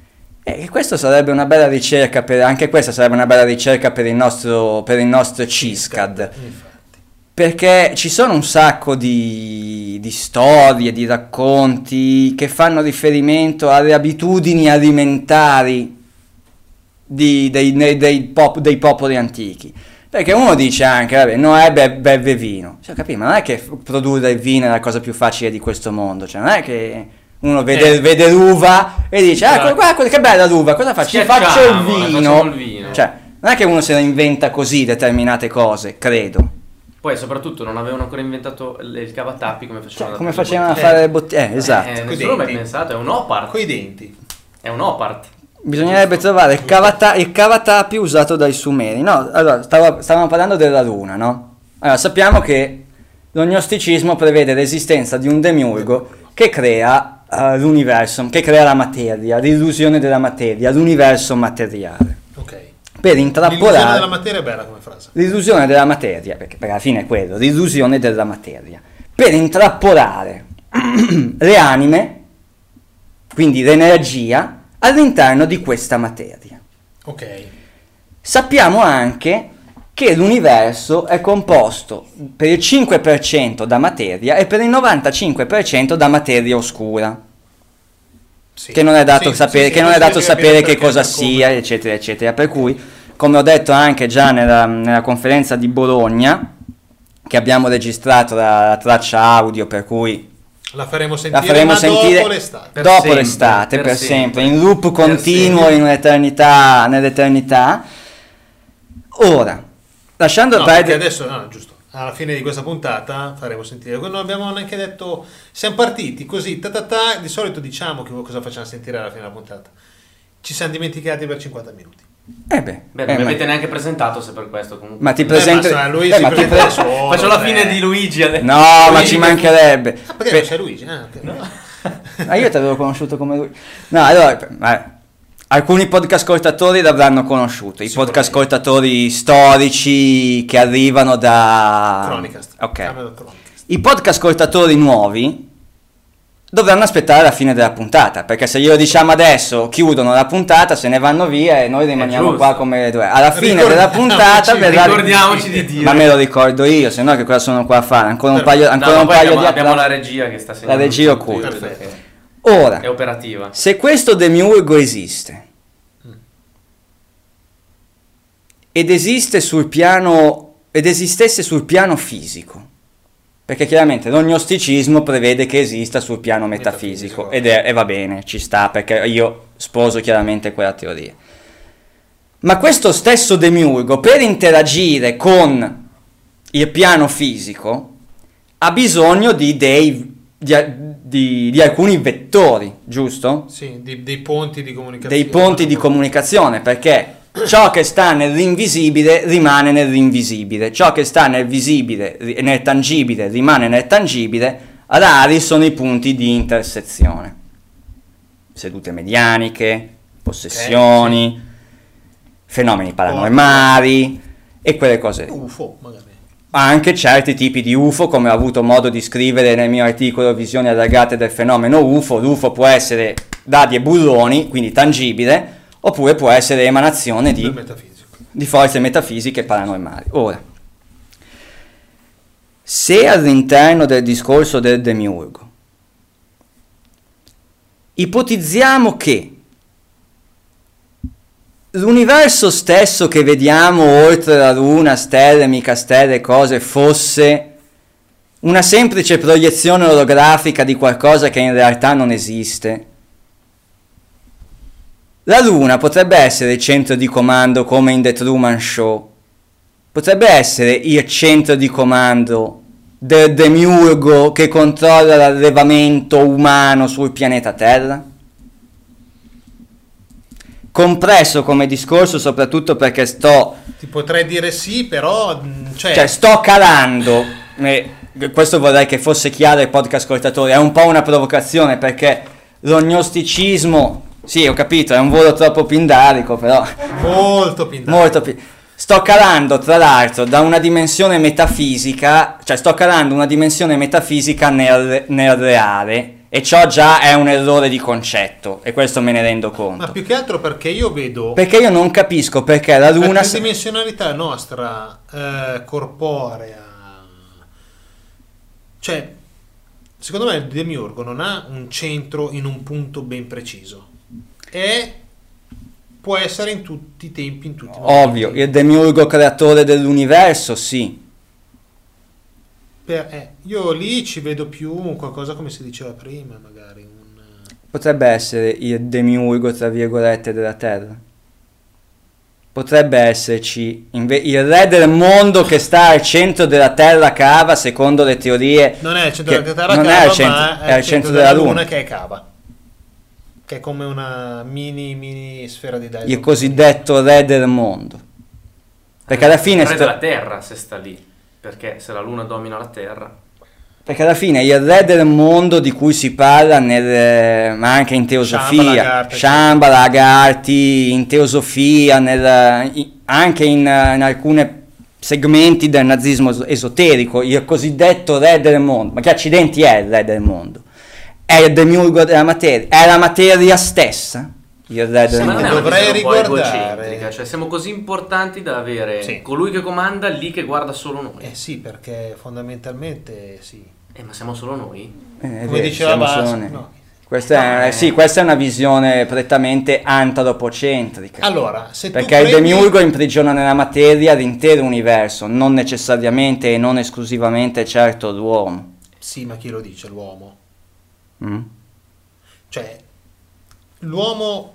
E questo sarebbe una bella ricerca, per, anche questa sarebbe una bella ricerca per il nostro, per il nostro Ciscad, Infatti. perché ci sono un sacco di, di storie, di racconti che fanno riferimento alle abitudini alimentari di- dei, dei- dei pop- dei popoli antichi. Perché uno dice anche, vabbè, Noè be- beve vino. Cioè, capì, ma non è che f- produrre il vino è la cosa più facile di questo mondo. Cioè, non è che uno vede, Eh. vede l'uva e dice, ah, Esatto. guarda, che bella l'uva, cosa faccio? Ci faccio il Schiacciamola, vino. facciamo il vino. Cioè, non è che uno se la inventa così determinate cose, credo. Poi soprattutto non avevano ancora inventato il il cavatappi come facevano. Cioè, da come prima facevano a bottiglie. fare le bottiglie? Eh, esatto. Eh, Coi nessuno ha mai denti. pensato, è un opart. Coi denti. È un opart. Bisognerebbe trovare il, cavata- il cavatappi usato dai Sumeri. No, allora, stavo- stavamo parlando della luna, no? Allora, sappiamo che lo gnosticismo prevede l'esistenza di un demiurgo che crea eh, l'universo, che crea la materia, l'illusione della materia, l'universo materiale. Ok. Per L'illusione intrappolare della materia è bella come frase. l'illusione della materia, perché, perché alla fine è quello, l'illusione della materia, per intrappolare le anime, quindi l'energia, all'interno di questa materia. Ok. Sappiamo anche che l'universo è composto per il cinque per cento da materia e per il novantacinque per cento da materia oscura, Sì. che non è dato Sì, sapere, sì, che sì, non è sì, dato sì, sapere capire che perché, cosa per sia, come. eccetera, eccetera. Per cui, come ho detto anche già nella, nella conferenza di Bologna, che abbiamo registrato la, la traccia audio, per cui La faremo la sentire, faremo ma sentire dopo l'estate. Per dopo sempre, l'estate, per, per sempre, sempre. in loop continuo, sempre. in un'eternità, nell'eternità. Ora, lasciando No, perdere... perché adesso, no, giusto, alla fine di questa puntata faremo sentire. Non abbiamo neanche detto, siamo partiti così, ta ta ta, di solito diciamo che cosa facciamo sentire alla fine della puntata. Ci siamo dimenticati per cinquanta minuti. Eh beh, Beh, eh, non mi ma, avete neanche presentato se per questo comunque. ma ti Eh, presento... ma sa, lui eh, si ma ti presenta pre- solo, Faccio la eh. fine di Luigi adesso. No, ma Luigi ci che- mancherebbe. Ah, perché Per- non c'è Luigi? Ah, ok. Ah, io ti avevo conosciuto come lui. No, allora, eh, alcuni podcast ascoltatori l'avranno conosciuto, i Sicuramente. podcast ascoltatori storici che arrivano da... Chronicast. Ok. Chiamalo Chronicast. I podcast ascoltatori nuovi dovranno aspettare la fine della puntata, perché se glielo diciamo adesso chiudono la puntata, se ne vanno via e noi rimaniamo giusto. qua come due. Alla fine Ricordiamoci, della puntata verrà... Ricordiamoci di dire. Ma me lo ricordo io, se no che cosa sono qua a fare? Ancora un paio, No, ancora ma un poi paio abbiamo, di abbiamo la applausi. regia che sta segnando. La regia tutto, occulta. io vedo Perfetto. che Ora, È operativa. se questo demiurgo esiste ed esiste sul piano ed esistesse sul piano fisico, perché chiaramente lo gnosticismo prevede che esista sul piano metafisico, Metafisico. ed è, e va bene, ci sta, perché io sposo chiaramente quella teoria. Ma questo stesso demiurgo, per interagire con il piano fisico, ha bisogno di dei di, di- di alcuni vettori, giusto? Sì, di- dei ponti di comunicazione. Dei ponti di comunicazione, perché ciò che sta nell'invisibile rimane nell'invisibile, ciò che sta nel visibile e nel tangibile rimane nel tangibile. Rari sono i punti di intersezione, sedute medianiche, possessioni, fenomeni paranormali e quelle cose lì. U F O, magari. Anche certi tipi di U F O, come ho avuto modo di scrivere nel mio articolo Visioni allargate del fenomeno U F O. L'U F O può essere dadi e bulloni, quindi tangibile, oppure può essere emanazione Del di, metafisico. di forze metafisiche paranormali. Ora, se all'interno del discorso del demiurgo ipotizziamo che l'universo stesso che vediamo oltre la luna, stelle, mica stelle, cose, fosse una semplice proiezione olografica di qualcosa che in realtà non esiste, la luna potrebbe essere il centro di comando come in The Truman Show, potrebbe essere il centro di comando del demiurgo che controlla l'allevamento umano sul pianeta Terra? Compresso come discorso soprattutto perché sto... Ti potrei dire sì, però... Cioè, cioè sto calando, e questo vorrei che fosse chiaro ai podcast ascoltatori, è un po' una provocazione perché l'ognosticismo, sì ho capito, è un volo troppo pindarico, però... Molto pindarico. Molto pi- sto calando tra l'altro da una dimensione metafisica, cioè sto calando una dimensione metafisica nel, nel reale, e ciò già è un errore di concetto, e questo me ne rendo conto. Ma più che altro perché io vedo... Perché io non capisco perché la luna... La tridimensionalità nostra eh, corporea... Cioè, secondo me il demiurgo non ha un centro in un punto ben preciso. E può essere in tutti i tempi, in tutti i momenti. Ovvio, il demiurgo creatore dell'universo, sì. Per, eh, io lì ci vedo più un qualcosa come si diceva prima, magari un... Potrebbe essere il demiurgo, tra virgolette, della Terra. Potrebbe esserci inve- il re del mondo che sta al centro della Terra cava, secondo le teorie... Non è il centro che della Terra non cava, è al centro, ma è al centro della, della Luna, che è cava. Che è come una mini mini sfera di Dyson. Il cosiddetto re del mondo. Perché alla fine... Il re sto- della Terra se sta lì. Perché se la Luna domina la Terra... Perché alla fine il re del mondo di cui si parla nel, ma anche in teosofia, Shambhala, Agartha, in teosofia, nel, in, anche in, in alcuni segmenti del nazismo esoterico, il cosiddetto re del mondo. Ma che accidenti è il re del mondo? È il demiurgo della materia? È la materia stessa? Il re del Sì, ma mondo. non è una Dovrei visione un po' riguardare. egocentrica, cioè siamo così importanti da avere Sì. colui che comanda lì che guarda solo noi. Eh sì, perché fondamentalmente sì. Eh, ma siamo solo noi? Eh, è Come vero, diceva siamo Basso, solo noi. no. Questa è, No, eh. sì, questa è una visione prettamente antropocentrica. Allora, se tu Perché il prendi- demiurgo imprigiona nella materia l'intero universo, non necessariamente e non esclusivamente certo l'uomo. Sì, ma chi lo dice? L'uomo. Mm? Cioè, l'uomo...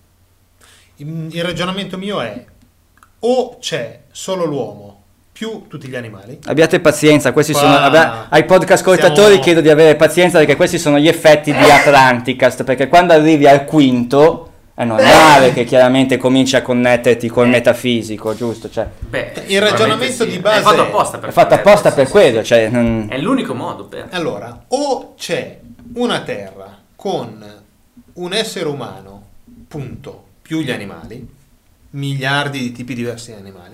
Il ragionamento mio è o c'è solo l'uomo più tutti gli animali. Abbiate pazienza, questi Qua sono abbi- ai podcast ascoltatori siamo- chiedo di avere pazienza perché questi sono gli effetti di Atlanticast, perché quando arrivi al quinto è normale che chiaramente cominci a connetterti col metafisico, giusto? Cioè, Beh, Il ragionamento sicuramente di base è fatto è- apposta per è fatto apposta per connettersi, quello, cioè, non- È l'unico modo per... Allora, o c'è una terra con un essere umano, punto, più gli animali, miliardi di tipi diversi di animali,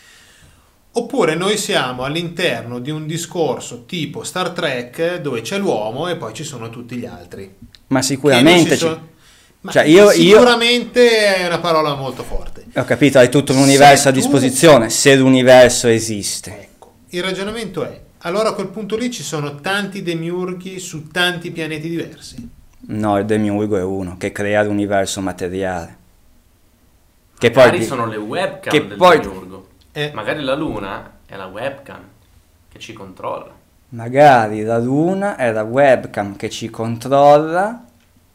oppure noi siamo all'interno di un discorso tipo Star Trek dove c'è l'uomo e poi ci sono tutti gli altri. ma Che sicuramente... non ci ci- sono- Ma cioè, io- io- sicuramente è una parola molto forte. Ho capito, hai tutto l'universo Se a tu- disposizione, se l'universo esiste. Ecco, il ragionamento è, allora a quel punto lì ci sono tanti demiurghi su tanti pianeti diversi. No, il demiurgo è uno che crea l'universo materiale. Che Magari poi... sono le webcam che del poi- demiurgo. Eh. Magari la Luna è la webcam che ci controlla. Magari la luna è la webcam che ci controlla.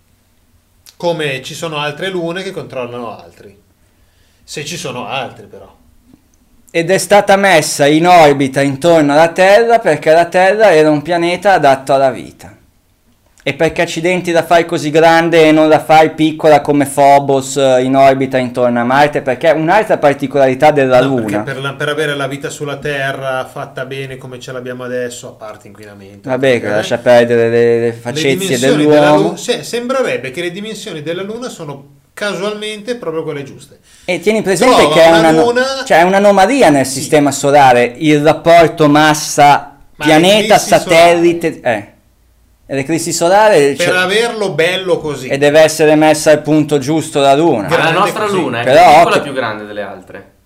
Come ci sono altre lune che controllano altri. Se ci sono altri però. Ed è stata messa in orbita intorno alla Terra perché la Terra era un pianeta adatto alla vita. E perché accidenti la fai così grande e non la fai piccola come Phobos eh, in orbita intorno a Marte? Perché un'altra particolarità della No, perché Luna... per, la- per avere la vita sulla Terra fatta bene come ce l'abbiamo adesso, a parte inquinamento. Vabbè, che eh, lascia perdere le, le facezie dimensioni della dell'uomo. Luna, sì, sembrerebbe che le dimensioni della Luna sono casualmente proprio quelle giuste. E tieni presente Trova che è, una una, luna- cioè è un'anomalia nel Sì. sistema solare il rapporto massa Ma pianeta l'eclissi satellite eh. E l'eclissi solare Per cioè, averlo bello così. e deve essere messa al punto giusto la luna. Ma la Grande nostra così. Luna è Però più piccola occhio- o più grande delle altre?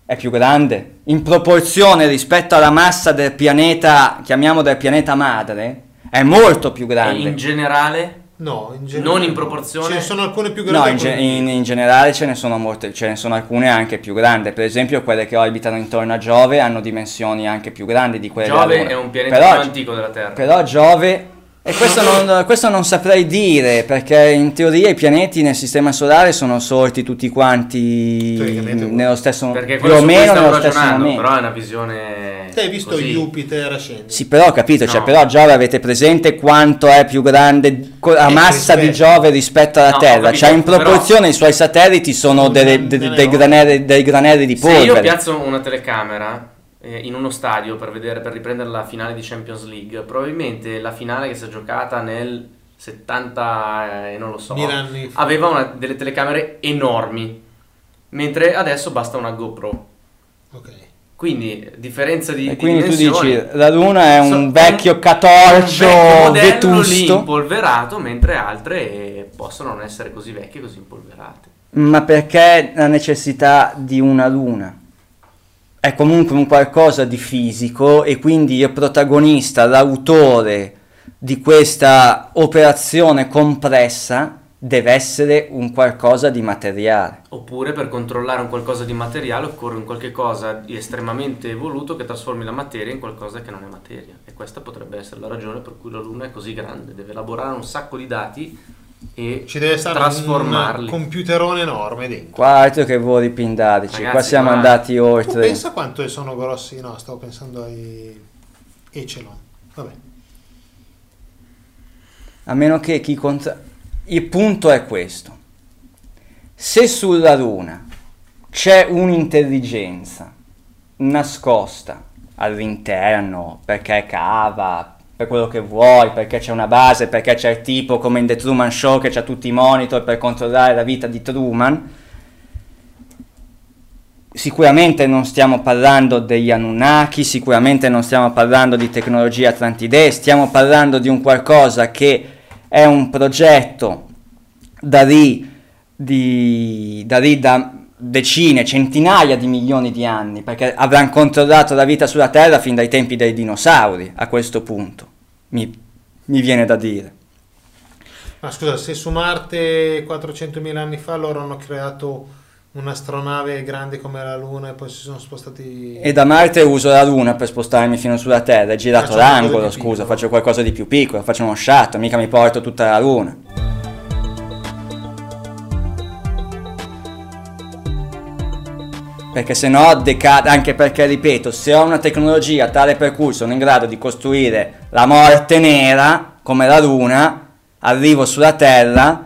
è più grande in proporzione rispetto alla massa del pianeta, chiamiamo del pianeta madre, è molto più E grande. in generale? No, in generale Non in no. proporzione? Ce ne sono alcune più No, grandi. in, ge- in- in generale ce ne sono molte, ce ne sono alcune anche più grandi. Per esempio, quelle che orbitano intorno a Giove hanno dimensioni anche più grandi di quelle della Giove Luna. è un pianeta Però- più antico della Terra. Però Giove, e questo non, questo non saprei dire, perché in teoria i pianeti nel sistema solare sono sorti tutti quanti Teoricamente, nello stesso, Perché più quello o su cui meno stiamo nello stesso ragionando, momento. però è una visione. Te hai visto così. Jupiter scendere? Sì, però ho capito, cioè, No. però Giove avete presente quanto è più grande co- la Eh, massa di rispetto. Giove rispetto alla No, ho Terra, capito, cioè in però- proporzione i suoi satelliti sono Sono delle- de- delle dei, robe. granelli, dei granelli di Se io polvere. piazzo una telecamera eh, in uno stadio per vedere, per riprendere la finale di Champions League, probabilmente la finale che si è giocata nel settanta e non lo so, Mille anni fa. aveva una- delle telecamere enormi, mentre adesso basta una GoPro. Ok. Quindi differenza di, E di quindi tu dimensioni. dici, la Luna è So- un vecchio un catorcio vecchio modello lì vetusto, impolverato, mentre altre possono non essere così vecchie, così impolverate. ma perché la necessità di una Luna? È comunque un qualcosa di fisico e quindi il protagonista, l'autore di questa operazione compressa deve essere un qualcosa di materiale. Oppure per controllare un qualcosa di materiale occorre un qualche cosa di estremamente evoluto che trasformi la materia in qualcosa che non è materia. E questa potrebbe essere la ragione per cui la Luna è così grande. Deve elaborare un sacco di dati e Ci deve stare trasformarli. un computerone enorme dentro. Qua altro che voli pindarici, Ragazzi, qua siamo qua- andati Tu oltre. pensa quanto sono grossi? No, stavo pensando ai Echelon. Vabbè. A meno che chi conta... Il punto è questo. Se sulla Luna c'è un'intelligenza nascosta all'interno, perché cava, per quello che vuoi, perché c'è una base, perché c'è il tipo come in The Truman Show che c'ha tutti i monitor per controllare la vita di Truman, sicuramente non stiamo parlando degli Anunnaki, sicuramente non stiamo parlando di tecnologie atlantidee, stiamo parlando di un qualcosa che è un progetto da lì, di, da lì da decine, centinaia di milioni di anni, perché avranno controllato la vita sulla Terra fin dai tempi dei dinosauri, a questo punto, mi, mi viene da dire. Ma scusa, se su Marte quattrocentomila anni fa loro hanno creato un'astronave grande come la Luna e poi si sono spostati... E da Marte uso la Luna per spostarmi fino sulla Terra, è girato Faccio qualcosa l'angolo, di scusa, piccolo. faccio qualcosa di più piccolo, faccio uno shuttle, mica mi porto tutta la Luna. Perché se no decade, anche perché ripeto, se ho una tecnologia tale per cui sono in grado di costruire la morte nera, come la Luna, arrivo sulla Terra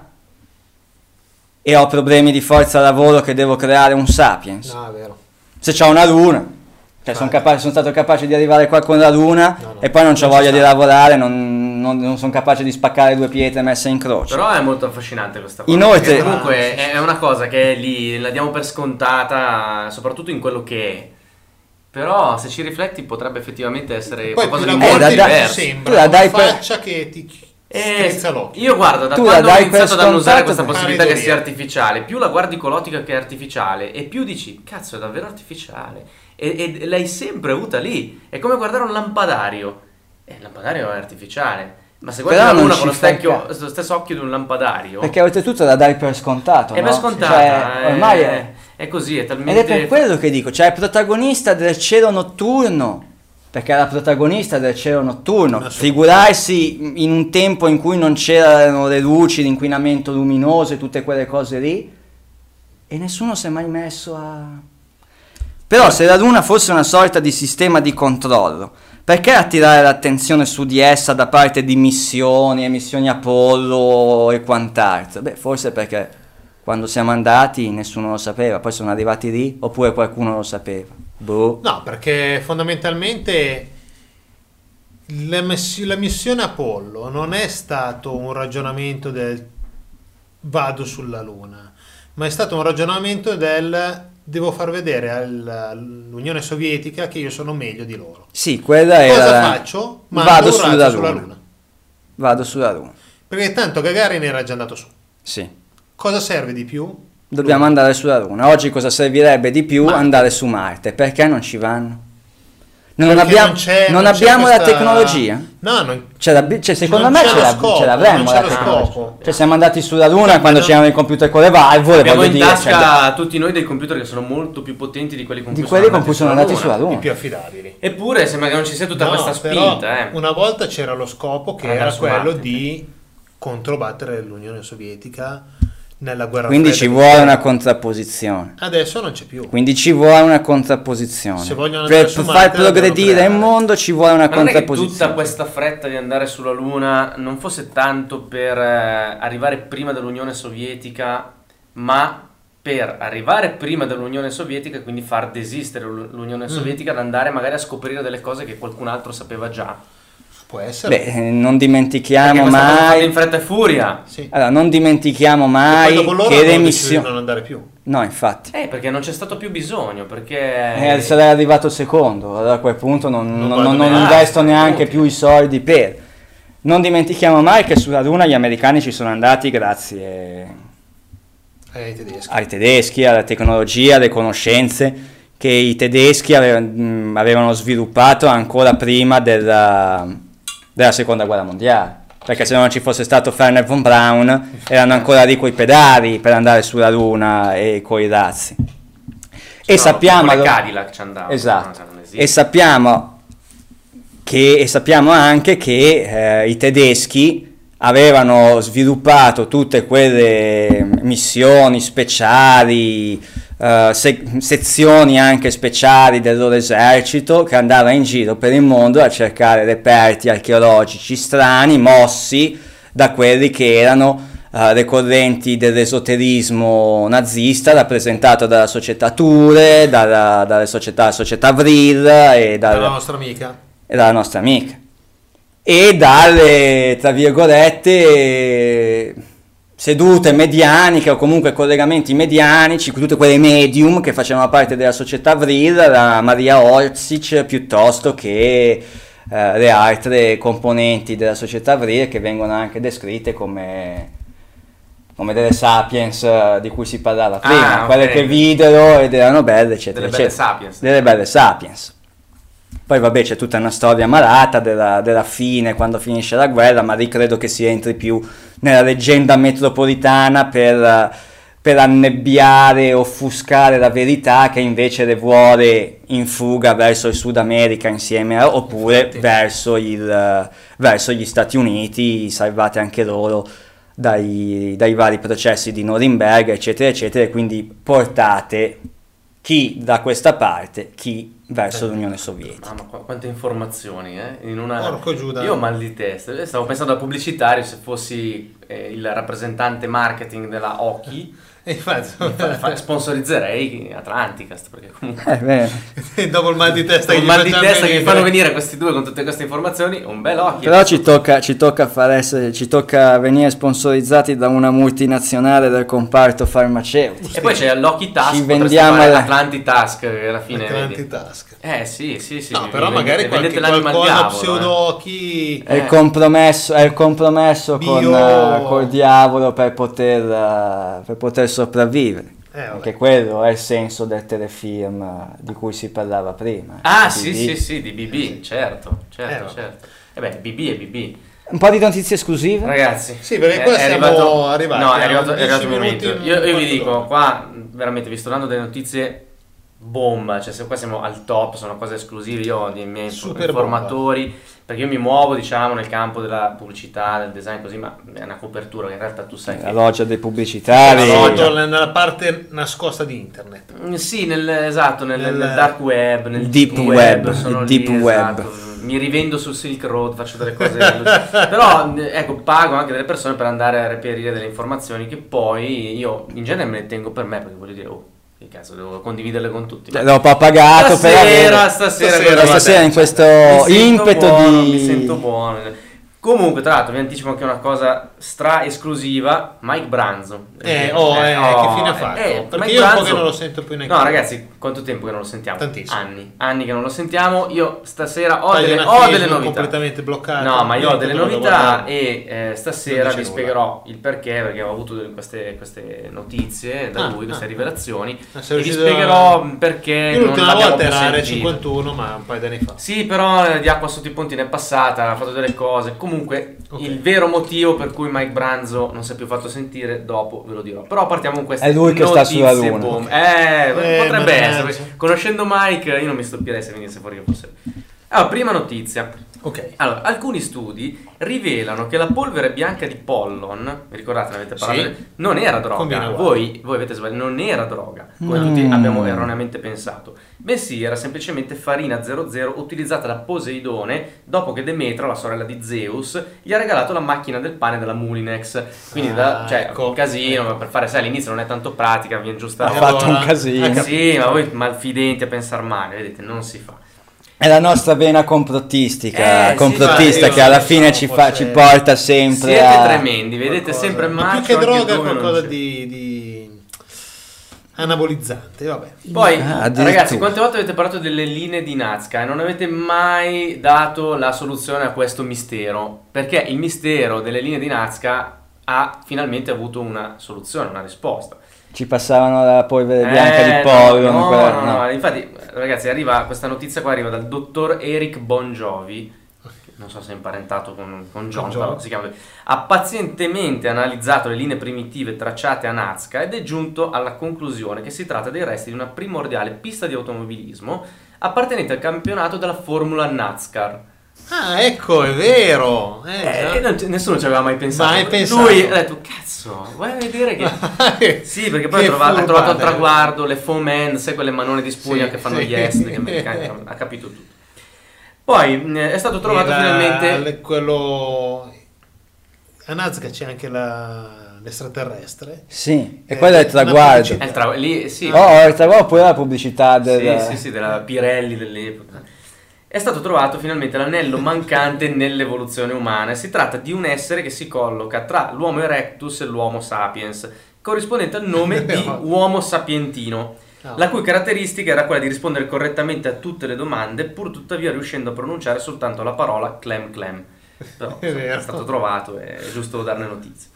e ho problemi di forza lavoro che devo creare un Sapiens. No, è vero. Se c'ho una Luna, cioè sono, Ah. capace, sono stato capace di arrivare qua con la Luna No, no, e poi non c'ho non ci voglia di sta. lavorare, non, non- non sono capace di spaccare due pietre messe in croce. Però è molto affascinante questa cosa. Inoltre- perché comunque è è una cosa che è lì, la diamo per scontata, soprattutto in quello che è. Però se ci rifletti potrebbe effettivamente essere Poi qualcosa più di la molto guardi, guardi da- più diverso. sembra tu la dai una per- faccia che ti Eh, strizza l'occhio. io guardo, da Tu la quando ho dai iniziato per ad usare scontato questa per- possibilità che sia Pareidolia. artificiale, più la guardi con l'ottica che è artificiale e più dici, cazzo è davvero artificiale. E, e l'hai sempre avuta lì. È come guardare un lampadario. Eh, il lampadario è artificiale. Ma se guardi Però la non luna con lo, ci fai stecchio, caso. lo stesso occhio di un lampadario, Perché oltretutto la dai per scontato, è no? per scontata. Cioè, è- ormai è... è così, è Ed talmente... è per quello che dico, cioè il protagonista del cielo notturno, perché è la protagonista del cielo notturno, Ma su- figurarsi in un tempo in cui non c'erano le luci, l'inquinamento luminoso e tutte quelle cose lì, e nessuno si è mai messo a... Però se la Luna fosse una sorta di sistema di controllo, perché attirare l'attenzione su di essa da parte di missioni e missioni Apollo e quant'altro? Beh, forse perché quando siamo andati nessuno lo sapeva, poi sono arrivati lì, oppure qualcuno lo sapeva. Boh. No, perché fondamentalmente la, miss- la missione Apollo non è stato un ragionamento del vado sulla Luna, ma è stato un ragionamento del devo far vedere al- all'Unione Sovietica che io sono meglio di loro. Sì, quella era... Cosa faccio? Mando Vado un razzo sulla sulla Luna. Luna. Vado sulla Luna. Perché tanto Gagarin era già andato su. Sì. Cosa serve di più? Dobbiamo Luna. andare sulla Luna. Oggi cosa servirebbe di più? Marte. Andare su Marte. Perché non ci vanno? Non Perché abbiamo, non c'è- non non c'è abbiamo la questa- tecnologia? No, non, Ce l'abbi- cioè, secondo non me c'è ce, lo la- scopo, ce l'avremmo non c'è la lo tecnologia. scopo. Cioè siamo andati sulla Luna quando no. c'erano i computer con le valvole, Abbiamo voglio in dire, tasca cioè, tutti noi dei computer che sono molto più potenti di quelli con di cui quelli con cui sono andati Luna. sulla i Luna. più affidabili. Eppure sembra che non ci sia tutta No, questa però spinta, eh. una volta c'era lo scopo che Andare era su quello Marte. di controbattere l'Unione Sovietica nella guerra Quindi fredda ci che vuole c'era. una contrapposizione. Adesso non c'è più. Quindi ci vuole una contrapposizione. Se vogliono andare Per su far Marte, progredire devono il creare. mondo ci vuole una Ma non è che contrapposizione. tutta questa fretta di andare sulla Luna non fosse tanto per eh, arrivare prima dell'Unione Sovietica, ma per arrivare prima dell'unione Sovietica e quindi far desistere l- l'Unione Sovietica ad andare magari a scoprire delle cose che qualcun altro sapeva già. Può essere. Beh, eh, non Perché dimentichiamo questa cosa fatta mai. in fretta e furia. Sì. Allora, non dimentichiamo E mai poi dopo loro che hanno le deciso di missioni. non andare più. No, infatti. Eh, perché non c'è stato più bisogno, perché... Eh, sarei arrivato secondo, allora a quel punto non, Non non- vado non- non neanche, investo neanche inutile. più i soldi per. Non dimentichiamo mai che sulla Luna gli americani ci sono andati grazie Eh, i tedeschi. ai tedeschi, alla tecnologia, alle conoscenze che i tedeschi ave- mh, avevano sviluppato ancora prima della, della seconda guerra mondiale. Perché se non ci fosse stato Werner von Braun erano ancora lì coi pedali per andare sulla Luna e coi razzi. E No, sappiamo con le allora- Cadillac ci andavano. Esatto. no? Non esiste. E sappiamo che e sappiamo anche che eh, i tedeschi avevano sviluppato tutte quelle missioni speciali, eh, se- sezioni anche speciali del loro esercito che andava in giro per il mondo a cercare reperti archeologici strani mossi da quelli che erano eh, le correnti dell'esoterismo nazista rappresentato dalla società Ture, dalla, dalle società, la società Vril e Dalla dalla, nostra amica. e dalla nostra amica e dalle, tra virgolette, sedute medianiche o comunque collegamenti medianici, tutte quelle medium che facevano parte della società Vril, la Maria Orsic, piuttosto che eh, le altre componenti della società Vril che vengono anche descritte come, come delle sapiens eh, di cui si parlava prima, Ah, quelle ok. che videro ed erano belle, eccetera, Delle belle eccetera. sapiens. Delle belle sapiens. Poi vabbè c'è tutta una storia malata della, della fine, quando finisce la guerra, ma lì credo che si entri più nella leggenda metropolitana per, per annebbiare, offuscare la verità che invece le vuole in fuga verso il Sud America insieme a, oppure Infatti. verso, il, verso gli Stati Uniti, salvate anche loro dai, dai vari processi di Norimberga, eccetera, eccetera, e quindi portate chi da questa parte, chi verso l'Unione Sovietica. Mamma, qu- quante informazioni, eh? In una... Porco Giuda. Io ho mal di testa. Io stavo pensando al pubblicitario, se fossi eh, il rappresentante marketing della Oki, E infatti, fa- fa- sponsorizzerei Atlanticast, perché comunque... Eh, bene. dopo il mal di testa un gli mal di facciamo testa che mi venire. fanno venire questi due con tutte queste informazioni, un bel occhio. Però ci tocca, ci tocca far essere, ci tocca venire sponsorizzati da una multinazionale del comparto farmaceutico. E poi c'è l'Oki Task, Ci potreste vendiamo fare alla- l'Atlanti Task, che alla fine... Atlanti vedi. Task. Eh sì, sì, sì. No, vi però vendete- magari qualche, vendete l'anima al qualcosa diavolo, eh. pseudo-occhi. È il Eh. compromesso, è il compromesso con, Bio- eh, col diavolo per poter, eh, per poter sopravvivere. Eh, vabbè. Anche quello è il senso del telefilm eh, di cui si parlava prima. Ah, Di- sì, di- sì, sì, di B B, certo, certo, Eh, vabbè. certo. E beh, B B è B B. Un po' di notizie esclusive? Ragazzi, Sì, perché è- qua è siamo arrivati No, a è arrivato, è dieci arrivato il minuti, momento. Io, io vi quattro dico, ore. qua veramente vi sto dando delle notizie bomba, cioè se qua siamo al top, sono cose esclusive, io ho dei miei Super informatori, perché io mi muovo diciamo nel campo della pubblicità, del design così, ma è una copertura che in realtà tu sai La che... loggia dei pubblicitari. La loggia. Sotto, nella parte nascosta di internet. Mm, Sì, nel, esatto, nel, Nel- nel dark web, nel Deep deep web, sono il lì, deep web. esatto. Mi rivendo sul Silk Road, faccio delle cose... Però, ecco, pago anche delle persone per andare a reperire delle informazioni che poi io in genere me le tengo per me, perché voglio dire, oh, che cazzo, devo condividerle con tutti. Cioè, l'ho un po' pagato Stasera, però stasera, stasera, cosa- stasera in questo mi sento impeto buono, di... mi sento buono. Comunque, tra l'altro, vi anticipo anche una cosa stra esclusiva, Mike Branzo. Eh, oh, eh, che fine ha fatto? eh, Perché Mike io un po' Branzo- che non lo sento più neanche. No, ragazzi, quanto tempo che non lo sentiamo? Tantissimo. Anni, anni che non lo sentiamo. Io stasera ho, Tagli delle, una ho Facebook delle novità. completamente bloccato. No, ma io ho Niente, delle non lo novità guardare. e eh, stasera Non vi dice spiegherò il perché, perché ho avuto delle- queste, queste notizie da Ah, lui, queste ah, rivelazioni, ah. Sei e vi riuscito spiegherò a- perché Io non l'ultima l'abbiamo volta più era Area sentito. cinquantuno, ma un paio di anni fa. Sì, però eh, di acqua sotto i ponti ne è passata, ha fatto delle cose. Comunque, Ok. il vero motivo per cui Mike Branzo non si è più fatto sentire, dopo ve lo dirò. Però partiamo con queste È lui che sta notizie sulla luna. bombe. Eh, Eh, potrebbe mannaggia. essere. Conoscendo Mike, io non mi stupirei se venisse fuori che fosse. Allora, prima notizia. Ok. Allora, alcuni studi rivelano che la polvere bianca di Pollon, vi ricordate, ne avete parlato? Sì. Non era Combina droga. uguale. Voi, voi avete sbagliato, non era droga, come Mm. tutti abbiamo erroneamente pensato. Bensì era semplicemente farina zero zero utilizzata da Poseidone dopo che Demetra, la sorella di Zeus, gli ha regalato la macchina del pane della Mulinex. Quindi, da, Ah, cioè, ecco. un casino, ma per fare, sai, all'inizio non è tanto pratica, viene giusto Ha E fatto allora? un casino. Eh, Sì, ma voi malfidenti a pensare male, vedete, non si fa. È la nostra vena complottistica, Eh, sì, complottista sì, che alla io fine pensavo ci, fa, fosse- ci porta sempre Siete a... tremendi, vedete Qualcosa- sempre ma macio più che anche droga, dove non qualcosa c'è. di, di anabolizzante, vabbè. Poi, Ah, addirittura. ragazzi, quante volte avete parlato delle linee di Nazca e non avete mai dato la soluzione a questo mistero? Perché il mistero delle linee di Nazca ha finalmente avuto una soluzione, una risposta. Ci passavano la polvere bianca Eh, di pollo. no, quella- no, no. no, infatti, ragazzi, arriva questa notizia qua, arriva dal dottor Eric Bon Jovi, non so se è imparentato con, con John, Con John. però si chiama così. Ha pazientemente analizzato le linee primitive tracciate a Nazca ed è giunto alla conclusione che si tratta dei resti di una primordiale pista di automobilismo appartenente al campionato della Formula NASCAR. Ah, ecco, è vero. Eh, Eh, già. non c- nessuno ci aveva mai pensato. Mai pensato. Lui ha detto, cazzo, vuoi vedere che... Sì, perché poi ha Che trovato, ha trovato il furbata. traguardo, le foam sai quelle manone di spugna Sì, che fanno sì. gli est, gli americani, ha capito tutto. Poi mh, è stato trovato Era finalmente... le- quello a Nazca c'è anche la... l'estraterrestre. Sì, e Eh, quello è il una traguardo. pubblicità. È il tra- lì, sì, Oh, il traguardo oppure la pubblicità del... sì, sì, sì, della Pirelli dell'epoca. È stato trovato finalmente l'anello mancante nell'evoluzione umana. Si tratta di un essere che si colloca tra l'Homo erectus e l'Homo sapiens, corrispondente al nome di No. Uomo sapientino, No. la cui caratteristica era quella di rispondere correttamente a tutte le domande, pur tuttavia riuscendo a pronunciare soltanto la parola clem clem. Però È vero. è stato trovato, è giusto darne notizie.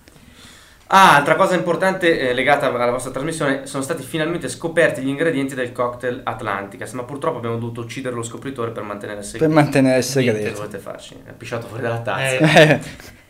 Ah, altra cosa importante eh, legata alla vostra trasmissione, sono stati finalmente scoperti gli ingredienti del cocktail Atlanticas, ma purtroppo abbiamo dovuto uccidere lo scopritore per mantenere il segreto. Per mantenere il Niente, segreto. dovete farci, è pisciato fuori dalla tazza. Eh,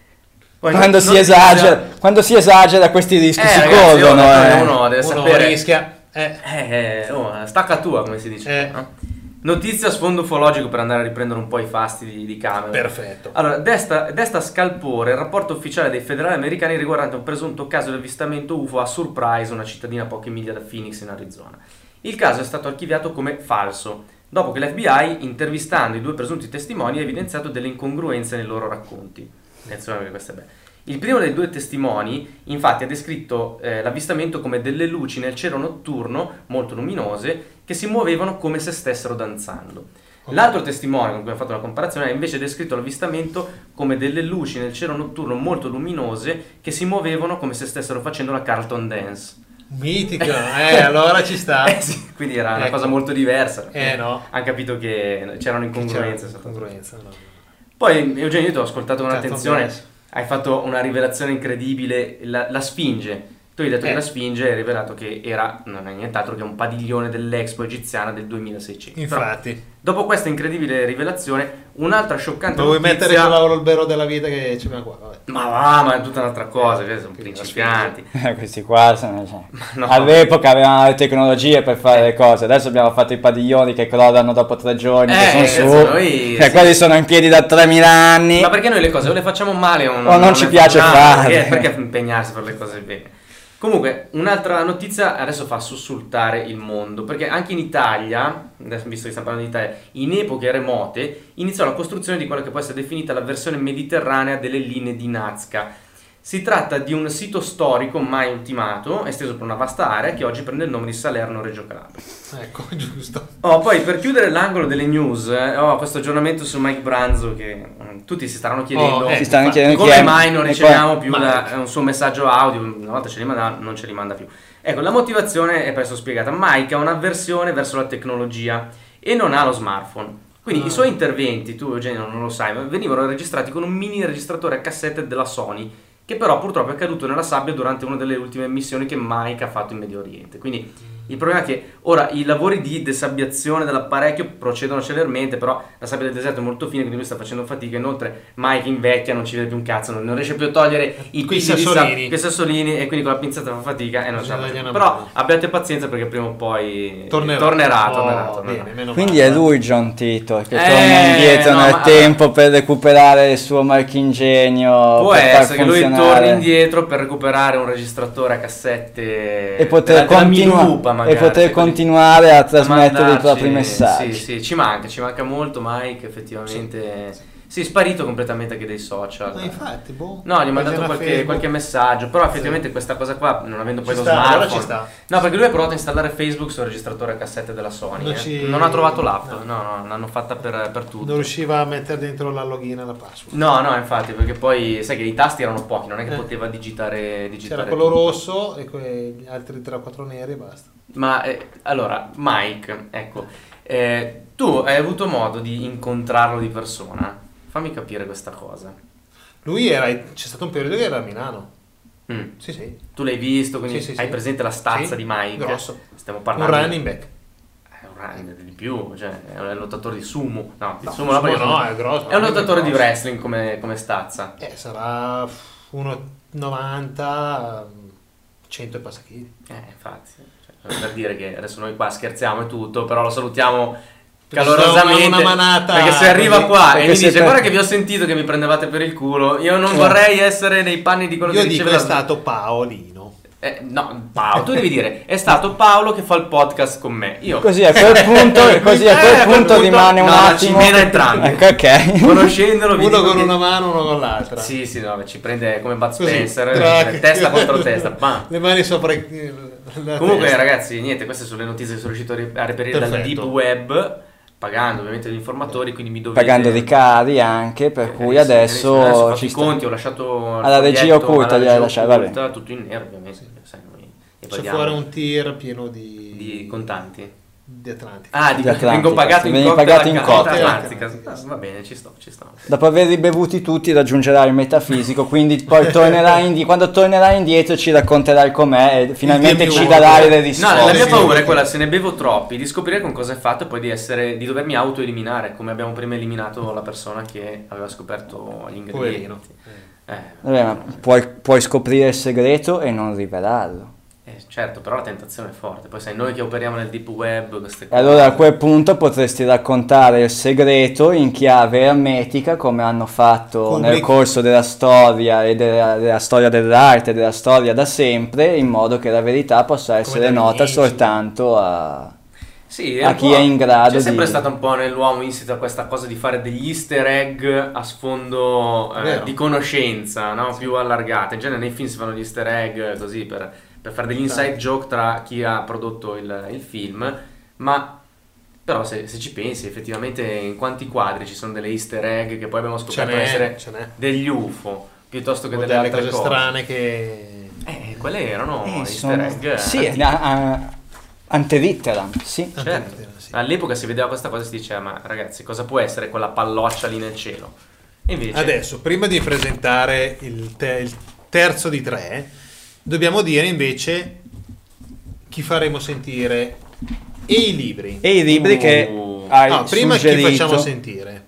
Poi quando, non- si non- esagera, quando si esagera questi rischi Eh, si ragazzi, corrono. io- eh. uno deve uno sapere. rischia. Eh, Eh, oh, stacca tua, come si dice. Eh. no? Notizia a sfondo ufologico per andare a riprendere un po' i fasti di, di camera. perfetto. Allora, desta, desta scalpore il rapporto ufficiale dei federali americani riguardante un presunto caso di avvistamento U F O a Surprise, una cittadina a poche miglia da Phoenix in Arizona. Il caso è stato archiviato come falso, dopo che l'F B I, intervistando i due presunti testimoni, ha evidenziato delle incongruenze nei loro racconti. Attenzione perché questo è bello. Il primo dei due testimoni, infatti, ha descritto eh, l'avvistamento come delle luci nel cielo notturno, molto luminose, che si muovevano come se stessero danzando. L'altro testimone con cui ha fatto una comparazione ha invece descritto l'avvistamento come delle luci nel cielo notturno molto luminose che si muovevano come se stessero facendo la Carlton Dance. Mitico, eh, allora ci sta. Eh sì, quindi era una Ecco. cosa molto diversa. Eh, no. Hanno capito che c'erano incongruenze. C'era incongruenza, no. Poi Eugenio, io ti ho ascoltato con Cazzo, attenzione, Dance. hai fatto una rivelazione incredibile, la, la Sfinge. Tu hai detto Eh. che la Sfinge hai rivelato che era, non è nient'altro che un padiglione dell'Expo egiziana del duemilaseicento. Però, Infatti. dopo questa incredibile rivelazione, un'altra scioccante Ma vuoi notizia... mettere quello albero della vita che c'è qua? Vabbè. Ma va, ma è tutta un'altra cosa, questi sono Quindi la principianti. Eh, questi qua sono, cioè, no. all'epoca avevamo le tecnologie per fare le cose, adesso abbiamo fatto i padiglioni che crollano dopo tre giorni, Eh, che sono cazzo, su, noi- cioè sì. quelli sono in piedi da tremila anni. Ma perché noi le cose o le facciamo male o non, O non ci le piace facciamo? farle. Perché, perché impegnarsi per le cose bene? Comunque, un'altra notizia adesso fa sussultare il mondo, perché anche in Italia, adesso visto che stiamo parlando di Italia, in epoche remote iniziò la costruzione di quella che può essere definita la versione mediterranea delle linee di Nazca. Si tratta di un sito storico mai ultimato, esteso per una vasta area, che oggi prende il nome di Salerno-Reggio Calabria. Ecco, giusto. Oh, poi per chiudere l'angolo delle news, eh, ho questo aggiornamento su Mike Branzo che mm, tutti si staranno chiedendo, Oh, eh, si stanno infatti, chiedendo come chi è- mai non e riceviamo poi- più la- un suo messaggio audio, una volta ce li manda, non ce li manda più. Ecco, la motivazione è presto spiegata. Mike ha un'avversione verso la tecnologia e non ha lo smartphone. Quindi Ah. i suoi interventi, tu Eugenio non lo sai, ma venivano registrati con un mini registratore a cassette della Sony, che però purtroppo è caduto nella sabbia durante una delle ultime missioni che Mike ha fatto in Medio Oriente. Quindi il problema è che ora i lavori di desabbiazione dell'apparecchio procedono celermente, però la sabbia del deserto è molto fine, quindi lui sta facendo fatica. Inoltre Mike invecchia, non ci vede più un cazzo, non, non riesce più a togliere i Quei pili di sassolini. sabbia- quei sassolini, e quindi con la pinzetta fa fatica e non ce la Bisogna fa. dargli una Però mano. abbiate pazienza perché prima o poi Tornerà. tornerà, Oh, tornerà, tornerà. bene, meno Quindi male. è lui John Titor che Eh, torna indietro no, nel ma- tempo per recuperare il suo marchingegno, Può per far essere che lui funzionare- torni indietro per recuperare un registratore a cassette e poter, della- della continua- Milupa, magari, e poter sai, quelli- continuare a trasmettere i mandarci- propri messaggi. Sì, sì, ci manca, ci manca molto Mike, effettivamente. Sì, Sì, è sparito completamente anche dai social. Ma infatti, boh. No, gli ho mandato Pagina qualche, Facebook. qualche messaggio, però effettivamente questa cosa qua, non avendo poi Ci lo sta, allora smartphone. ci sta. No, perché lui ha provato a installare Facebook sul registratore a cassette della Sony. Non eh. ci- Non ha trovato l'app, no. no, no, l'hanno fatta per, per tutto. Non riusciva a mettere dentro la login e la password. No, no, infatti, perché poi sai che i tasti erano pochi, non è che Eh. poteva digitare, digitare C'era quello tutto. rosso e quegli altri tre o quattro neri e basta. Ma eh, allora, Mike, ecco, eh, tu hai avuto modo di incontrarlo di persona? Fammi capire questa cosa. Lui era, c'è stato un periodo che era a Milano. Mm. Sì, sì. Tu l'hai visto, quindi Sì, sì, hai sì. presente la stazza Sì, di Mike? grosso. Stiamo Un parlando running back. È un running di più, cioè è un lottatore di sumo. No, di No, sumo no, perché sumo no, è grosso, È un è lottatore di grosso. wrestling come, come stazza. Eh, sarà uno virgola novanta, cento e passa chili. Eh, infatti, cioè, per dire che adesso noi qua scherziamo e tutto, però lo salutiamo Perché calorosamente, se una manata perché se arriva così- qua e perché mi se dice per- guarda che vi ho sentito che mi prendevate per il culo, io non Eh. vorrei essere nei panni di quello Io che dico riceve è la... stato Paolino. Eh, no, Paolo, tu devi dire è stato Paolo che fa il podcast con me. Io Così a quel punto, così a Eh, quel a quel punto punto- rimane un no, attimo. ci mena entrambi. Ecco, ok. conoscendolo vi Uno dico con che- una mano, uno con l'altra. Sì, sì, no, ci prende come Bud Così, Spencer, trac. eh, testa contro testa, bam. Le mani sopra i- la Comunque testa. ragazzi, niente, queste sono le notizie che sono riuscito a ri- a reperire dal Perfetto. deep web, pagando ovviamente gli informatori, quindi mi dovete... Pagando ricavi anche, per Eh, cui sì, adesso, adesso ho fatto ci i sta. conti, ho lasciato il Alla regia foglietto occulta alla gli hai regia lasciato, vabbè. occulta, tutto in nero ovviamente, sai, noi C'è evadiamo fuori un tir pieno di, di contanti. di Atlantica. Ah, di, Di Atlantica, vengo pagato in vieni cocktail pagato in a- cocktail. Atlantica. Atlantica, sì. Ah, va bene, ci sto, ci sto. Dopo averli bevuti tutti raggiungerai il metafisico, quindi poi tornerai indi- quando tornerai indietro ci racconterai com'è e finalmente Il ci mio darai uomo. le No, risposte. la mia sì, paura è sì. quella, se ne bevo troppi, di scoprire con cosa è fatto e poi di essere, di dovermi auto-eliminare, come abbiamo prima eliminato la persona che aveva scoperto gli ingredienti. Poverino. Eh, Vabbè, ma puoi, puoi scoprire il segreto e non rivelarlo. eh, certo, però la tentazione è forte. Poi sai, noi che operiamo nel deep web, queste E cose... allora a quel punto potresti raccontare il segreto in chiave ermetica come hanno fatto Pubblic- nel corso della storia e della, della storia dell'arte, della storia da sempre, in modo che la verità possa essere Da nota Vinci. soltanto a... Sì, a un chi po'- è in grado C'è sempre di- stata un po' nell'uomo insita questa cosa di fare degli easter egg a sfondo eh, Vero. di conoscenza, no? Più allargata. In genere nei film si fanno gli easter egg così per, per fare degli inside joke tra chi ha prodotto il, il film, ma però se, se ci pensi effettivamente in quanti quadri ci sono delle easter egg che poi abbiamo Ce scoperto n'è, essere ce n'è. degli U F O piuttosto che O delle delle altre cose cose. strane che... Eh, quelle erano Eh, easter sono- egg. Sì, antiche. a- a- antelitteram, sì. Certo. Sì. All'epoca si vedeva questa cosa e si diceva ma ragazzi cosa può essere quella palloccia lì nel cielo? E invece Adesso, prima di presentare il, te- il terzo di tre, dobbiamo dire invece chi faremo sentire e i libri. E i libri che Uh. hai No, prima chi suggerito. facciamo sentire?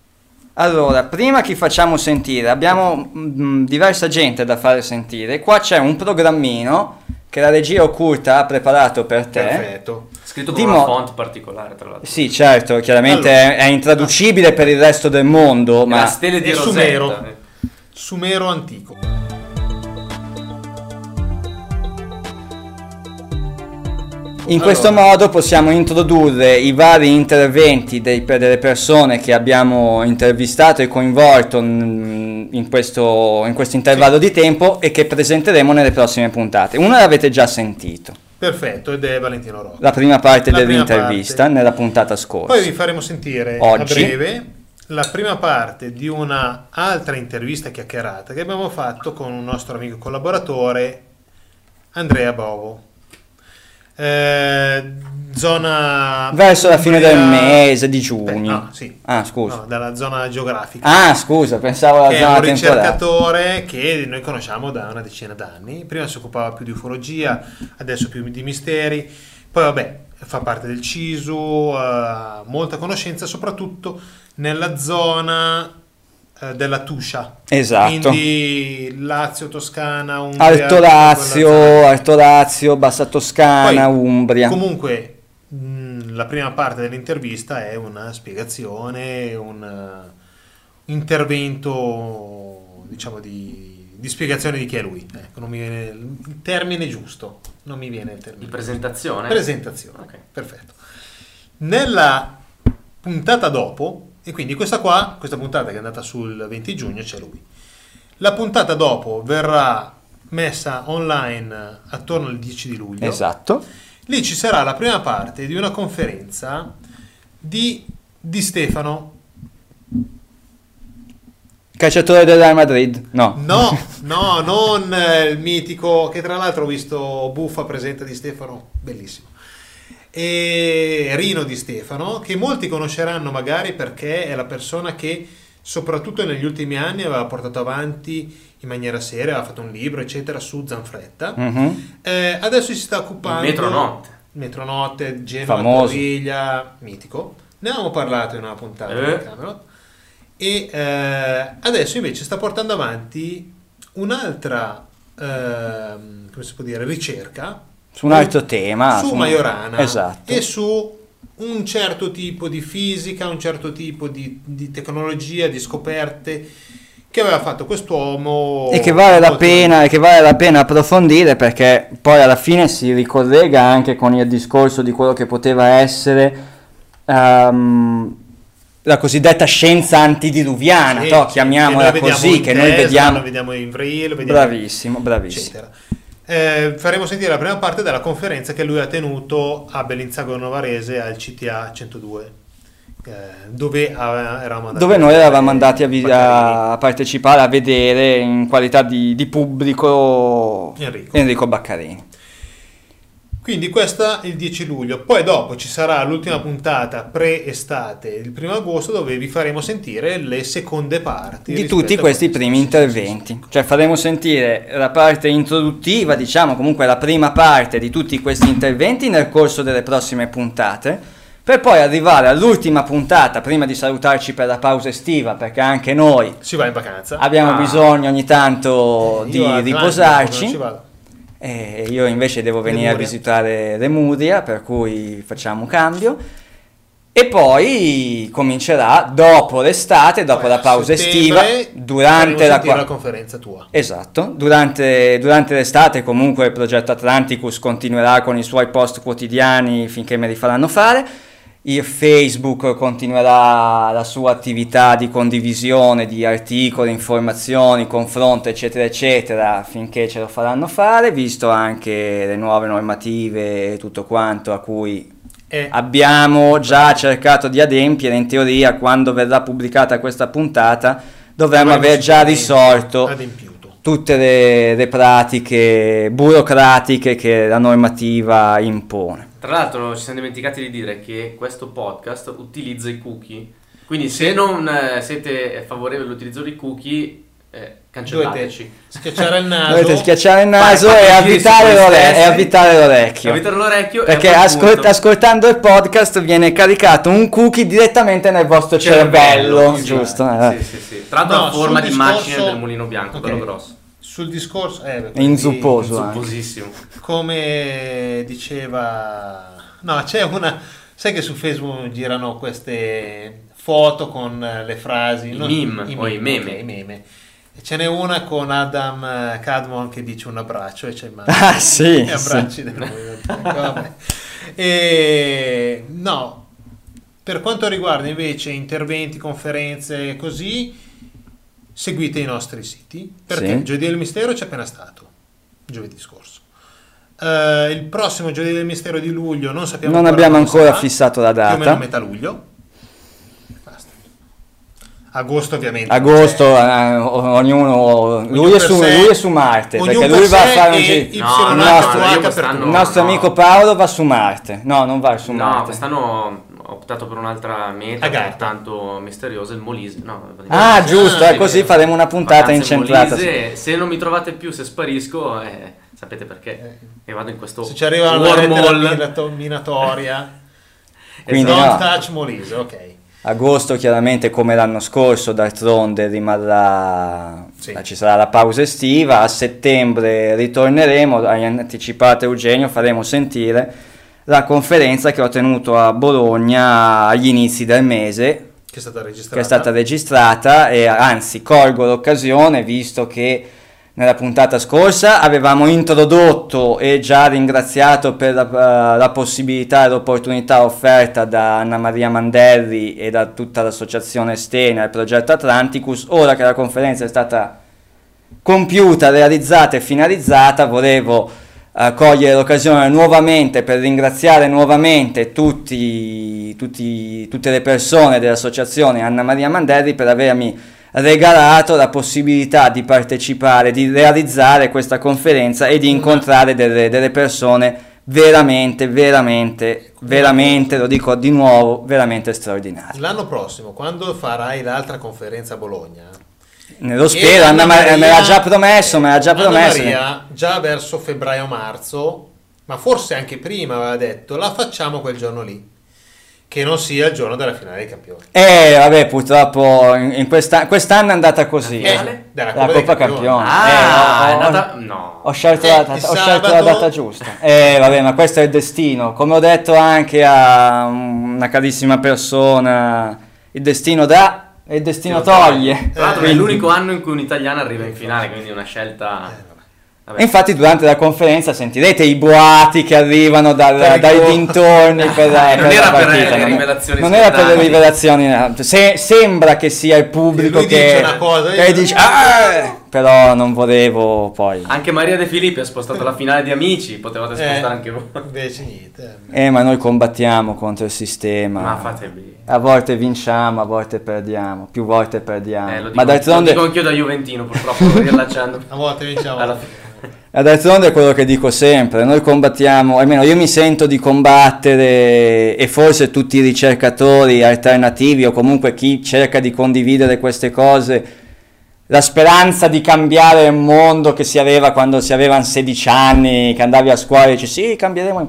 Allora, prima chi facciamo sentire? Abbiamo mm, diversa gente da fare sentire. Qua c'è un programmino che la regia occulta ha preparato per te. Perfetto. scritto con Di una mo- font particolare tra l'altro. Sì, certo, chiaramente Allora. è, è intraducibile per il resto del mondo, Ma ma la stele di è Rosetta. Sumero. Sumero antico. In questo Allora. modo possiamo introdurre i vari interventi dei- delle persone che abbiamo intervistato e coinvolto in in questo, in questo intervallo di tempo e che presenteremo nelle prossime puntate. Una l'avete già sentito, Perfetto, ed è Valentino Rocca. la prima parte La prima dell'intervista parte. nella puntata scorsa. Poi vi faremo sentire Oggi. a breve la prima parte di una altra intervista chiacchierata che abbiamo fatto con un nostro amico collaboratore, Andrea Bovo. Eh, zona Verso la fine del Umbria- mese di Beh, giugno. no, sì. Ah, scusa. No, dalla zona geografica. Ah, scusa, pensavo alla Che è zona un temporale. ricercatore che noi conosciamo da una decina d'anni. Prima si occupava più di ufologia, adesso più di misteri. Poi vabbè, fa parte del C I S U, ha molta conoscenza soprattutto nella zona eh, della Tuscia. Esatto. Quindi Lazio, Toscana, Umbria. Alto quella Lazio, zona. Alto Lazio, Bassa Toscana, Poi, Umbria. Comunque, mh, la prima parte dell'intervista è una spiegazione, un eh, intervento, diciamo, di, di spiegazione di chi è lui. Ecco, non mi viene il termine giusto, non mi viene il termine. Di presentazione? Presentazione, Ok. perfetto. Nella puntata dopo, e quindi questa qua, questa puntata che è andata sul venti giugno, c'è lui. La puntata dopo verrà messa online attorno al dieci di luglio. Esatto. Lì ci sarà la prima parte di una conferenza di Di Stefano. Calciatore del Real Madrid? No. No, no, non eh, il mitico, che tra l'altro ho visto Buffa presenta Di Stefano, bellissimo. E Rino Di Stefano, che molti conosceranno magari perché è la persona che soprattutto negli ultimi anni aveva portato avanti in maniera seria, aveva fatto un libro eccetera su Zanfretta. Mhm. Eh, adesso si sta occupando Metronotte. Metronotte, Genova, Famoso. Torriglia, mitico. Ne avevamo parlato in una puntata Eh. di Camelot. E eh, adesso invece sta portando avanti un'altra ehm, come si può dire, ricerca Su un altro tema. su su- Majorana Esatto. e su un certo tipo di fisica, un certo tipo di, di tecnologia, di scoperte che aveva fatto quest'uomo E che vale la molto- pena, e che vale la pena approfondire, perché poi alla fine si ricollega anche con il discorso di quello che poteva essere ehm, la cosiddetta scienza antidiluviana, Sì, to, sì, chiamiamola che noi vediamo così, in che noi Tesla, vediamo. lo vediamo in Vril, lo vediamo Bravissimo, bravissimo. eccetera. Eh, faremo sentire la prima parte della conferenza che lui ha tenuto a Bellinzago Novarese al C T A centodue, eh, dove ave- eravamo andati Dove a noi vedere eravamo andati a, vi- Baccarini. a partecipare, a vedere in qualità di, di pubblico Enrico. Enrico Baccarini. Quindi questa il dieci luglio, poi dopo ci sarà l'ultima puntata pre-estate, il primo agosto, dove vi faremo sentire le seconde parti Di rispetto tutti a questi questo. primi Sì, sì, interventi, sì, sì. cioè faremo sentire la parte introduttiva, diciamo comunque la prima parte di tutti questi interventi nel corso delle prossime puntate, per poi arrivare all'ultima puntata prima di salutarci per la pausa estiva, perché anche noi Si va in vacanza. abbiamo Ah. bisogno ogni tanto di Io a Atlanta non riposarci. ci vado. E io invece devo venire a Lemuria. visitare Lemuria, per cui facciamo cambio. E poi comincerà dopo l'estate, dopo Poi la a pausa estiva, settembre durante faremo la, sentire qua- la conferenza tua. Esatto, durante, durante l'estate comunque il progetto Atlanticus continuerà con i suoi post quotidiani finché me li faranno fare. Il Facebook continuerà la sua attività di condivisione di articoli, informazioni, confronto, eccetera, eccetera, finché ce lo faranno fare, visto anche le nuove normative e tutto quanto a cui E abbiamo già cercato di adempiere. In teoria, quando verrà pubblicata questa puntata, dovremmo avremo aver già sicuramente risolto adempiuto. tutte le, le pratiche burocratiche che la normativa impone. Tra l'altro ci siamo dimenticati di dire che questo podcast utilizza i cookie, quindi se non eh, siete favorevoli all'utilizzo dei cookie, eh, cancellateci. Dovete schiacciare il naso. Dovete schiacciare il naso Fare e quattro giri avvitare, su voi l'ore- stessi. e avvitare l'orecchio. Avvitare l'orecchio Perché e a quel ascol- punto- ascoltando il podcast viene caricato un cookie direttamente nel vostro cervello, sì, giusto? sì, Eh. sì, sì, sì. Tra l'altro No, a forma sul di macine discorso- del mulino bianco, Ok. bello grosso. Sul discorso eh, beh, È inzupposo. quindi, anche. Supposissimo. come diceva, no, c'è una, sai che su Facebook girano queste foto con le frasi, I non- meme, o i meme. ok, i meme. E ce n'è una con Adam eh, Cadmon che dice un abbraccio e c'è il mano Ah, sì, e abbracci del movimento. Vabbè. E, no, per quanto riguarda invece interventi, conferenze così, seguite i nostri siti, perché Sì. il Giovedì del Mistero c'è appena stato, giovedì scorso. Uh, il prossimo Giovedì del Mistero di luglio non sappiamo Non ancora abbiamo quando ancora sarà, fissato la più o meno a data. metà luglio. Basta. Agosto ovviamente. Agosto, eh, ognuno, lui Ognuno è, su, per sé, lui è su Marte, ognuno perché per lui va a sé fare un e giro. Y No, H il no, nostro, io per quest'anno- tutti. il nostro no. amico Paolo va su Marte. No, non va su No, Marte. quest'anno ho optato per un'altra meta Agatha. tanto misteriosa, il Molise. No, Ah, giusto, Ah, e così sì. faremo una puntata vacanze in incentrata. su- Molise. Se non mi trovate più, se sparisco, eh, sapete perché. E vado in questo Se ci arriva una lettera wormhole. minato- minatoria, Quindi don't no. touch Molise, ok. Agosto chiaramente come l'anno scorso, d'altronde rimarrà, Sì. eh, ci sarà la pausa estiva, a settembre ritorneremo, hai anticipato Eugenio, faremo sentire la conferenza che ho tenuto a Bologna agli inizi del mese, Che è stata registrata. che è stata registrata, e anzi colgo l'occasione, visto che nella puntata scorsa avevamo introdotto e già ringraziato per la, la possibilità e l'opportunità offerta da Anna Maria Mandelli e da tutta l'associazione Stena, il progetto Atlanticus. Ora che la conferenza è stata compiuta, realizzata e finalizzata, volevo eh, cogliere l'occasione nuovamente per ringraziare nuovamente tutti, tutti, tutte le persone dell'associazione Anna Maria Mandelli per avermi regalato la possibilità di partecipare, di realizzare questa conferenza e di incontrare delle, delle persone veramente, veramente, veramente, lo dico di nuovo, veramente straordinarie. L'anno prossimo, quando farai l'altra conferenza a Bologna, Nello e spero, Anna Maria me l'ha già promesso, me l'ha già Anna promesso. Maria, già verso febbraio-marzo, ma forse anche prima aveva detto, la facciamo quel giorno lì, che non sia il giorno della finale dei campioni. Eh, vabbè, purtroppo in, in questa, quest'anno è andata così. La finale? Della La Coppa dei Coppa Campioni. Campioni. Ah, Eh, è ho- ho- andata... No. Ho scelto, Eh, la, il ho scelto la sabato- data giusta. Eh, vabbè, ma questo è il destino. Come ho detto anche a una carissima persona, il destino dà e il destino toglie. Tra l'altro è Quindi- l'unico anno in cui un italiano arriva in finale, quindi è una scelta... Vabbè. E infatti durante la conferenza sentirete i boati che arrivano dal- Per il dai gol. dintorni per, la- Eh, non per era la per partita. le non è- rivelazioni non era per le scontate. rivelazioni, se- sembra che sia il pubblico Lui che, dice una cosa, che io- dice "Ah!" però non volevo poi. Anche Maria De Filippi ha spostato la finale di Amici, potevate Eh, spostare anche voi. Invece niente. eh. Eh, ma noi combattiamo contro il sistema. Ma fate bene. A volte vinciamo, a volte perdiamo, più volte perdiamo. Eh, lo dico, ma d'altronde, lo dico anch'io da Juventino, purtroppo, riallacciando. A volte vinciamo. Alla fine. ma d'altronde è quello che dico sempre, noi combattiamo, almeno io mi sento di combattere, e forse tutti i ricercatori alternativi o comunque chi cerca di condividere queste cose, la speranza di cambiare il mondo che si aveva quando si avevano sedici anni, che andavi a scuola e dici sì, cambieremo.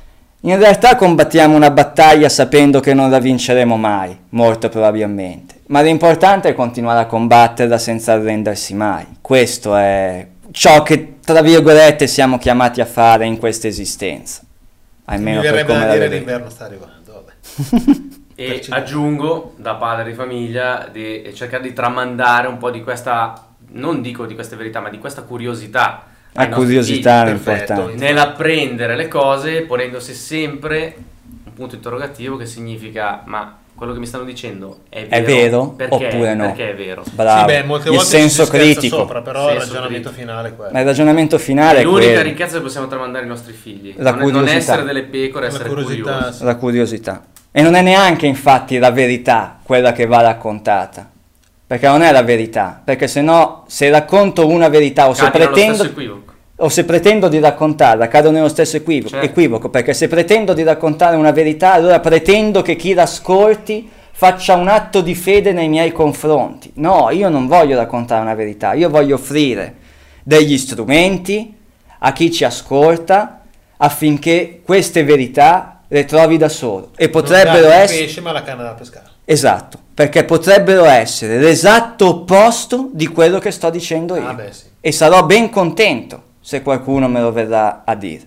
In realtà combattiamo una battaglia sapendo che non la vinceremo mai, molto probabilmente. Ma l'importante è continuare a combatterla senza arrendersi mai. Questo è ciò che, tra virgolette, siamo chiamati a fare in questa esistenza. Almeno Mi per verrebbe come da la dire vedo. l'inverno sta arrivando. Vabbè. E Perci- aggiungo, da padre di famiglia, di cercare di tramandare un po' di questa, non dico di queste verità, ma di questa curiosità. ai La nostri curiosità è figli, perfetto. importante. nell'apprendere le cose, ponendosi sempre un punto interrogativo che significa ma quello che mi stanno dicendo è vero, È vero perché, oppure no? Perché è vero. Bravo. Sì, beh, molte il volte senso ci si scherza critico. sopra, però il Senso ragionamento critico. finale è quello. Ma il ragionamento finale è L'unica quello, ricchezza che possiamo tramandare ai nostri figli, La non, è- non curiosità. essere delle pecore, La essere curiosità, curiosi. sì. la curiosità. E non è neanche infatti la verità quella che va raccontata. Perché non è la verità. Perché se no, se racconto una verità o se Cadi nello pretendo... stesso equivoco. o se pretendo di raccontarla, cado nello stesso equivoco, Certo. equivoco, perché se pretendo di raccontare una verità, allora pretendo che chi l'ascolti faccia un atto di fede nei miei confronti. No, io non voglio raccontare una verità, io voglio offrire degli strumenti a chi ci ascolta affinché queste verità le trovi da solo. E potrebbero Non dare il essere... pesce, ma la canna da pescare. Esatto, perché potrebbero essere l'esatto opposto di quello che sto dicendo io. Ah, beh, sì. E sarò ben contento se qualcuno me lo verrà a dire.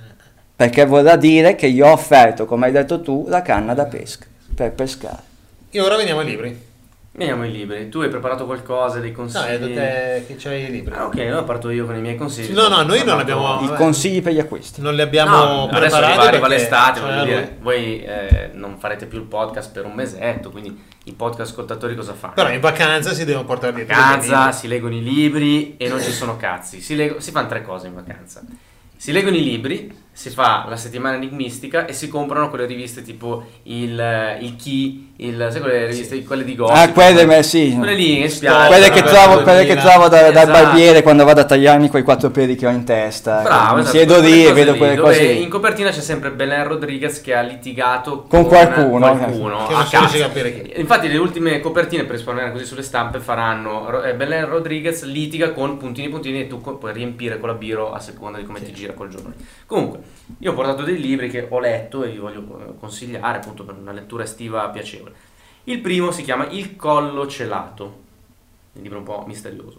Perché vorrà dire che io ho offerto, come hai detto tu, la canna da pesca per pescare. E ora veniamo ai libri. Veniamo ai libri. Tu hai preparato qualcosa, dei No, consigli? è da te che c'hai i libri. Ah, ok, allora parto io con i miei consigli. No, no, noi non abbiamo- I consigli per gli acquisti. Non li abbiamo No, adesso preparati arriva, arriva perché- l'estate, cioè, voglio lui- dire, voi eh, non farete più il podcast per un mesetto, quindi i podcast ascoltatori cosa fanno? Però in vacanza si devono portare dietro. In dei vacanza libri. si leggono i libri e non ci sono cazzi. Si, leggo- si fanno tre cose in vacanza. Si leggono i libri, si fa la settimana enigmistica e si comprano quelle riviste tipo il, il Chi, il, sai quelle riviste, quelle di gossip? Ah, quelle, beh, sì. Quelle lì in spiaggia. Quelle che Beh, trovo, beh, quelle che beh, trovo da- dal esatto. barbiere quando vado a tagliarmi quei quattro peli che ho in testa. Bravo, Mi esatto, siedo quelle lì e cose vedo lì, quelle dove cose lì. in copertina c'è sempre Belen Rodriguez che ha litigato Con qualcuno, qualcuno che a non si riesce cazzo. a capire chi. Infatti le ultime copertine, per risparmiare così sulle stampe, faranno Ro- eh, Belen Rodriguez litiga con puntini puntini e tu co- puoi riempire con la biro a seconda di come Sì. ti gira quel giorno. Comunque, io ho portato dei libri che ho letto e vi voglio eh, consigliare appunto per una lettura estiva piacevole. Il primo si chiama Il collo celato, un libro un po' misterioso,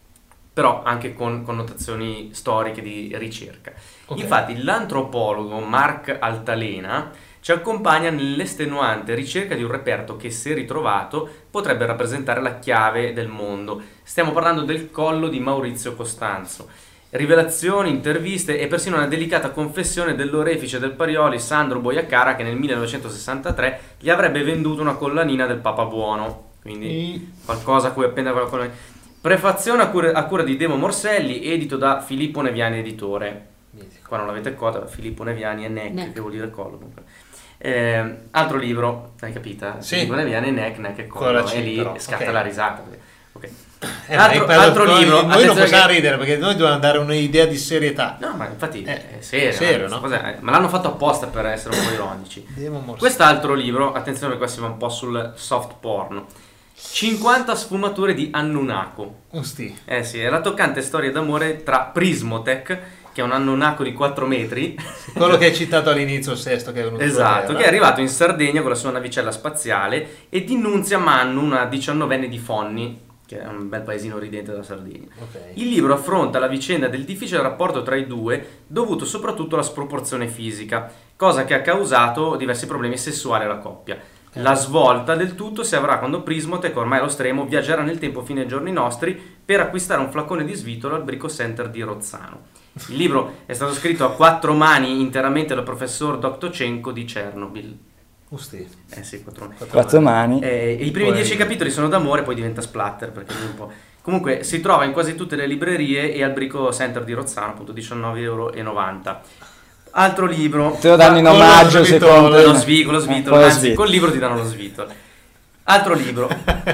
però anche con connotazioni storiche di ricerca. Ok. Infatti l'antropologo Mark Altalena ci accompagna nell'estenuante ricerca di un reperto che, se ritrovato, potrebbe rappresentare la chiave del mondo. Stiamo parlando del collo di Maurizio Costanzo. Rivelazioni, interviste e persino una delicata confessione dell'orefice del Parioli Sandro Boiacara, che nel millenovecentosessantatré gli avrebbe venduto una collanina del Papa Buono. Quindi qualcosa a cui appena quella collanina. Prefazione a cura, a cura di Demo Morselli, edito da Filippo Neviani editore. Qua non l'avete coda, Filippo Neviani e Neck, Neck. che vuol dire collo comunque. Eh, altro libro, hai capita? Sì. Filippo Neviani e Neck, Neck e collo. Colla C, E lì però, scatta ok. la risata. Ok. Eh, altro, ma per- altro noi- libro. Noi non attenzione possiamo che- ridere perché noi dobbiamo dare un'idea di serietà. No, ma infatti Eh, è serio, serio, eh, no? cos'è? Ma l'hanno fatto apposta per essere un po' ironici. Andiamo a morsare. Quest'altro libro, attenzione perché qua si va un po' sul soft porn. cinquanta sfumature di Annunnaku. Usti. Eh sì, è la toccante storia d'amore tra Prismotech, che è un Annunnaku di quattro metri, Quello che hai citato all'inizio, il sesto che è venuto esatto, sulla che è Terra. arrivato in Sardegna con la sua navicella spaziale, e di Nunzia Mannu, una diciannovenne di Fonni, che è un bel paesino ridente della Sardegna. Ok. Il libro affronta la vicenda del difficile rapporto tra i due, dovuto soprattutto alla sproporzione fisica, cosa che ha causato diversi problemi sessuali alla coppia. La svolta del tutto si avrà quando Prismotech, ormai allo stremo, viaggerà nel tempo fino ai giorni nostri per acquistare un flacone di svitolo al Brico Center di Rozzano. Il libro è stato scritto a quattro mani interamente dal professor Doktocenko di Chernobyl. Usti. Eh sì, quattro mani. Quattro mani. Eh, I primi Poi- dieci capitoli sono d'amore, poi diventa splatter perché lui un po'. Comunque si trova in quasi tutte le librerie e al Brico Center di Rozzano, appunto diciannove e novanta euro. Altro libro. Te lo danno in Ma- omaggio con se lo compri. Lo svitolo, lo svitolo, Eh, lo anzi svitolo. col libro ti danno lo svitolo. Altro libro.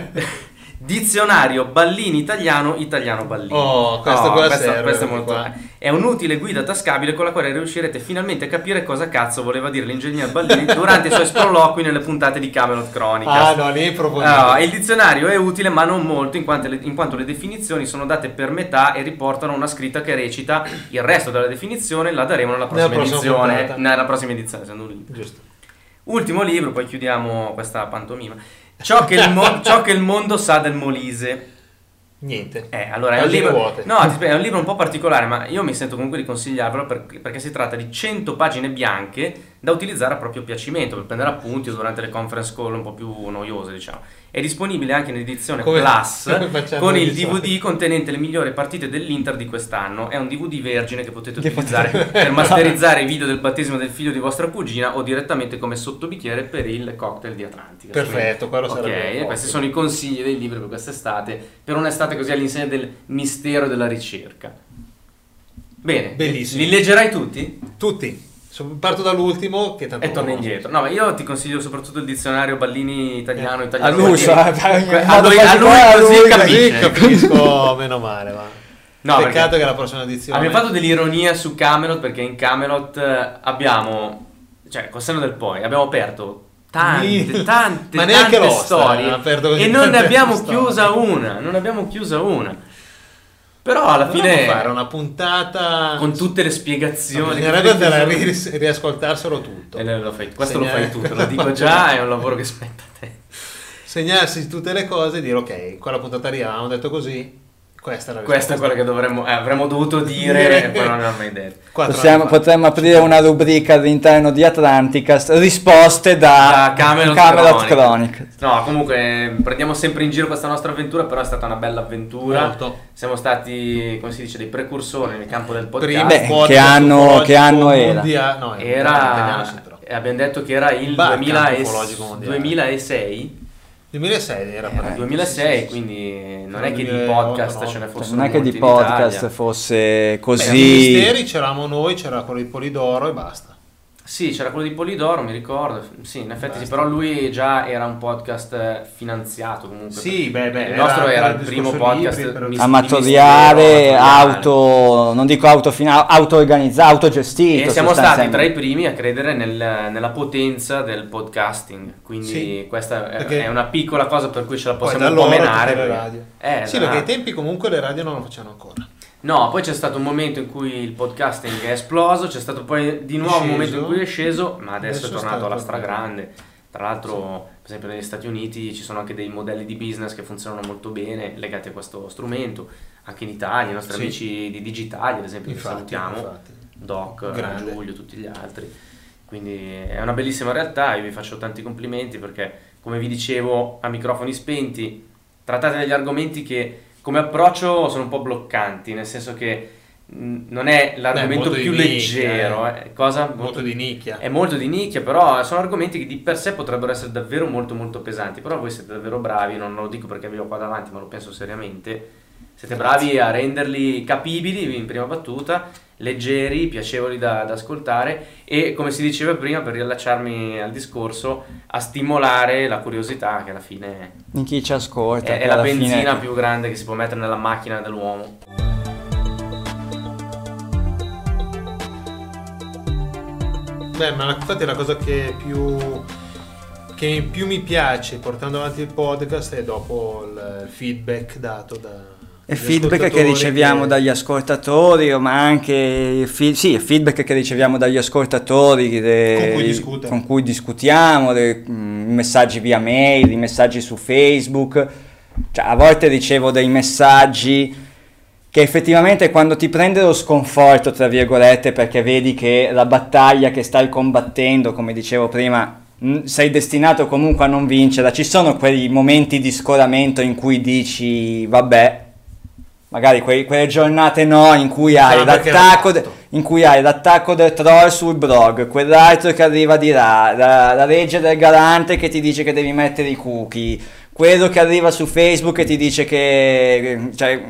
Dizionario Ballini italiano, italiano Ballini. Oh, questo qua questo, serve, questo è questo molto. qua. È un'utile guida tascabile con la quale riuscirete finalmente a capire cosa cazzo voleva dire l'ingegner Ballini durante i suoi sproloqui nelle puntate di Camelot Chronicast. Ah, no, lì proprio. No, il dizionario è utile ma non molto in quanto, le, in quanto le definizioni sono date per metà e riportano una scritta che recita: il resto della definizione la daremo nella prossima prossima edizione, puntata. nella prossima edizione, essendo un libro. Giusto. Ultimo libro, poi chiudiamo questa pantomima. Ciò che il, mo- ciò che il mondo sa del Molise. Niente. Eh, allora è un, Pagine libro, vuote. no, ti spiego, è un libro un po' particolare, ma io mi sento comunque di consigliarvelo per- perché si tratta di cento pagine bianche da utilizzare a proprio piacimento, per prendere appunti o durante le conference call un po' più noiose, diciamo. È disponibile anche in edizione Come- Plus come facciamo con di il solito. D V D contenente le migliori partite dell'Inter di quest'anno. È un D V D vergine che potete Che utilizzare potete- per masterizzare i video del battesimo del figlio di vostra cugina o direttamente come sottobicchiere per il cocktail di Atlantica. Perfetto, quello Ok, sarebbe e questi ottimo. sono i consigli dei libri per quest'estate, per un'estate così all'insegna del mistero della ricerca. Bene, Bellissimo. li leggerai tutti? Tutti. So- Parto dall'ultimo che tanto E torni conosco. indietro. No, ma io ti consiglio soprattutto il dizionario Ballini italiano, italiano. A lui, Ballini. so, eh, in Que- modo a lui, a lui particolare, a così lui, capisce. Sì, capisco, meno male, va. No, Peccato perché che la prossima edizione. abbiamo fatto dell'ironia su Camelot, perché in Camelot eh, abbiamo, cioè col senno del poi, abbiamo aperto tante, Mille. tante, Ma neanche tante l'Osta, eh, storie ha aperto così e non ne tante abbiamo storie. chiusa una, non ne abbiamo chiusa una. Però alla Dovremmo fine fare una puntata con tutte le No, spiegazioni, bisognerebbe tutte le andare a chiusure. ri- riascoltarselo tutto. E lo fai- questo Segnare- lo fai tu, te lo dico già, è un lavoro che spetta a te. Segnarsi tutte le cose e dire ok, quella puntata lì avevamo detto così, Questa è la Questa è quella che dovremmo, eh, avremmo dovuto dire e poi non l'abbiamo mai detto. Possiamo, potremmo aprire una rubrica all'interno di Atlanticast, risposte da, Da Camelot, Camelot Chronicle. Chronicle. No, comunque prendiamo sempre in giro questa nostra avventura, però è stata una bella avventura. Molto. Siamo stati, come si dice, dei precursori nel campo del podcast. Prima Beh, podcast che anno- ufologico che anno era? mondia- no, era italiano, sì, Era, però. eh, abbiamo detto che era il Bah, duemila campo e- ufologico mondiale. duemilasei. duemilasei era Era il duemilasei, quindi non è che di podcast ce ne fossero Non è che molti di in podcast Italia. fosse Beh, ai così. misteri c'eravamo noi, c'era quello di Polidoro e basta. Sì, c'era quello di Polidoro, mi ricordo. Sì, in effetti sì, Basta. però lui già era un podcast eh, finanziato comunque. Sì, beh, beh, il nostro era- era, era il il primo discorso podcast libri, però- mis- Amatoriale, di mistero, amatoriale. auto, non dico autofina- auto-organizzato, autogestito. E siamo stati sostanzialmente. tra i primi a credere nel- nella potenza del podcasting, quindi Sì, questa è, perché- è una piccola cosa per cui ce la Poi possiamo da un po' loro menare. tutte le perché- radio. Eh, Sì, esatto. perché ai tempi comunque le radio non lo facevano ancora. No, poi c'è stato un momento in cui il podcasting è esploso, c'è stato poi di nuovo un Sceso. momento in cui è sceso, ma adesso, Adesso è tornato sta alla tornando. stragrande. Tra l'altro, per esempio negli Stati Uniti ci sono anche dei modelli di business che funzionano molto bene legati a questo strumento, anche in Italia, i nostri Sì. amici di Digitali ad esempio, Infatti, che salutiamo, infatti. Doc, Grande. Giulio, tutti gli altri. Quindi è una bellissima realtà, io vi faccio tanti complimenti perché, come vi dicevo, a microfoni spenti trattate degli argomenti che come approccio sono un po' bloccanti, nel senso che mh, non è l'argomento molto di più nicchia, leggero, eh. eh. Cosa? Molto di nicchia. È molto di nicchia, però sono argomenti che di per sé potrebbero essere davvero molto molto pesanti, però voi siete davvero bravi, non lo dico perché vi ho qua davanti, ma lo penso seriamente. Siete bravi a renderli capibili in prima battuta, leggeri, piacevoli da, da ascoltare e, come si diceva prima, per riallacciarmi al discorso, a stimolare la curiosità, che alla fine In chi ci ascolta. è, che è la alla benzina fine- più grande che si può mettere nella macchina dell'uomo. Beh, ma infatti la cosa che più che più mi piace portando avanti il podcast è dopo il feedback dato da E dagli feedback che ascoltatori riceviamo che- dagli ascoltatori, ma anche il fi- sì, il feedback che riceviamo dagli ascoltatori de- Con cui discute. con cui discutiamo, de- mh, messaggi via mail, i messaggi su Facebook. Cioè, a volte ricevo dei messaggi che effettivamente quando ti prende lo sconforto, tra virgolette, perché vedi che la battaglia che stai combattendo, come dicevo prima, mh, sei destinato comunque a non vincerla, ci sono quei momenti di scoramento in cui dici vabbè, magari quei- quelle giornate no, in cui hai Diciamo perché l'attacco, l'ho de- fatto. in cui hai l'attacco del troll sul blog, quell'altro che arriva di là, la, la legge del garante che ti dice che devi mettere i cookie, quello che arriva su Facebook e ti dice che, cioè,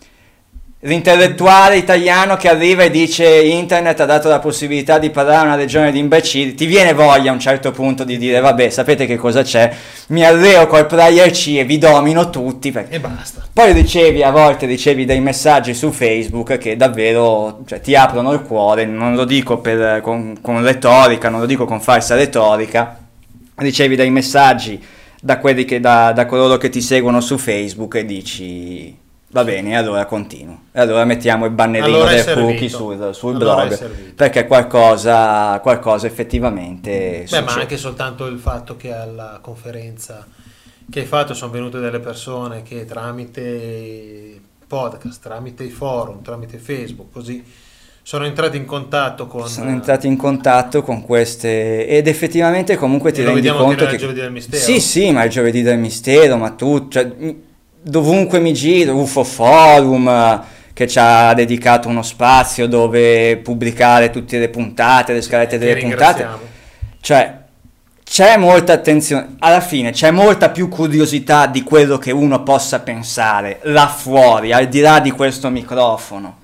l'intellettuale italiano che arriva e dice internet ha dato la possibilità di parlare a una legione di imbecilli, ti viene voglia a un certo punto di dire vabbè, sapete che cosa c'è, mi arreo col player C e vi domino tutti, perché e basta. poi ricevi, a volte ricevi dei messaggi su Facebook che davvero, cioè, ti aprono il cuore, non lo dico per, con, con retorica, non lo dico con falsa retorica, ricevi dei messaggi da quelli che, da, da coloro che ti seguono su Facebook e dici va bene, allora continuo, e allora mettiamo il bannerino Allora è del servito. cookie sul, sul Allora è blog, servito. perché qualcosa, qualcosa effettivamente Beh, succede. ma anche soltanto il fatto che alla conferenza che hai fatto sono venute delle persone che tramite podcast, tramite i forum, tramite Facebook, così sono entrati in contatto con... Sono entrati in contatto con queste ed effettivamente comunque ti E lo rendi vediamo anche conto nel che Giovedì del Mistero. sì sì, ma il giovedì del mistero, ma tu, cioè, mi- dovunque mi giro, U F O Forum eh, che ci ha dedicato uno spazio dove pubblicare tutte le puntate, le scalette Che delle puntate, ringraziamo. cioè c'è molta attenzione, alla fine c'è molta più curiosità di quello che uno possa pensare là fuori, al di là di questo microfono.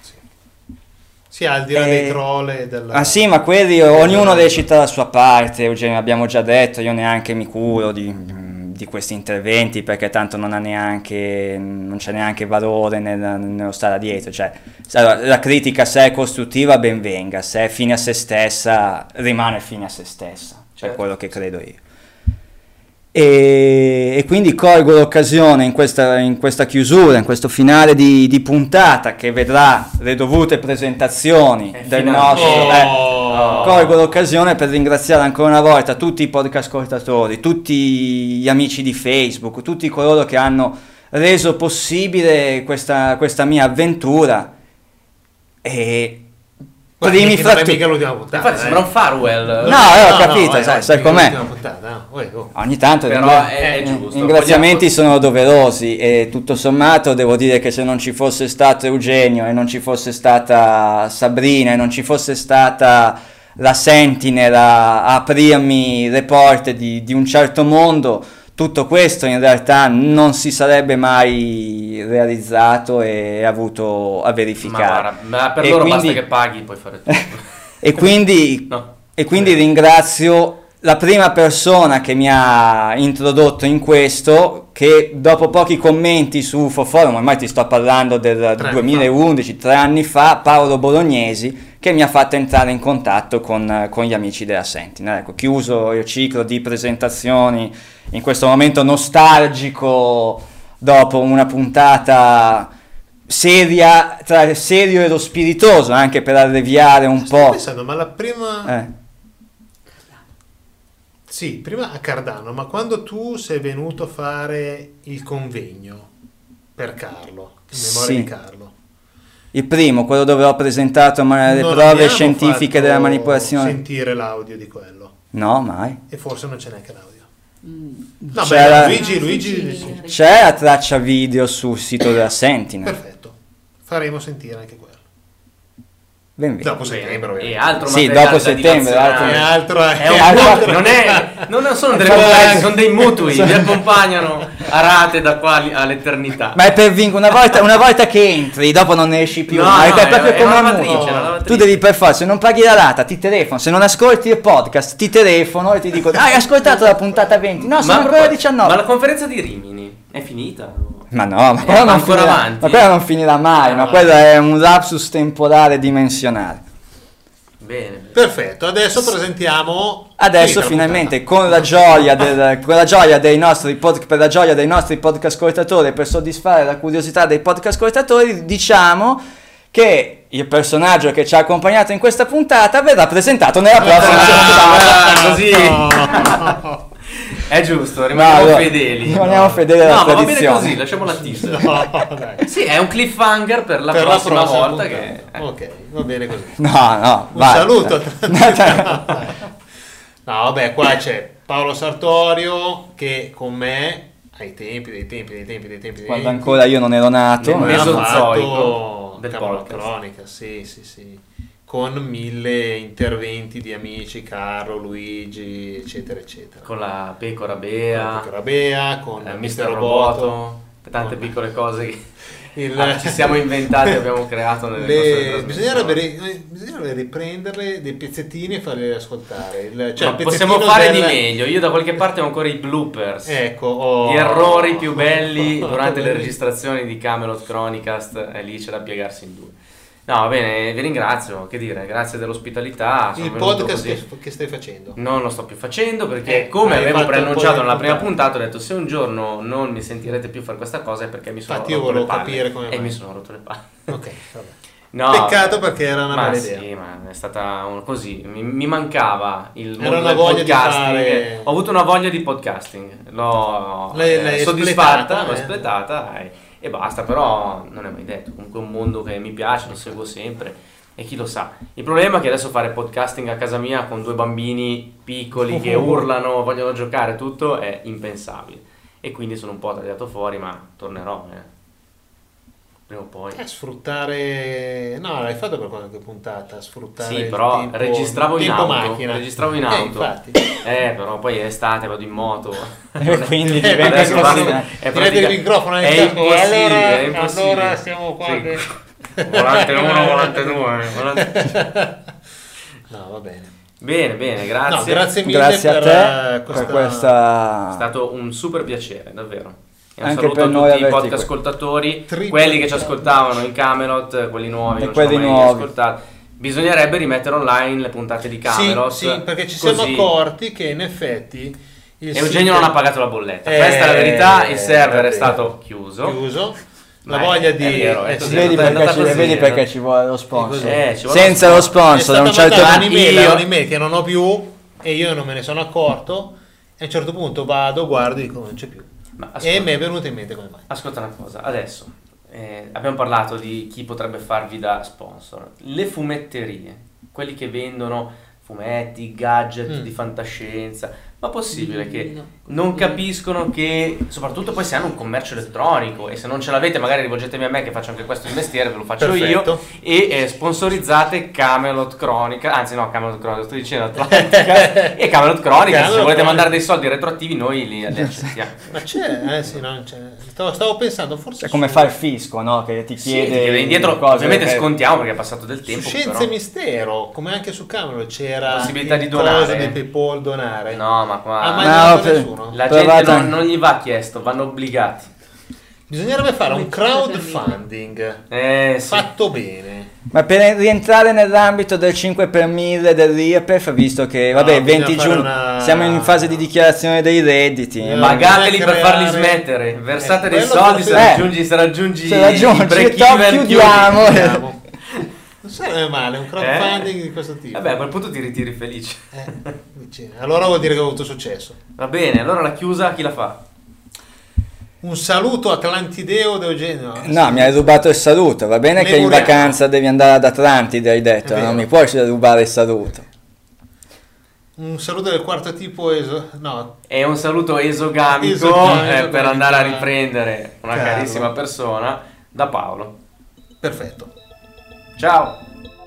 Sì, al di là Eh, dei troll e della... Ah sì, ma quelli ognuno recita la sua parte, Eugenio, abbiamo già detto, io neanche mi curo di, di questi interventi perché tanto non ha neanche, non c'è neanche valore nel, nello stare dietro, cioè allora, la critica se è costruttiva ben venga, se è fine a se stessa rimane fine a se stessa, cioè Certo. quello che credo io. E, e quindi colgo l'occasione in questa, in questa chiusura, in questo finale di, di puntata che vedrà le dovute presentazioni È del finale. nostro... eh, Oh. colgo l'occasione per ringraziare ancora una volta tutti i podcast ascoltatori, tutti gli amici di Facebook, tutti coloro che hanno reso possibile questa, questa mia avventura. E primi fra tutti, mica l'ultima puntata. Infatti sembra un Farewell. No, eh, ho no, capito, no, sai, eh, sai mica com'è. l'ultima puntata, no? Uè, oh. Ogni tanto Però ringra- è- è eh, giusto. ringraziamenti Vogliamo- sono doverosi e tutto sommato devo dire che se non ci fosse stato Eugenio e non ci fosse stata Sabrina e non ci fosse stata la Sentinel a, a aprirmi le porte di, di un certo mondo, tutto questo in realtà non si sarebbe mai realizzato e avuto a Ma verificare. guarda, ma per E loro quindi- basta che paghi, puoi fare tutto. E quindi, No. e quindi ringrazio la prima persona che mi ha introdotto in questo, che dopo pochi commenti su U F O Forum, ormai ti sto parlando del Tre anni duemilaundici, tre anni fa, Paolo Bolognesi, che mi ha fatto entrare in contatto con, con gli amici della Sentinel. Ecco, chiuso il ciclo di presentazioni in questo momento nostalgico, dopo una puntata seria, tra serio e lo spiritoso, anche per alleviare un Stavo po'. pensando, ma la prima... Eh. Sì, prima a Cardano, ma quando tu sei venuto a fare il convegno per Carlo, in memoria Sì. di Carlo, Il primo, quello dove ho presentato ma- le non prove abbiamo scientifiche fatto della manipolazione. sentire l'audio di quello, No, mai. e forse non c'è neanche l'audio. Mm. No, C'era- beh, Luigi, Luigi, sì. C'è la traccia video sul sito della Sentinel. Perfetto, faremo sentire anche quello. Ben via. Dopo settembre, E ovviamente. altro Sì, materiale dopo da settembre, dilazionare. E altro è, È un altro- mutuo, non, è, non sono delle Poi- compensi, sono dei mutui, vi accompagnano a rate da qua all'eternità. Ma è per vincere, una volta, una volta che entri, dopo non ne esci più. No, Ma no, è proprio è- è come una un lavatrice, mutuo. è una lavatrice. Tu devi per forza, se non paghi la rata, ti telefono. Se non ascolti il podcast, ti telefono e ti dico: ah, hai ascoltato la puntata venti? No, sono Ma, ancora diciannove. ma la conferenza di Rimini è finita? Ma no, ma Eh, quella, non ancora finirà, avanti. ma quella non finirà mai, ma Ah. quello è un lapsus temporale dimensionale. Bene. perfetto. Adesso presentiamo Adesso finita la finalmente puntata. con la gioia del, con la gioia dei nostri pod, per la gioia dei nostri podcast ascoltatori e per soddisfare la curiosità dei podcast ascoltatori, diciamo che il personaggio che ci ha accompagnato in questa puntata verrà presentato nella prossima puntata. Ah, così. No. È giusto, rimaniamo allora, fedeli. rimaniamo fedeli alla No, ma va bene tradizione. così, lasciamo la teaser. No, dai. Sì, è un cliffhanger per la Per prossima la prossima volta puntata. che... eh. Ok, va bene così. No, no, Un vai. saluto. No, vabbè, qua c'è Paolo Sartorio che con me ai tempi, dei tempi, dei tempi, dei tempi, dei Quando tempi, ancora io non ero nato. Nel aveva Mesozoico fatto del Camerot podcast. Cronica, sì, sì, sì, con mille interventi di amici, Carlo, Luigi, eccetera, eccetera. Con la pecora Con Bea, Pecora Bea, con eh, mister mister Roboto, Roboto, tante con- piccole cose che il- ah, ci siamo inventati e abbiamo creato nelle nostre Le... trasmissioni. Bisognerebbe, ri- bisognerebbe riprenderle dei pezzettini e farli ascoltare. Il, cioè, Ma il possiamo pezzettino fare del- di meglio. Io da qualche parte ho ancora i bloopers. Ecco, oh. Gli errori più belli durante le registrazioni di Camelot Chronicast, e lì c'è da piegarsi in due. No, va bene, vi ringrazio, che dire, grazie dell'ospitalità. sono Il venuto podcast così. che, che stai facendo. Non lo sto più facendo perché, Eh, come hai avevo fatto un po' preannunciato di nella prima puntate. puntata, ho detto se un giorno non mi sentirete più fare questa cosa è perché mi sono Infatti io rotto le volevo palle. capire come E mai. mi sono rotto le palle. Ok, vabbè. No, Peccato perché era una ma bella sì, idea. ma è stata un- così. Mi, mi mancava il Era mondo una del voglia di podcasting. fare- Ho avuto una voglia di podcasting. L'ho L'hai- eh, l'hai soddisfatta, espletata, l'ho eh. espletata e, e basta. Però non è mai detto. Comunque è un mondo che mi piace, lo seguo sempre. E chi lo sa. Il problema è che adesso fare podcasting a casa mia con due bambini piccoli che urlano, vogliono giocare, tutto è impensabile. E quindi sono un po' tagliato fuori, ma tornerò. Eh. Prima o poi. Eh, sfruttare... No, l'hai fatto per qualche puntata, sfruttare Sì, il però tempo, registravo in tempo auto, macchina. registravo in Eh, auto. infatti. Eh, però poi è estate, vado in moto. E quindi Eh, diventa adesso così. basta. eh. È Tirate pratica- il microfono nel è casco. impossibile, Allora- è impossibile. allora siamo qua Sì. che- Volante uno, volante due. volante- No, va bene. Bene, bene, grazie. No, grazie mille Grazie a per, te eh, per questa... È questa... stato un super piacere, davvero. E un Anche saluto per a noi tutti i averti podcast qui. ascoltatori, Triple quelli che ci ciao. ascoltavano in Camelot, quelli nuovi, E non ci hanno quelli mai nuovi. ascoltato. Bisognerebbe rimettere online le puntate di Camelot. Sì, sì, perché ci siamo così- accorti che in effetti il Eugenio sito- non ha pagato la bolletta. Eh, Questa è la verità, il server vabbè. è stato chiuso. chiuso. La Ma è- voglia è di... vero, è eh, così. sì, Vedi è andata perché, ci, così, vedi eh. perché ci vuole lo sponsor. Eh, ci vuole Senza lo lo sponsor. è sponsor, a stata un certo mandata punto... un'email, io- un'email che non ho più e io non me ne sono accorto e a un certo punto vado, guardo e dico non c'è più. Ma E ascolta, mi è venuto in mente come mai. ascolta una cosa, adesso eh, abbiamo parlato di chi potrebbe farvi da sponsor. Le fumetterie, quelli che vendono fumetti, gadget Mm. di fantascienza, ma possibile che No, non capiscono che, soprattutto poi se hanno un commercio elettronico, e se non ce l'avete magari rivolgetevi a me che faccio anche questo di mestiere, ve lo faccio Perfetto. io, e eh, sponsorizzate Camelot Chronica, anzi no, Camelot Chronica, sto dicendo Atlantica, e Camelot Chronica, se Camelot volete Chronica. mandare dei soldi retroattivi noi li, li accettiamo. Ma c'è, eh sì, no, c'è. Stavo, stavo pensando, forse È come su- fa il fisco, no? Che ti Sì, chiede ti chiede indietro, cose ovviamente che- scontiamo perché è passato del su tempo, Scienze però. e Mistero, come anche su Camelot c'era Possibilità il di donare. coso di PayPal donare. No, ma qua Ah, ma No, non per- nessuno? la Provate- gente non, non gli va chiesto, vanno obbligati. Bisognerebbe fare un Come cinque crowdfunding Eh sì. fatto bene. Ma per rientrare nell'ambito del cinque per mille dell'I R P E F, visto che, No, vabbè, bisogna venti fare giugno, una- siamo in fase di dichiarazione dei redditi. Eh, ma- Pagateli bisogna per farli creare- smettere, versate Eh, dei quello soldi se forse- raggiungi, se raggiungi Se raggiungi, il break top, even, chiudiamo. chiudi. Vediamo. Non sarebbe male, un crowdfunding Eh? di questo tipo. Vabbè, a quel punto ti ritiri felice. Eh, dici, allora vuol dire che ho avuto successo. Va bene, allora la chiusa chi la fa? Un saluto atlantideo da Eugenio. No, mi hai rubato il saluto, va bene Ne che in vogliamo. vacanza devi andare ad Atlantide, hai detto, È vero. non mi puoi rubare il saluto. Un saluto del quarto tipo eso... No, E un saluto esogamico Esogamico, eh, per andare a caro. riprendere una Caro. carissima persona da Paolo. perfetto. Ciao!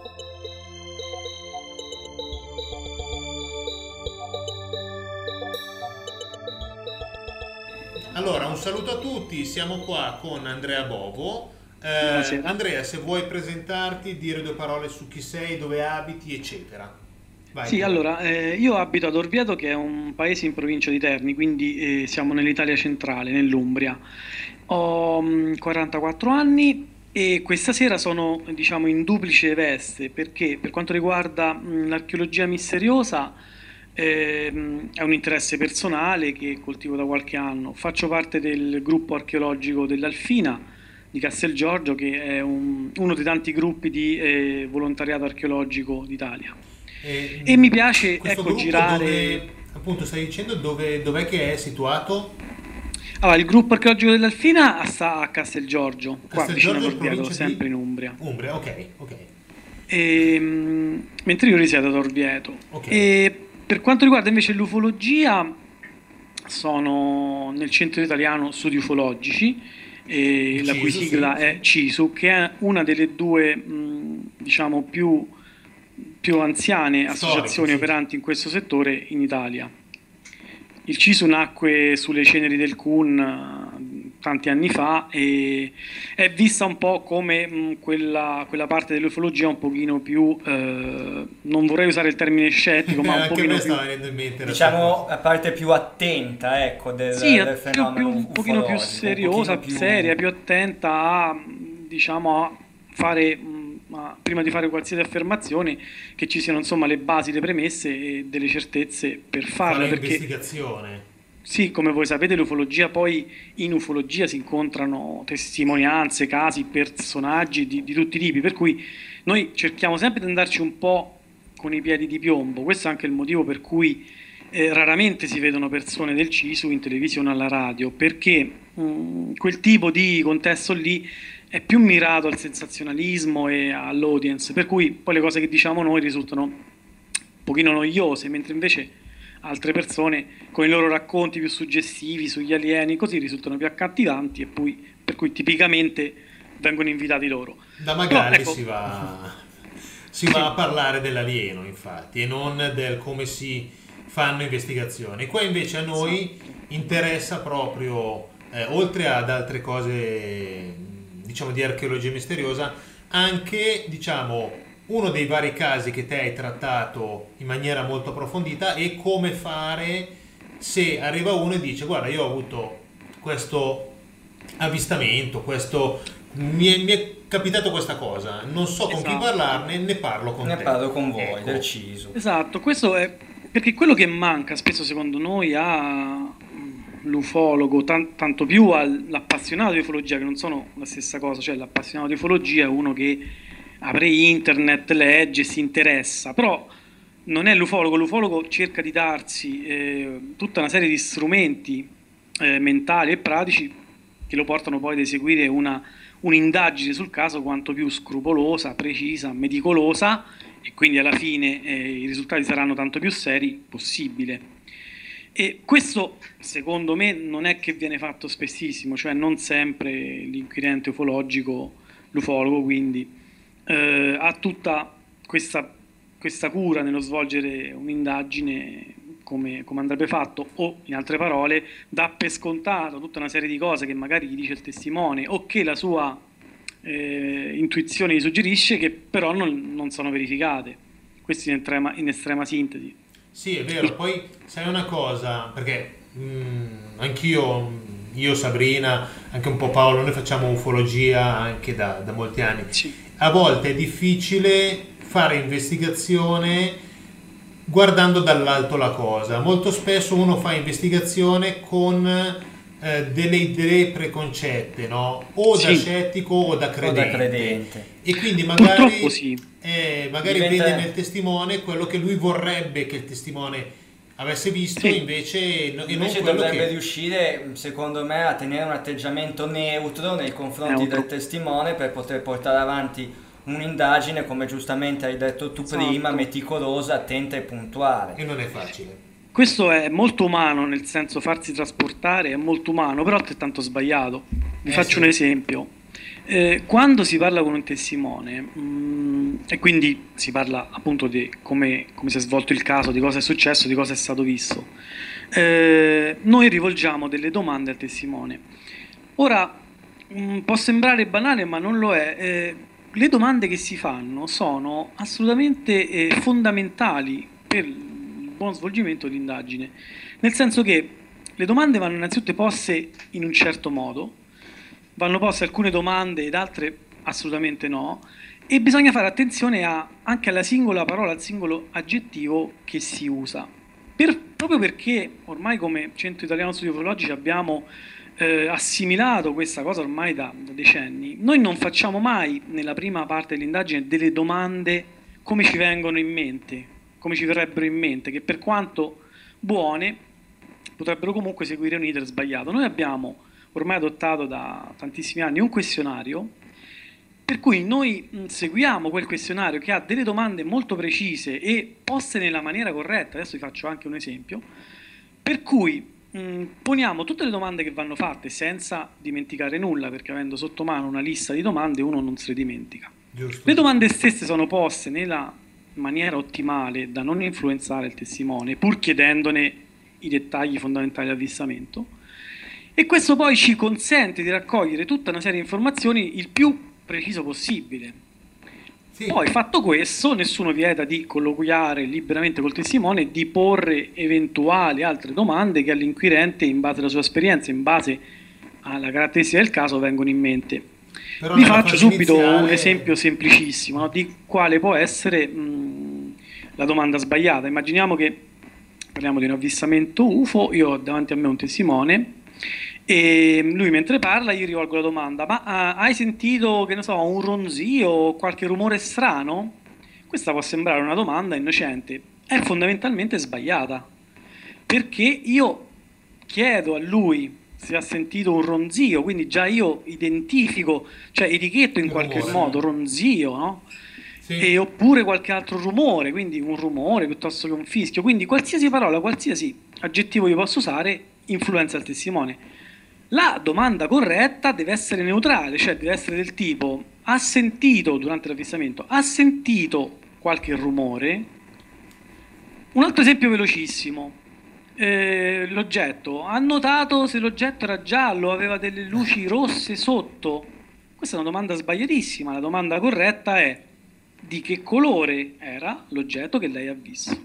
Allora, un saluto a tutti, siamo qua con Andrea Bovo. Eh, Buonasera. Andrea, se vuoi presentarti, dire due parole su chi sei, dove abiti, eccetera. Vai. Sì, allora, eh, io abito ad Orvieto, che è un paese in provincia di Terni, quindi eh, siamo nell'Italia centrale, nell'Umbria. Ho mm, quarantaquattro anni e questa sera sono, diciamo, in duplice veste, perché per quanto riguarda mm, l'archeologia misteriosa, ehm, è un interesse personale che coltivo da qualche anno. Faccio parte del gruppo archeologico dell'Alfina di Castelgiorgio, che è un- uno dei tanti gruppi di eh, volontariato archeologico d'Italia. E, E mi piace, questo ecco, gruppo girare. dove, appunto, stai dicendo dove, dov'è che è situato? Allora, il gruppo archeologico dell'Alfina sta a Castelgiorgio, qua vicino Castelgiorgio, ad Orvieto, provincia di- sempre in Umbria. Umbria, ok, ok. E, mentre io risiedo ad Orvieto. Ok. E per quanto riguarda invece l'ufologia, sono nel Centro Italiano Studi Ufologici, e la cui CISU, sigla sì, è CISU, che è una delle due, mh, diciamo, più, più anziane Storiche, associazioni sì. operanti in questo settore in Italia. Il CISU nacque sulle ceneri del C U N eh, tanti anni fa e è vista un po' come mh, quella, quella parte dell'ufologia un pochino più, eh, non vorrei usare il termine scettico, ma un Anche a pochino me più... stava venendo in mente la Diciamo stessa la parte più attenta, ecco, del, Sì, del più, fenomeno più- un pochino più ufologico, un seriosa, pochino più- seria, più attenta a, mh, diciamo, a fare, mh, a- prima di fare qualsiasi affermazione, che ci siano insomma le basi, le premesse e delle certezze per fare farle, perché investigazione. sì, come voi sapete, l'ufologia, poi in ufologia si incontrano testimonianze, casi, personaggi di, di tutti i tipi, per cui noi cerchiamo sempre di andarci un po' con i piedi di piombo. Questo è anche il motivo per cui eh, raramente si vedono persone del CISU in televisione o alla radio, perché mh, quel tipo di contesto lì è più mirato al sensazionalismo e all'audience, per cui poi le cose che diciamo noi risultano un pochino noiose, mentre invece altre persone con i loro racconti più suggestivi sugli alieni così risultano più accattivanti e poi per cui tipicamente vengono invitati loro. Da Magalli Però, ecco, si va, si va a parlare dell'alieno, infatti, e non del come si fanno investigazioni. Qua invece a noi interessa proprio, eh, oltre ad altre cose, diciamo, di archeologia misteriosa, anche, diciamo, uno dei vari casi che te hai trattato in maniera molto approfondita è come fare se arriva uno e dice: guarda, io ho avuto questo avvistamento, questo mi è, mi è capitato questa cosa, non so con chi Esatto. parlarne, ne parlo con Ne te. parlo con voi, Ecco. del CISU. Esatto, questo è perché quello che manca spesso secondo noi all'ufologo, tan- tanto più all'appassionato di ufologia, che non sono la stessa cosa, cioè l'appassionato di ufologia è uno che apre internet, legge, si interessa, però non è l'ufologo, l'ufologo cerca di darsi eh, tutta una serie di strumenti eh, mentali e pratici che lo portano poi ad eseguire una, un'indagine sul caso quanto più scrupolosa, precisa, meticolosa, e quindi alla fine eh, i risultati saranno tanto più seri possibile. E questo secondo me non è che viene fatto spessissimo, cioè non sempre l'inquirente ufologico, l'ufologo quindi, eh, ha tutta questa, questa cura nello svolgere un'indagine come, come andrebbe fatto, o in altre parole dà per scontato tutta una serie di cose che magari gli dice il testimone o che la sua eh, intuizione gli suggerisce, che però non, non sono verificate. Questo in estrema, in estrema sintesi. Sì, è vero. Poi sai una cosa, perché mh, anch'io, io, Sabrina, anche un po' Paolo, noi facciamo ufologia anche da, da molti anni. Sì. A volte è difficile fare investigazione guardando dall'alto la cosa. Molto spesso uno fa investigazione con eh, delle idee preconcette, no? O da Sì. scettico o da credente. O da credente. E quindi magari, Purtroppo sì. eh, magari Diventa- vede nel testimone quello che lui vorrebbe che il testimone avesse visto, Sì. invece, no- e non Invece quello dovrebbe che... riuscire, secondo me, a tenere un atteggiamento neutro nei confronti Neutro. del testimone per poter portare avanti un'indagine, come giustamente hai detto tu Esatto. prima, meticolosa, attenta e puntuale. E non è facile. Questo è molto umano, nel senso farsi trasportare è molto umano, però altrettanto sbagliato. Vi Eh, faccio sì. un esempio. Eh, quando si parla con un testimone, mh, e quindi si parla appunto di come, come si è svolto il caso, di cosa è successo, di cosa è stato visto, eh, noi rivolgiamo delle domande al testimone. Ora, mh, può sembrare banale, ma non lo è. Eh, le domande che si fanno sono assolutamente eh, fondamentali per il buon svolgimento dell'indagine, nel senso che le domande vanno innanzitutto poste in un certo modo, vanno poste alcune domande ed altre assolutamente no, e bisogna fare attenzione a, anche alla singola parola, al singolo aggettivo che si usa. Per- proprio perché ormai come Centro Italiano Studi Ufologici abbiamo eh, assimilato questa cosa ormai da, da decenni, noi non facciamo mai nella prima parte dell'indagine delle domande come ci vengono in mente, come ci verrebbero in mente, che per quanto buone potrebbero comunque seguire un iter sbagliato. Noi abbiamo ormai adottato da tantissimi anni un questionario, per cui noi mh, seguiamo quel questionario che ha delle domande molto precise e poste nella maniera corretta. Adesso vi faccio anche un esempio, per cui mh, poniamo tutte le domande che vanno fatte senza dimenticare nulla, perché avendo sotto mano una lista di domande uno non se le dimentica. Giusto. Le domande stesse sono poste nella maniera ottimale da non influenzare il testimone, pur chiedendone i dettagli fondamentali dell'avvistamento, e questo poi ci consente di raccogliere tutta una serie di informazioni il più preciso possibile. Sì. Poi, fatto questo, nessuno vieta di colloquiare liberamente col testimone e di porre eventuali altre domande che all'inquirente, in base alla sua esperienza, in base alla caratteristica del caso, vengono in mente. Però Vi nella faccio fase subito iniziale- un esempio semplicissimo, no, di quale può essere mh, la domanda sbagliata. Immaginiamo che parliamo di un avvistamento U F O, io ho davanti a me un testimone e lui mentre parla io rivolgo la domanda: ma ah, hai sentito, che ne so, un ronzio o qualche rumore strano? Questa può sembrare una domanda innocente, è fondamentalmente sbagliata, perché io chiedo a lui se ha sentito un ronzio, quindi già io identifico, cioè etichetto in Il qualche rumore. modo ronzio, no? Sì. E oppure qualche altro rumore, quindi un rumore piuttosto che un fischio, quindi qualsiasi parola, qualsiasi aggettivo io posso usare influenza il testimone. La domanda corretta deve essere neutrale, cioè deve essere del tipo: ha sentito durante l'avvistamento, ha sentito qualche rumore? Un altro esempio velocissimo: eh, l'oggetto, ha notato se l'oggetto era giallo, aveva delle luci rosse sotto? Questa è una domanda sbagliatissima. La domanda corretta è: di che colore era l'oggetto che lei ha visto?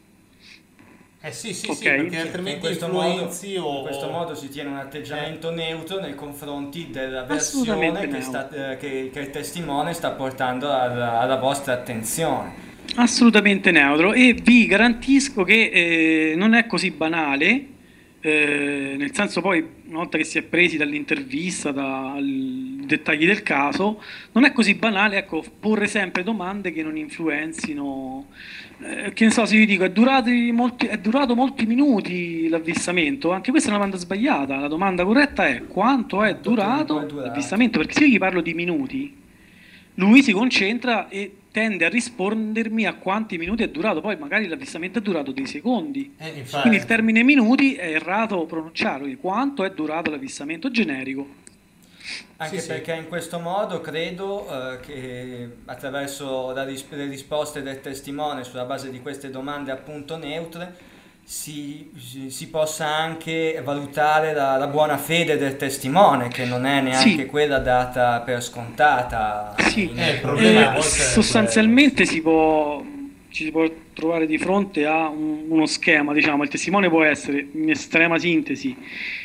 Eh sì, sì, Ok. sì, perché Sì, In altrimenti questo, modo, influenzi o... in questo modo si tiene un atteggiamento neutro nei confronti della Assolutamente versione che, neutro. sta- eh, che- che il testimone sta portando alla, alla vostra attenzione. Assolutamente neutro, e vi garantisco che eh, non è così banale, eh, nel senso, poi una volta che si è presi dall'intervista, dal dettagli del caso, non è così banale, ecco, porre sempre domande che non influenzino. Eh, che ne so, se vi dico, è durato molti, è durato molti minuti l'avvistamento, anche questa è una domanda sbagliata. La domanda corretta è quanto è durato, è durato l'avvistamento, perché se io gli parlo di minuti, lui si concentra e tende a rispondermi a quanti minuti è durato, poi magari l'avvistamento è durato dei secondi. Eh, infatti. Quindi il termine minuti è errato pronunciarlo, quindi quanto è durato l'avvistamento generico. Anche Sì, perché in questo modo credo eh, che attraverso la ris- le risposte del testimone sulla base di queste domande appunto neutre si, si, si possa anche valutare la, la buona fede del testimone, che non è neanche Sì. quella data per scontata. Sì, in- Eh, il problema eh, a volte è sostanzialmente si può, ci si può trovare di fronte a un- uno schema, diciamo, il testimone può essere, in estrema sintesi,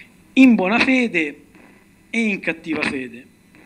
in buona fede e in cattiva fede.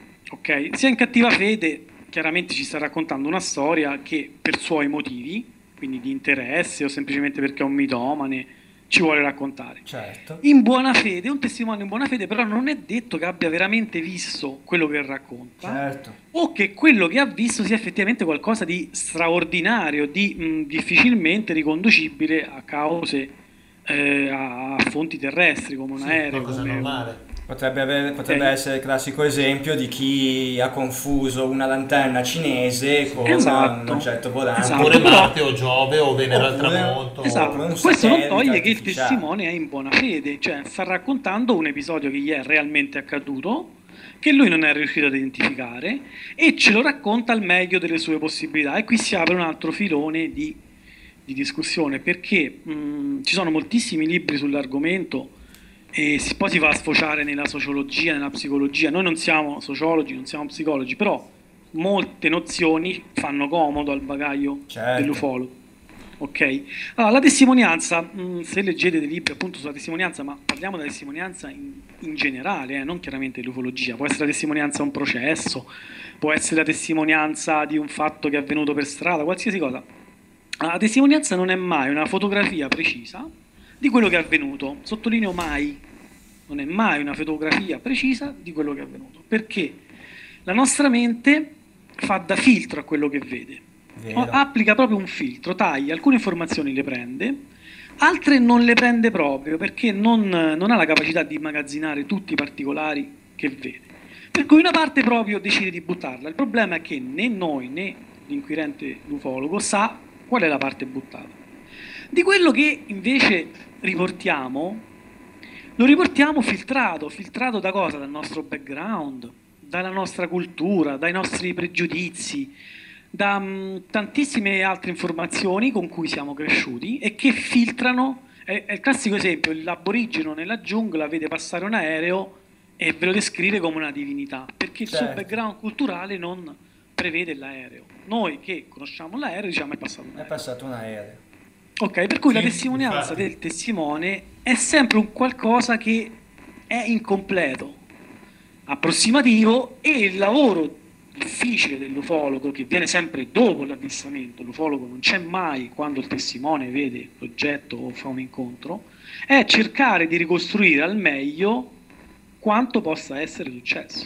Ok? Sia in cattiva fede, chiaramente ci sta raccontando una storia che per suoi motivi, quindi di interesse o semplicemente perché è un mitomane, ci vuole raccontare. Certo. In buona fede, un testimone in buona fede però non è detto che abbia veramente visto quello che racconta, Certo. o che quello che ha visto sia effettivamente qualcosa di straordinario, di mh, difficilmente riconducibile a cause, eh, a fonti terrestri come un Sì, aereo, qualcosa come- normale. Potrebbe, avere- potrebbe Ok. essere il classico esempio di chi ha confuso una lanterna cinese con Esatto. un oggetto volante. Esatto. Oppure però- Marte o Giove o Venere al Oppure- tramonto. Esatto. Oppure un Questo non satellite toglie che il artificiale. testimone è in buona fede, cioè sta raccontando un episodio che gli è realmente accaduto, che lui non è riuscito ad identificare, e ce lo racconta al meglio delle sue possibilità. E qui si apre un altro filone di, di discussione, perché mh, ci sono moltissimi libri sull'argomento e si, poi si va a sfociare nella sociologia, nella psicologia. Noi non siamo sociologi, non siamo psicologi, però molte nozioni fanno comodo al bagaglio Certo. dell'ufologo. Ok? Allora, la testimonianza, mh, se leggete dei libri appunto sulla testimonianza, ma parliamo della testimonianza in, in generale, eh, non chiaramente dell'ufologia, può essere la testimonianza a un processo, può essere la testimonianza di un fatto che è avvenuto per strada, qualsiasi cosa. La testimonianza non è mai una fotografia precisa di quello che è avvenuto, sottolineo mai, non è mai una fotografia precisa di quello che è avvenuto, perché la nostra mente fa da filtro a quello che vede. Vero. Applica proprio un filtro, taglia, alcune informazioni le prende, altre non le prende proprio perché non, non ha la capacità di immagazzinare tutti i particolari che vede. Per cui una parte proprio decide di buttarla. Il problema è che né noi né l'inquirente ufologo sa qual è la parte buttata. Di quello che invece riportiamo, lo riportiamo filtrato. Filtrato da cosa? Dal nostro background, dalla nostra cultura, dai nostri pregiudizi, da mh, tantissime altre informazioni con cui siamo cresciuti e che filtrano. È, è il classico esempio: l'aborigeno nella giungla vede passare un aereo e ve lo descrive come una divinità, perché il suo Certo. background culturale non prevede l'aereo. Noi che conosciamo l'aereo diciamo è passato un È aereo. passato un aereo. Ok, per cui la Sì, testimonianza infatti. del testimone è sempre un qualcosa che è incompleto, approssimativo, e il lavoro difficile dell'ufologo, che viene sempre dopo l'avvistamento, l'ufologo non c'è mai quando il testimone vede l'oggetto o fa un incontro, è cercare di ricostruire al meglio quanto possa essere successo.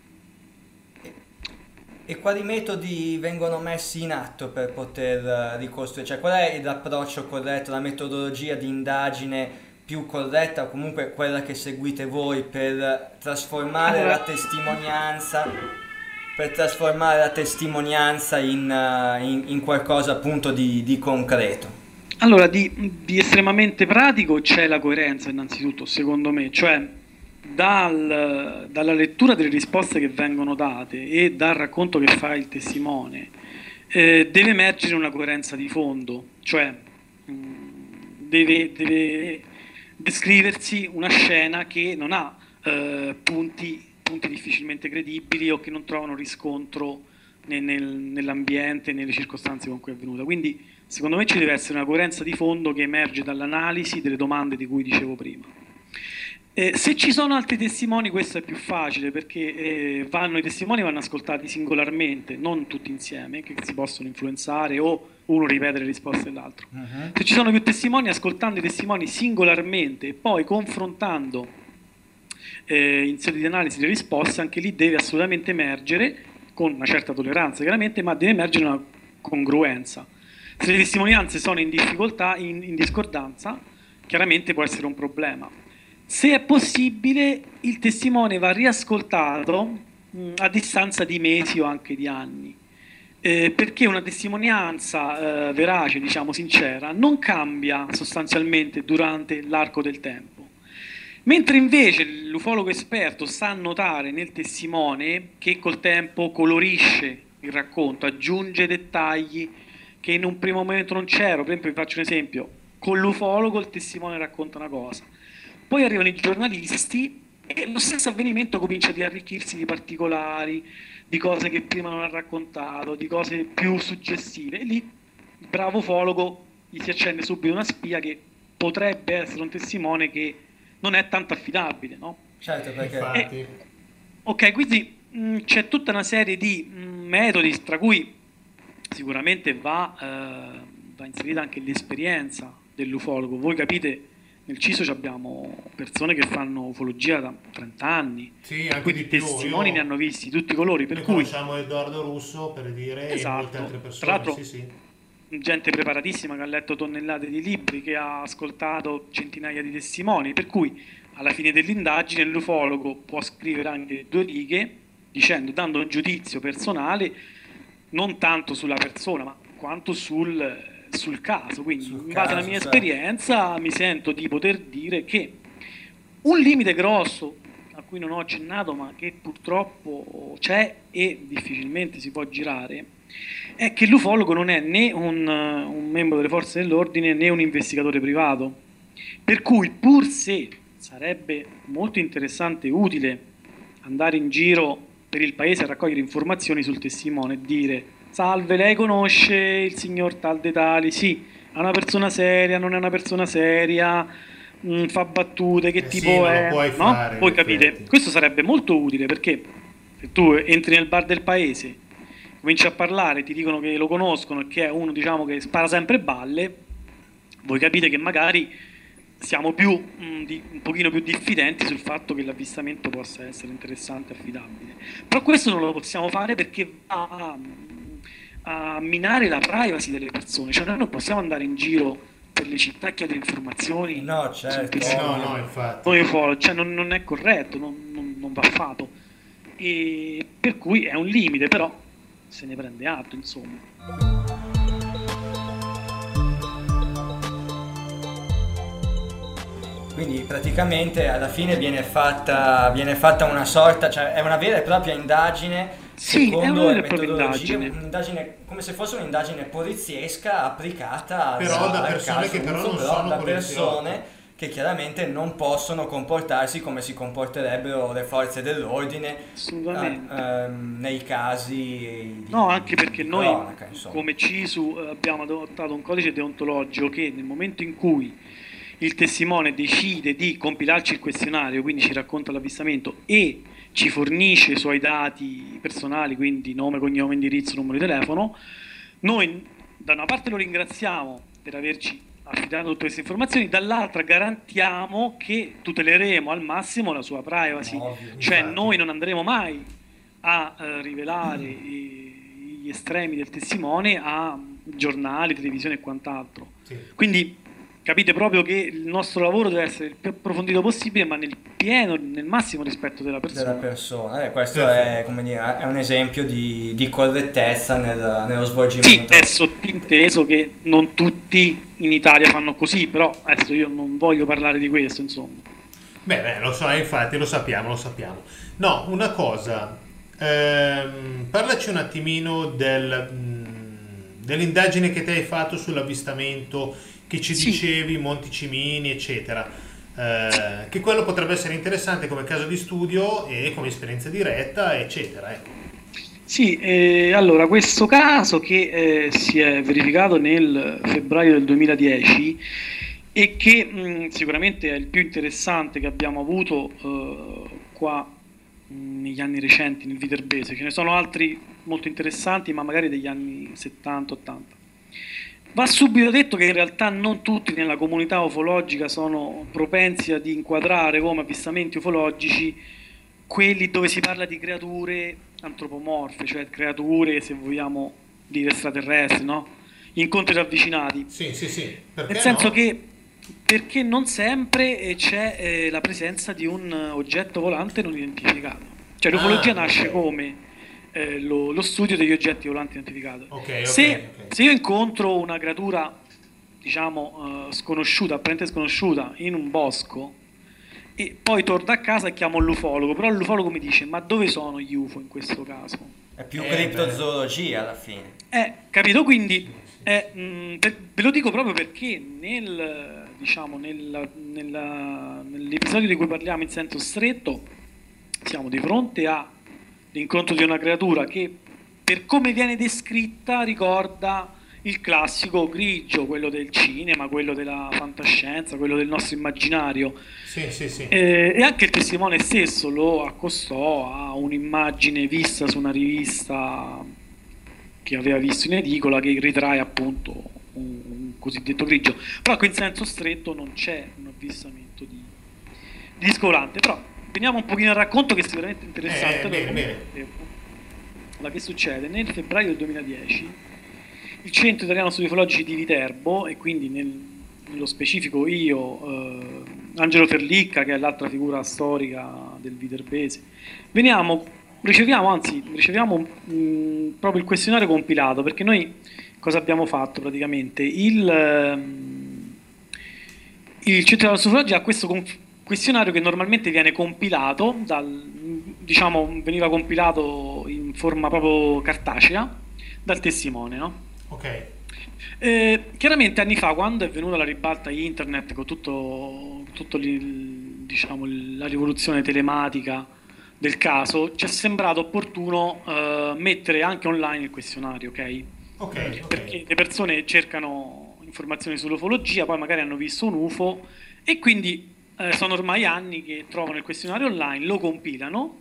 E quali metodi vengono messi in atto per poter eh, ricostruire? Cioè, qual è l'approccio corretto, la metodologia di indagine più corretta, o comunque quella che seguite voi per trasformare Allora- la testimonianza, per trasformare la testimonianza in, eh, in- in qualcosa appunto di, di concreto? Allora, di, di estremamente pratico c'è la coerenza innanzitutto, secondo me, cioè dal- dalla lettura delle risposte che vengono date e dal racconto che fa il testimone, eh, deve emergere una coerenza di fondo, cioè mh, deve, deve descriversi una scena che non ha eh, punti, punti difficilmente credibili o che non trovano riscontro nel- nel- nell'ambiente, nelle circostanze con cui è avvenuta. Quindi secondo me ci deve essere una coerenza di fondo che emerge dall'analisi delle domande di cui dicevo prima. Eh, se ci sono altri testimoni questo è più facile, perché eh, vanno, i testimoni vanno ascoltati singolarmente, non tutti insieme, che si possono influenzare o uno ripete le risposte dell'altro. Se ci sono più testimoni, ascoltando i testimoni singolarmente e poi confrontando eh, in sede di analisi delle risposte, anche lì deve assolutamente emergere, con una certa tolleranza chiaramente, ma deve emergere una congruenza. Se le testimonianze sono in difficoltà, in, in discordanza, chiaramente può essere un problema. Se è possibile, il testimone va riascoltato mh, a distanza di mesi o anche di anni, eh, perché una testimonianza eh, verace, diciamo sincera, non cambia sostanzialmente durante l'arco del tempo. Mentre invece l'ufologo esperto sa notare nel testimone che col tempo colorisce il racconto, aggiunge dettagli che in un primo momento non c'erano. Per esempio, vi faccio un esempio: con l'ufologo il testimone racconta una cosa, poi arrivano i giornalisti e lo stesso avvenimento comincia ad arricchirsi di particolari, di cose che prima non ha raccontato, di cose più suggestive, e lì il bravo ufologo gli si accende subito una spia che potrebbe essere un testimone che non è tanto affidabile, no? Certo, perché... Infatti. E, ok, quindi mh, c'è tutta una serie di mh, metodi, tra cui sicuramente va, eh, va inserita anche l'esperienza dell'ufologo. Voi capite, nel C I S O abbiamo persone che fanno ufologia da trenta anni, Sì, anche quindi di più. testimoni Io- ne hanno visti tutti i colori, per Noi cui conosciamo Edoardo Russo, per dire, e Esatto. molte altre Tra persone. l'altro- Sì, sì. gente preparatissima che ha letto tonnellate di libri, che ha ascoltato centinaia di testimoni, per cui alla fine dell'indagine l'ufologo può scrivere anche due righe dicendo, dando un giudizio personale non tanto sulla persona ma quanto sul, sul caso. Quindi Sul in base alla caso, mia certo. esperienza mi sento di poter dire che un limite grosso a cui non ho accennato ma che purtroppo c'è e difficilmente si può girare è che l'ufologo non è né un, un membro delle forze dell'ordine né un investigatore privato, per cui pur se sarebbe molto interessante e utile andare in giro per il paese a raccogliere informazioni sul testimone e dire: salve, lei conosce il signor tal dei tali? Sì, è una persona seria, non è una persona seria, mh, fa battute, che Eh sì, tipo non lo è, puoi no? fare, Voi in capite, effetti. questo sarebbe molto utile, perché se tu entri nel bar del paese, cominci a parlare, ti dicono che lo conoscono e che è uno, diciamo, che spara sempre balle, voi capite che magari siamo più mh, di- un pochino più diffidenti sul fatto che l'avvistamento possa essere interessante e affidabile. Però questo non lo possiamo fare perché va a, a minare la privacy delle persone, cioè noi non possiamo andare in giro per le città a chiedere informazioni. No, sul certo. Eh, testimone. no, no, infatti. Noi ufologi, cioè non, non è corretto, non, non- non va fatto. E per cui è un limite, però se ne prende atto, insomma. Quindi praticamente alla fine viene fatta, viene fatta una sorta, cioè è una vera e propria indagine Sì, è secondo una vera le e propria metodologie, indagine. un'indagine come se fosse un'indagine poliziesca applicata al, Però da al persone caso che però U F O, non però sono da poliziotti. persone che chiaramente non possono comportarsi come si comporterebbero le forze dell'ordine Assolutamente. eh, ehm, nei casi di, No, anche perché di noi cronaca, insomma. come C I S U eh, abbiamo adottato un codice deontologico che nel momento in cui il testimone decide di compilarci il questionario, quindi ci racconta l'avvistamento e ci fornisce i suoi dati personali, quindi nome, cognome, indirizzo, numero di telefono, noi da una parte lo ringraziamo per averci affidato tutte queste informazioni, dall'altra garantiamo che tuteleremo al massimo la sua privacy, Ovvio, cioè infatti. noi non andremo mai a eh, rivelare i- gli estremi del testimone a giornali, televisione e quant'altro. Sì. Quindi capite proprio che il nostro lavoro deve essere il più approfondito possibile, ma nel pieno, nel massimo rispetto della persona. della persona. Eh, questo Perfetto. è, come dire, è un esempio di, di correttezza nel- nello Sì, svolgimento. è sottinteso che non tutti in Italia fanno così, però adesso io non voglio parlare di questo, insomma. Beh, beh, lo so, infatti, lo sappiamo, lo sappiamo. No, una cosa, ehm, parlaci un attimino del, mh, dell'indagine che te hai fatto sull'avvistamento che ci Sì. dicevi, Monti Cimini, eccetera. Eh, che quello potrebbe essere interessante come caso di studio e come esperienza diretta, eccetera. Ecco. Sì, eh, allora questo caso che eh, si è verificato nel febbraio del duemiladieci e che mh, sicuramente è il più interessante che abbiamo avuto eh, qua mh, negli anni recenti nel Viterbese. Ce ne sono altri molto interessanti, ma magari degli anni settanta ottanta. Va subito detto che in realtà non tutti nella comunità ufologica sono propensi ad inquadrare come avvistamenti ufologici quelli dove si parla di creature antropomorfe, cioè creature, se vogliamo dire, extraterrestri, no? Incontri ravvicinati. Sì, sì, sì. Perché Nel senso no? che perché non sempre eh, c'è eh, la presenza di un eh, oggetto volante non identificato. Cioè l'ufologia Ah, nasce ok. come eh, lo, lo studio degli oggetti volanti identificati. Ok, ok, Se, ok. se io incontro una creatura, diciamo, eh, sconosciuta, apparentemente sconosciuta, in un bosco, e poi torno a casa e chiamo l'ufologo, però l'ufologo mi dice: ma dove sono gli U F O in questo caso? È più Eh, criptozoologia alla fine. Eh, capito? Quindi eh, mh, per- ve lo dico proprio perché nel, diciamo, nella- nella- nell'episodio di cui parliamo in senso stretto siamo di fronte all'incontro di una creatura che, per come viene descritta, ricorda il classico grigio, quello del cinema, quello della fantascienza, quello del nostro immaginario. Sì, sì, sì. Eh, e anche il testimone stesso lo accostò a un'immagine vista su una rivista che aveva visto in edicola, che ritrae appunto un, un cosiddetto grigio. Però qui in senso stretto non c'è un avvistamento di, di disco volante. Però veniamo un pochino al racconto, che è sicuramente interessante. Eh, bene, bene. Allora, che succede? Nel febbraio del duemiladieci il Centro Italiano Studi Ufologici di Viterbo, e quindi nel- nello specifico io, eh, Angelo Ferlicca, che è l'altra figura storica del viterbese, veniamo, riceviamo, anzi, riceviamo mh, proprio il questionario compilato, perché noi cosa abbiamo fatto praticamente? Il, ehm, il Centro Italiano Studi Ufologici ha questo conf- questionario che normalmente viene compilato, dal, diciamo, veniva compilato in forma proprio cartacea dal testimone, no? Ok. Eh, chiaramente anni fa, quando è venuta la ribalta internet con tutto, tutto il- diciamo, il- la rivoluzione telematica del caso, ci è sembrato opportuno eh, mettere anche online il questionario, ok? Ok, ok. Perché le persone cercano informazioni sull'ufologia, poi magari hanno visto un U F O e quindi eh, sono ormai anni che trovano il questionario online, lo compilano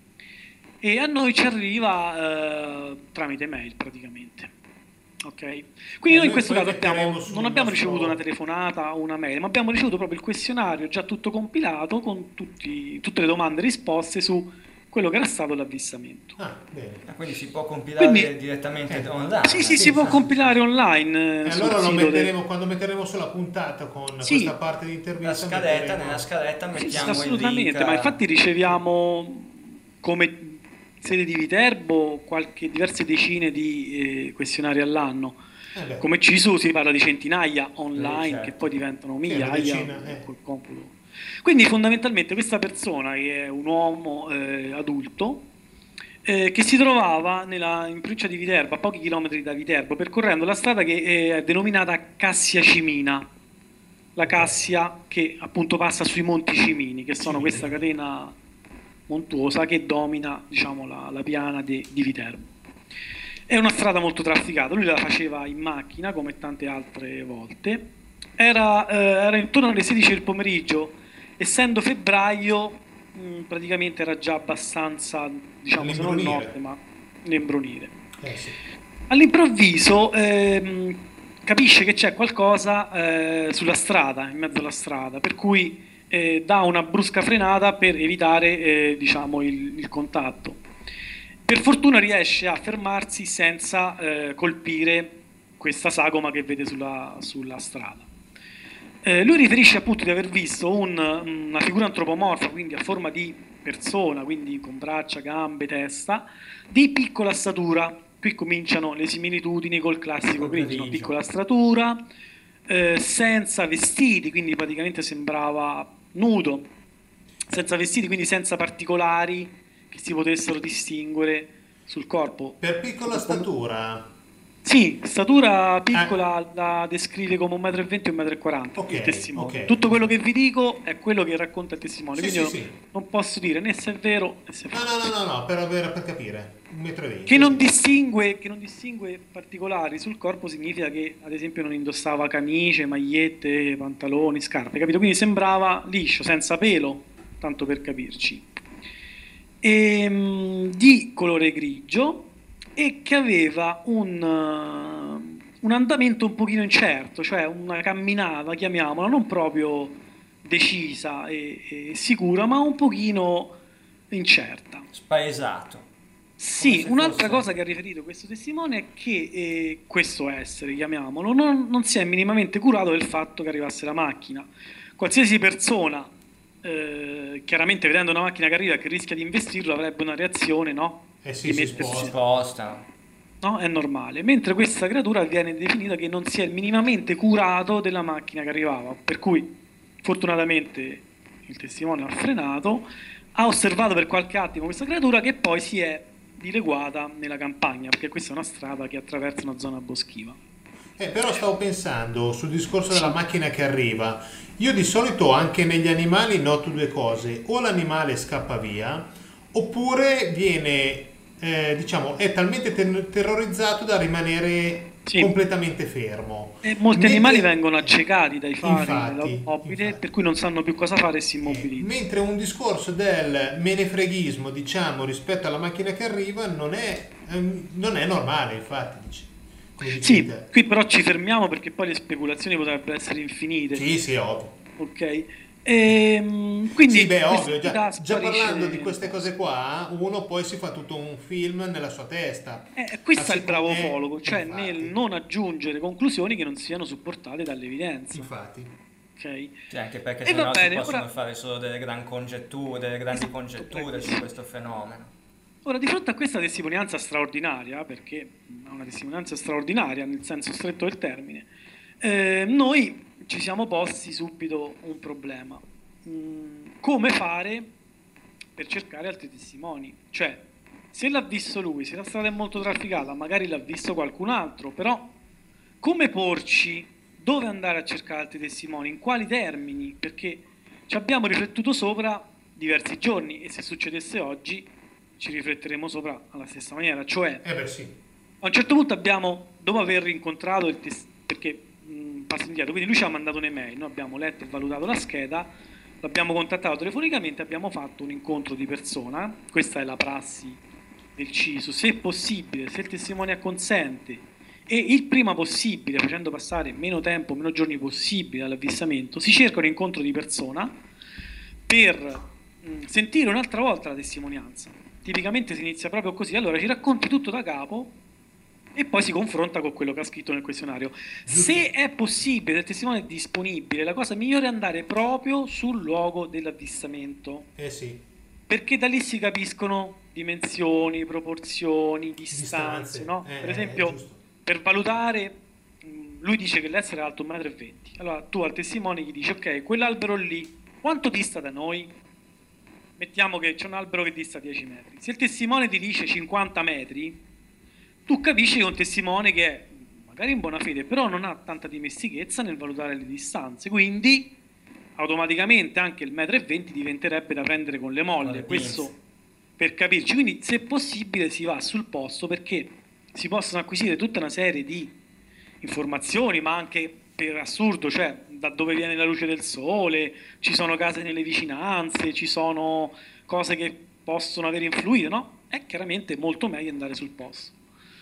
e a noi ci arriva eh, tramite mail praticamente. Ok, quindi Eh, noi noi in questo poi caso abbiamo, metteremo sul non abbiamo nostro- ricevuto una telefonata o una mail, ma abbiamo ricevuto proprio il questionario già tutto compilato con tutti- tutte le domande e risposte su quello che era stato l'avvistamento. Ah, bene. Ah, quindi si può compilare Quindi- direttamente Eh. online. Sì, sì, si può compilare online. eh, E sul allora lo sito del- metteremo, quando metteremo sulla puntata con Sì. questa parte di La intervista. scaletta, metteremo- nella scaletta Sì, mettiamo assolutamente, il link. ma infatti riceviamo come sede di Viterbo qualche, diverse decine di eh, questionari all'anno. Eh beh. Come C I S U si parla di centinaia online, Eh, certo. che poi diventano una migliaia decina, eh. col computo. Quindi fondamentalmente questa persona, che è un uomo eh, adulto, eh, che si trovava nella, in provincia di Viterbo, a pochi chilometri da Viterbo, percorrendo la strada che eh, è denominata Cassia Cimina, la Cassia che appunto passa sui Monti Cimini, che sono Cimini. questa catena montuosa che domina, diciamo, la, la piana de- di Viterbo. È una strada molto trafficata, lui la faceva in macchina come tante altre volte. Era, eh, era intorno alle sedici del pomeriggio, essendo febbraio, mh, praticamente era già abbastanza, diciamo, se non L'imbrunire. notte, ma l'imbrunire. Eh, sì. All'improvviso ehm, capisce che c'è qualcosa eh, sulla strada, in mezzo alla strada, per cui eh, dà una brusca frenata per evitare eh, diciamo, il, il contatto. Per fortuna riesce a fermarsi senza eh, colpire questa sagoma che vede sulla, sulla strada. Eh, lui riferisce appunto di aver visto un- una figura antropomorfa, quindi a forma di persona, quindi con braccia, gambe, testa, di piccola statura. Qui cominciano le similitudini col classico Col grigio, grigio. piccola statura, eh, senza vestiti, quindi praticamente sembrava nudo, senza vestiti, quindi senza particolari che si potessero distinguere sul corpo. Per piccola statura. Sì, statura piccola, la descrive come un metro e venti o un metro e quaranta Ok, il testimone. ok. Tutto quello che vi dico è quello che racconta il testimone, Sì, quindi sì, io sì. non posso dire né se è vero né se è No, falso. no, no, no, no, per, avere- per capire. Un metro e venti. Che non, distingue, che non distingue particolari sul corpo significa che, ad esempio, non indossava camicie, magliette, pantaloni, scarpe, capito? Quindi sembrava liscio, senza pelo, tanto per capirci. Ehm, di colore grigio e che aveva un, eh, un andamento un pochino incerto, cioè una camminata, chiamiamola, non proprio decisa e, e sicura, ma un pochino incerta. Spaesato. Sì, se un'altra fosse- cosa che ha riferito questo testimone è che eh, questo essere, chiamiamolo, non, non si è minimamente curato del fatto che arrivasse la macchina. Qualsiasi persona, eh, chiaramente vedendo una macchina che arriva e che rischia di investirlo, avrebbe una reazione, no? Eh sì, Di si mettersi- sposta. Sposta. no? È normale. Mentre questa creatura viene definita che non si è minimamente curato della macchina che arrivava. Per cui, fortunatamente, il testimone ha frenato, ha osservato per qualche attimo questa creatura che poi si è dileguata nella campagna, perché questa è una strada che attraversa una zona boschiva. Eh, però stavo pensando sul discorso della macchina che arriva. Io di solito anche negli animali noto due cose: o l'animale scappa via, oppure viene, eh, diciamo, è talmente ter- terrorizzato da rimanere Sì. completamente fermo. E molti Mentre- animali vengono accecati dai fari Infatti, dell'automobile, infatti. per cui non sanno più cosa fare e si Eh, immobilizzano. mentre un discorso del menefreghismo, diciamo, rispetto alla macchina che arriva non è, ehm, non è normale, infatti. dici- come dici Sì, te. qui però ci fermiamo perché poi le speculazioni potrebbero essere infinite. Sì, sì, ovvio. Ok? Ehm, quindi Sì, beh, questa ovvio, già, entità già sparisce- parlando di queste cose qua, uno poi si fa tutto un film nella sua testa. Eh, questo Ah, è il sì, bravo eh, ufologo, cioè infatti. nel non aggiungere conclusioni che non siano supportate dall'evidenza. Infatti. Ok? Sì, anche perché E se va no bene, si possono ora- fare solo delle grandi congetture, delle grandi Esatto, congetture su bravissimo. questo fenomeno. Ora, di fronte a questa testimonianza straordinaria, perché è una testimonianza straordinaria nel senso stretto del termine, eh, noi ci siamo posti subito un problema. Mm, come fare per cercare altri testimoni? Cioè, se l'ha visto lui, se la strada è molto trafficata, magari l'ha visto qualcun altro, però come porci? Dove andare a cercare altri testimoni? In quali termini? Perché ci abbiamo riflettuto sopra diversi giorni e se succedesse oggi ci rifletteremo sopra alla stessa maniera, cioè Eh beh sì. a un certo punto abbiamo, dopo aver incontrato il tes- perché mh, passo indietro, quindi lui ci ha mandato un'email, noi abbiamo letto e valutato la scheda, l'abbiamo contattato telefonicamente, abbiamo fatto un incontro di persona, questa è la prassi del C I S U, se è possibile, se il testimone acconsente e il prima possibile, facendo passare meno tempo, meno giorni possibile all'avvistamento, si cerca un incontro di persona per mh, sentire un'altra volta la testimonianza. Tipicamente si inizia proprio così, allora ci racconti tutto da capo e poi si confronta con quello che ha scritto nel questionario. Se è possibile, se il testimone è disponibile, la cosa migliore è andare proprio sul luogo dell'avvistamento, Eh sì. perché da lì si capiscono dimensioni, proporzioni, distanze, Distanze. no? Eh, Per eh, esempio, giusto. per valutare, mh, lui dice che l'essere è alto un metro e venti, allora tu al testimone gli dici, ok, quell'albero lì, quanto dista da noi? Mettiamo che c'è un albero che dista dieci metri. Se il testimone ti dice cinquanta metri, tu capisci che è un testimone che è magari in buona fede, però non ha tanta dimestichezza nel valutare le distanze, quindi automaticamente anche il metro e venti diventerebbe da prendere con le Con molle. le Questo pinze. per capirci. Quindi se possibile si va sul posto perché si possono acquisire tutta una serie di informazioni, ma anche per assurdo, cioè da dove viene la luce del sole, ci sono case nelle vicinanze, ci sono cose che possono aver influito, no? È chiaramente molto meglio andare sul posto.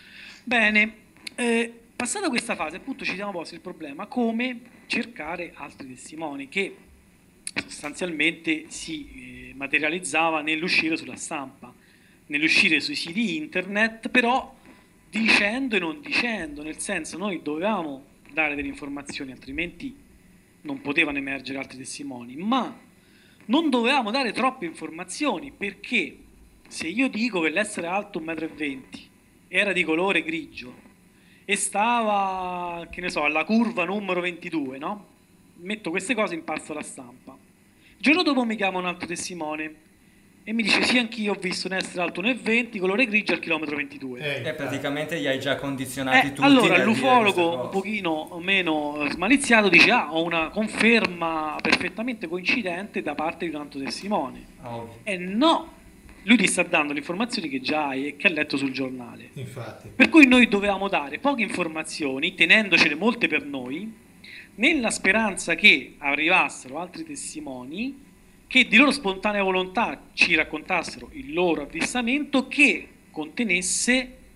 Bene, eh, passata questa fase, appunto ci siamo posti il problema come cercare altri testimoni che sostanzialmente si eh, materializzava nell'uscire sulla stampa, nell'uscire sui siti internet, però dicendo e non dicendo, nel senso noi dovevamo dare delle informazioni, altrimenti non potevano emergere altri testimoni, ma non dovevamo dare troppe informazioni perché se io dico che l'essere alto un metro e venti era di colore grigio e stava, che ne so, alla curva numero ventidue, no? Metto queste cose in pasto alla stampa. Il giorno dopo mi chiama un altro testimone e mi dice sì, anch'io ho visto un essere alto uno e venti, colore grigio al chilometro ventidue. Eh, E praticamente li hai già condizionati Eh, tutti. allora nel dire l'ufologo queste un cose. pochino meno smaliziato dice ah, ho una conferma perfettamente coincidente da parte di un altro testimone. Ovvio. E no, lui ti sta dando le informazioni che già hai e che ha letto sul giornale. infatti. Per cui noi dovevamo dare poche informazioni, tenendocele molte per noi, nella speranza che arrivassero altri testimoni che di loro spontanea volontà ci raccontassero il loro avvistamento che contenesse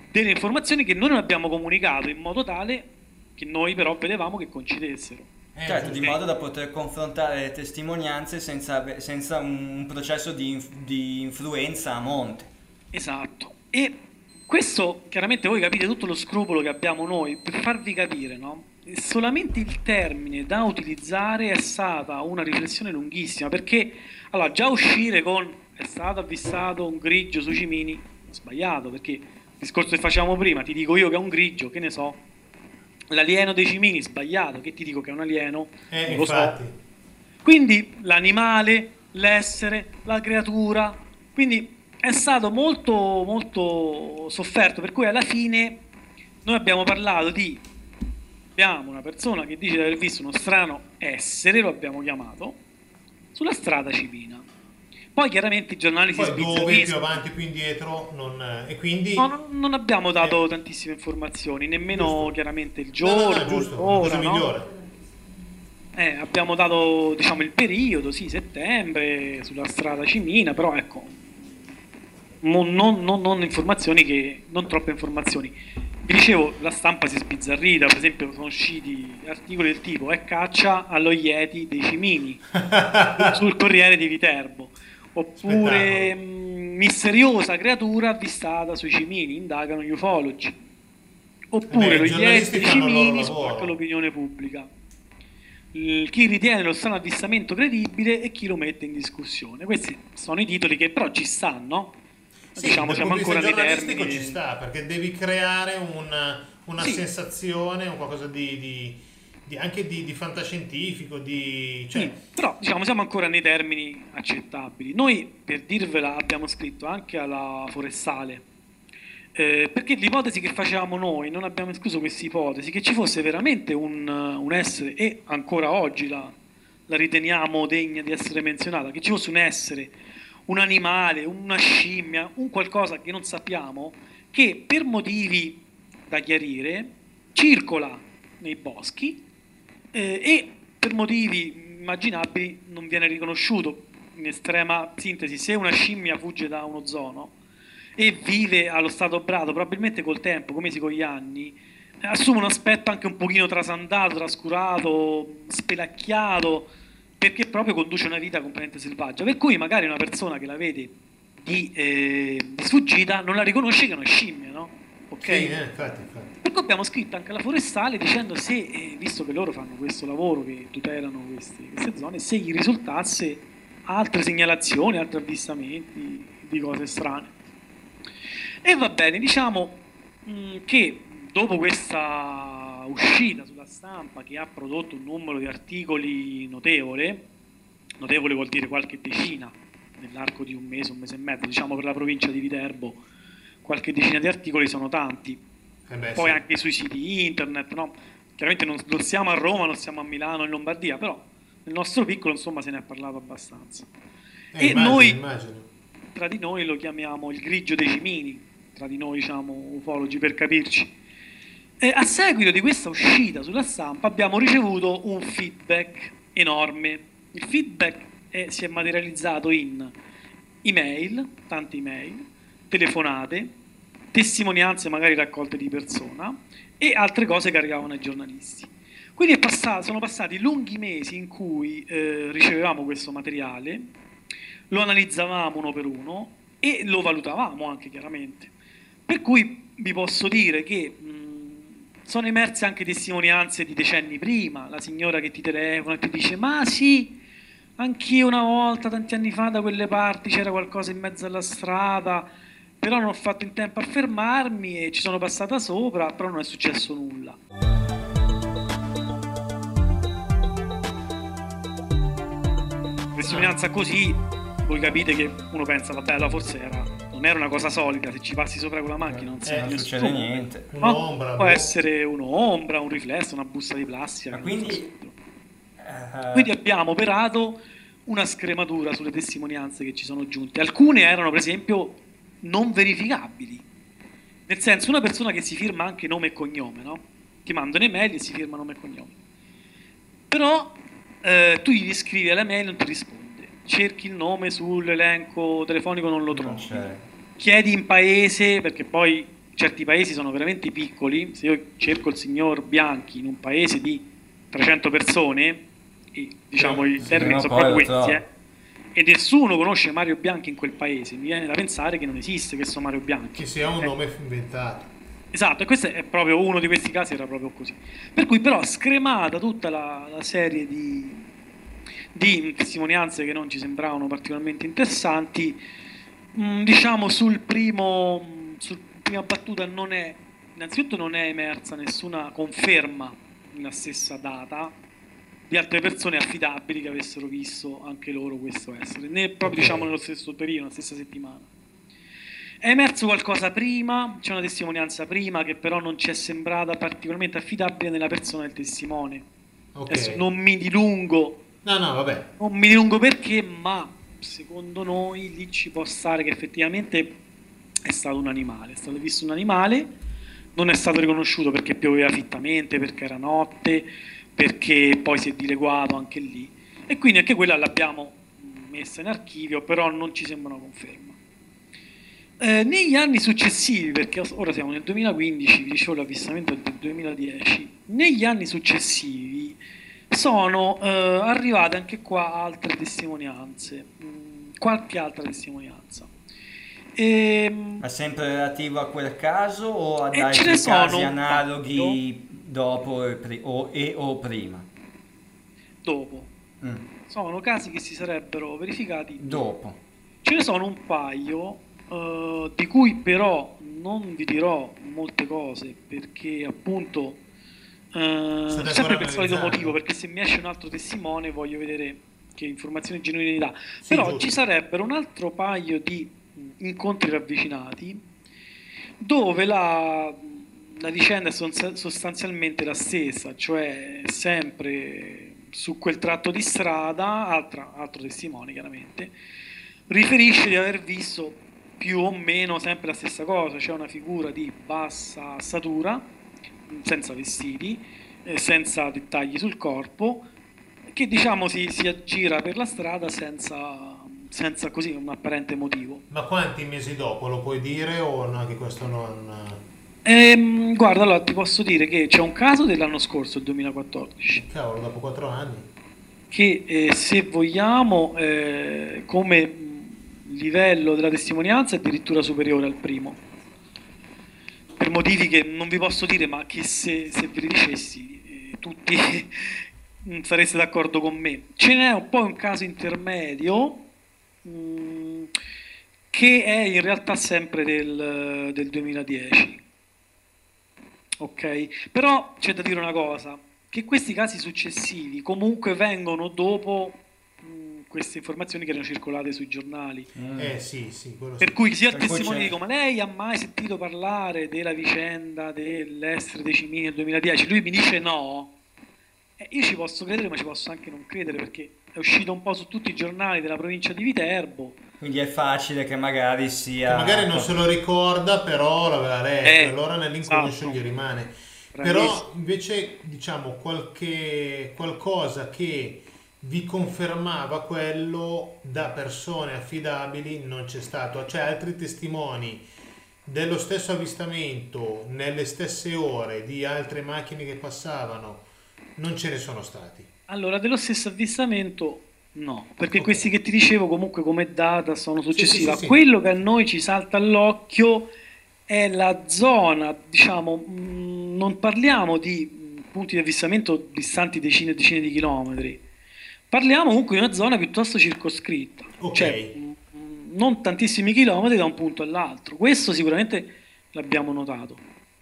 delle informazioni che noi non abbiamo comunicato in modo tale che noi però vedevamo che coincidessero. Eh, Certo, di giusto. modo da poter confrontare le testimonianze senza, ave- senza un, un processo di, inf- di influenza a monte. Esatto. E questo chiaramente voi capite tutto lo scrupolo che abbiamo noi per farvi capire, no? Solamente il termine da utilizzare è stata una riflessione lunghissima, perché allora già uscire con è stato avvistato un grigio sui cimini è sbagliato, perché il discorso che facevamo prima, ti dico io che è un grigio, che ne so, l'alieno dei cimini sbagliato, che ti dico che è un alieno, Eh, non lo so. infatti. Quindi l'animale, l'essere, la creatura, quindi è stato molto molto sofferto, per cui alla fine noi abbiamo parlato di abbiamo una persona che dice di aver visto uno strano essere, lo abbiamo chiamato, sulla strada cimina. Poi chiaramente i giornali si Poi dove, più sbizzarriscono. avanti, più indietro, non, e quindi... No, no, non abbiamo dato Eh. tantissime informazioni, nemmeno Giusto. chiaramente il No, giorno, no, no, giusto, una l'ora, cosa no? migliore. Eh, abbiamo dato, diciamo, il periodo, sì, settembre, sulla strada Cimina, però ecco, non, non- non- non informazioni che, non troppe informazioni. Vi dicevo, la stampa si è sbizzarrita, per esempio sono usciti articoli del tipo è caccia allo Yeti dei Cimini sul Corriere di Viterbo, oppure mh, misteriosa creatura avvistata sui Cimini, indagano gli ufologi, oppure Beh, i lo giornalisti Yeti dei fanno il loro Cimini lavoro. spacca l'opinione pubblica. Il- chi ritiene lo strano avvistamento credibile e chi lo mette in discussione. Questi sono i titoli che però ci stanno. Sì, Diciamo, dal siamo punto di ancora vista nei giornalistico termini. ci sta, perché devi creare una, una Sì. sensazione, un qualcosa di, di- di- anche di, di fantascientifico, di... Cioè, Sì, però diciamo siamo ancora nei termini accettabili. Noi, per dirvela, abbiamo scritto anche alla Forestale, eh, perché l'ipotesi che facevamo noi, non abbiamo escluso questa ipotesi, che ci fosse veramente un, un essere, e ancora oggi la, la riteniamo degna di essere menzionata, che ci fosse un essere, un animale, una scimmia, un qualcosa che non sappiamo, che per motivi da chiarire circola nei boschi eh, e per motivi immaginabili non viene riconosciuto. In estrema sintesi, se una scimmia fugge da uno zoo e vive allo stato brado, probabilmente col tempo, come si con gli anni, eh, assume un aspetto anche un pochino trasandato, trascurato, spelacchiato, perché proprio conduce una vita completamente selvaggia. Per cui magari una persona che la vede di, eh, di sfuggita non la riconosce che è una scimmia, no? Ok? sì, eh, infatti, infatti. Per cui abbiamo scritto anche alla Forestale dicendo se, eh, visto che loro fanno questo lavoro, che tutelano questi- queste zone, se gli risultasse altre segnalazioni, altri avvistamenti di cose strane. E va bene, diciamo mh, che dopo questa uscita sulla stampa che ha prodotto un numero di articoli notevole, notevole vuol dire qualche decina nell'arco di un mese, un mese e mezzo, diciamo per la provincia di Viterbo, qualche decina di articoli sono tanti. Eh beh, Poi sì. anche sui siti internet, no? Chiaramente non, non siamo a Roma, non siamo a Milano, in Lombardia, però nel nostro piccolo insomma se ne è parlato abbastanza. Eh, e immagino, noi immagino. tra di noi lo chiamiamo il grigio dei cimini, tra di noi diciamo ufologi per capirci. E a seguito di questa uscita sulla stampa abbiamo ricevuto un feedback enorme. Il feedback è- si è materializzato in email, tante email, telefonate, testimonianze magari raccolte di persona e altre cose che arrivavano ai giornalisti. Quindi è passato- sono passati lunghi mesi in cui eh, ricevevamo questo materiale, lo analizzavamo uno per uno e lo valutavamo anche chiaramente. Per cui vi posso dire che mh, sono emerse anche testimonianze di decenni prima, la signora che ti telefona e ti dice ma sì, anch'io una volta, tanti anni fa, da quelle parti c'era qualcosa in mezzo alla strada, però non ho fatto in tempo a fermarmi e ci sono passata sopra, però non è successo nulla. Testimonianza così, voi capite che uno pensa, vabbè, allora forse era, non era una cosa solida, se ci passi sopra con la macchina non Eh, senti non nessuno. succede niente. No? Un'ombra, Può boh. essere un'ombra, un riflesso, una busta di plastica. Ma che non quindi, so. eh, Quindi abbiamo operato una scrematura sulle testimonianze che ci sono giunte. Alcune erano, per esempio, non verificabili. Nel senso, una persona che si firma anche nome e cognome, no? Ti manda un'email e si firma nome e cognome. Però eh, tu gli scrivi alla mail e non ti risponde. Cerchi il nome sull'elenco telefonico, non lo non trovi. c'è. Chiedi in paese, perché poi certi paesi sono veramente piccoli. Se io cerco il signor Bianchi in un paese di trecento persone, e diciamo i Sì, termini no, sono poi proprio lo questi, so. eh, e nessuno conosce Mario Bianchi in quel paese, mi viene da pensare che non esiste questo Mario Bianchi. Che sia un Eh, nome inventato. Esatto, e questo è proprio uno di questi casi, era proprio così. Per cui però scremata tutta la, la serie di, di testimonianze che non ci sembravano particolarmente interessanti, mh, diciamo sul primo, sul prima battuta non è, innanzitutto non è emersa nessuna conferma nella stessa data di altre persone affidabili che avessero visto anche loro questo essere, né proprio Ok. diciamo nello stesso periodo, nella stessa settimana. È emerso qualcosa prima, c'è una testimonianza prima che però non ci è sembrata particolarmente affidabile nella persona del testimone. Ok. Adesso non mi dilungo, No, no, vabbè. non mi dilungo perché, ma secondo noi lì ci può stare che effettivamente è stato un animale, è stato visto un animale, non è stato riconosciuto perché pioveva fittamente, perché era notte, perché poi si è dileguato anche lì, e quindi anche quella l'abbiamo messa in archivio, però non ci sembra una conferma. Eh, negli anni successivi, perché ora siamo nel duemilaquindici, vi dicevo l'avvistamento è del duemiladieci, negli anni successivi sono eh, arrivate anche qua altre testimonianze, mh, qualche altra testimonianza. Ehm, Ma sempre relativo a quel caso o ad E ce altri ne sono casi un analoghi dopo e, pri- o, e o prima? dopo, Mm, sono casi che si sarebbero verificati. Dopo. Ce ne sono un paio, eh, di cui però non vi dirò molte cose, perché appunto, eh, ancora sempre per il solito analizzando. motivo, perché se mi esce un altro testimone voglio vedere che informazioni genuine mi dà. Sì, Però giusto. ci sarebbero un altro paio di mh, incontri ravvicinati dove la, la vicenda è son- sostanzialmente la stessa, cioè sempre su quel tratto di strada, altra- altro testimone chiaramente, riferisce di aver visto più o meno sempre la stessa cosa, cioè una figura di bassa statura, senza vestiti, eh, senza dettagli sul corpo, che diciamo si, si aggira per la strada senza, senza così un apparente motivo. Ma quanti mesi dopo lo puoi dire o no, che questo non... Ehm, guarda, allora ti posso dire che c'è un caso dell'anno scorso, il duemilaquattordici, Cavolo, dopo quattro anni. che eh, se vogliamo eh, come mh, livello della testimonianza è addirittura superiore al primo, per motivi che non vi posso dire, ma che se, se ve li dicessi eh, tutti non sareste d'accordo con me. Ce n'è un po' un caso intermedio mh, che è in realtà sempre del, del duemiladieci. Ok, però c'è da dire una cosa, che questi casi successivi comunque vengono dopo mh, queste informazioni che erano circolate sui giornali. Mm. Eh sì, sì, quello Per sì. cui sia il Per cui testimone c'è- dico, ma lei ha mai sentito parlare della vicenda dell'essere dei cimini nel duemiladieci? Lui mi dice no. Eh, io ci posso credere, ma ci posso anche non credere, perché è uscito un po' su tutti i giornali della provincia di Viterbo. Quindi è facile che magari Che sia... magari non se lo ricorda, però l'aveva letto, Eh, allora nell'inconscio esatto. gli rimane. Bravissimo. Però invece, diciamo, qualche qualcosa che vi confermava quello da persone affidabili non c'è stato. Cioè altri testimoni dello stesso avvistamento nelle stesse ore di altre macchine che passavano non ce ne sono stati. Allora, dello stesso avvistamento no, perché Ok. questi che ti dicevo comunque come data sono successivi. sì, A sì, sì. quello che a noi ci salta all'occhio è la zona, diciamo, mh, non parliamo di mh, punti di avvistamento distanti decine e decine di chilometri, parliamo comunque di una zona piuttosto circoscritta, Ok. cioè mh, mh, non tantissimi chilometri da un punto all'altro. Questo sicuramente l'abbiamo notato.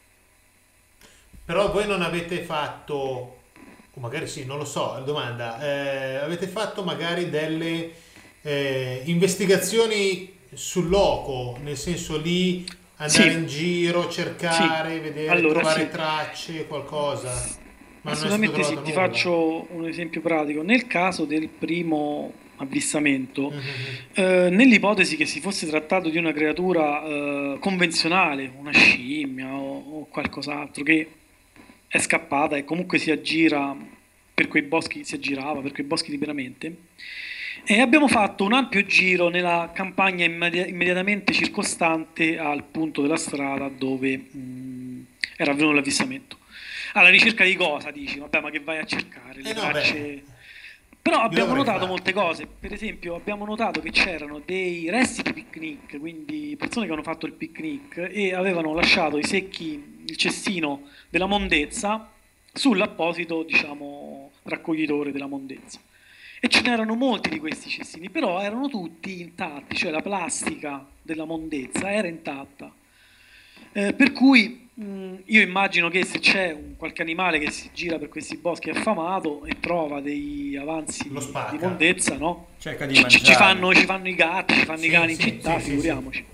Però voi non avete fatto, o magari sì, non lo so, domanda, eh, avete fatto magari delle eh, investigazioni sul loco, nel senso lì andare Sì. in giro, cercare, Sì. vedere, Allora, trovare sì. tracce, qualcosa? Ma non è stato Assolutamente sì, trovato ti nulla? faccio un esempio pratico. Nel caso del primo avvistamento, Mhm. eh, nell'ipotesi che si fosse trattato di una creatura eh, convenzionale, una scimmia o, o qualcos'altro che è scappata e comunque si aggira per quei boschi, si aggirava per quei boschi liberamente, E abbiamo fatto un ampio giro nella campagna immedi- immediatamente circostante al punto della strada dove mh, era avvenuto l'avvistamento. Alla ricerca di cosa, dici? Vabbè, ma che vai a cercare? Le Eh no, tracce... beh, Però io abbiamo l'avrei notato fatto. molte cose. Per esempio, abbiamo notato che c'erano dei resti di picnic, quindi persone che hanno fatto il picnic e avevano lasciato i secchi, il cestino della mondezza sull'apposito, diciamo, raccoglitore della mondezza. E ce n'erano molti di questi cestini, però erano tutti intatti, cioè la plastica della mondezza era intatta. Eh, per cui mh, io immagino che se c'è un, qualche animale che si gira per questi boschi affamato e trova dei avanzi Lo di spacca. mondezza, no? Cerca di Ci, ci- ci mangiare. fanno, ci fanno i gatti, ci fanno Sì, i cani in sì, città, sì, sì, figuriamoci.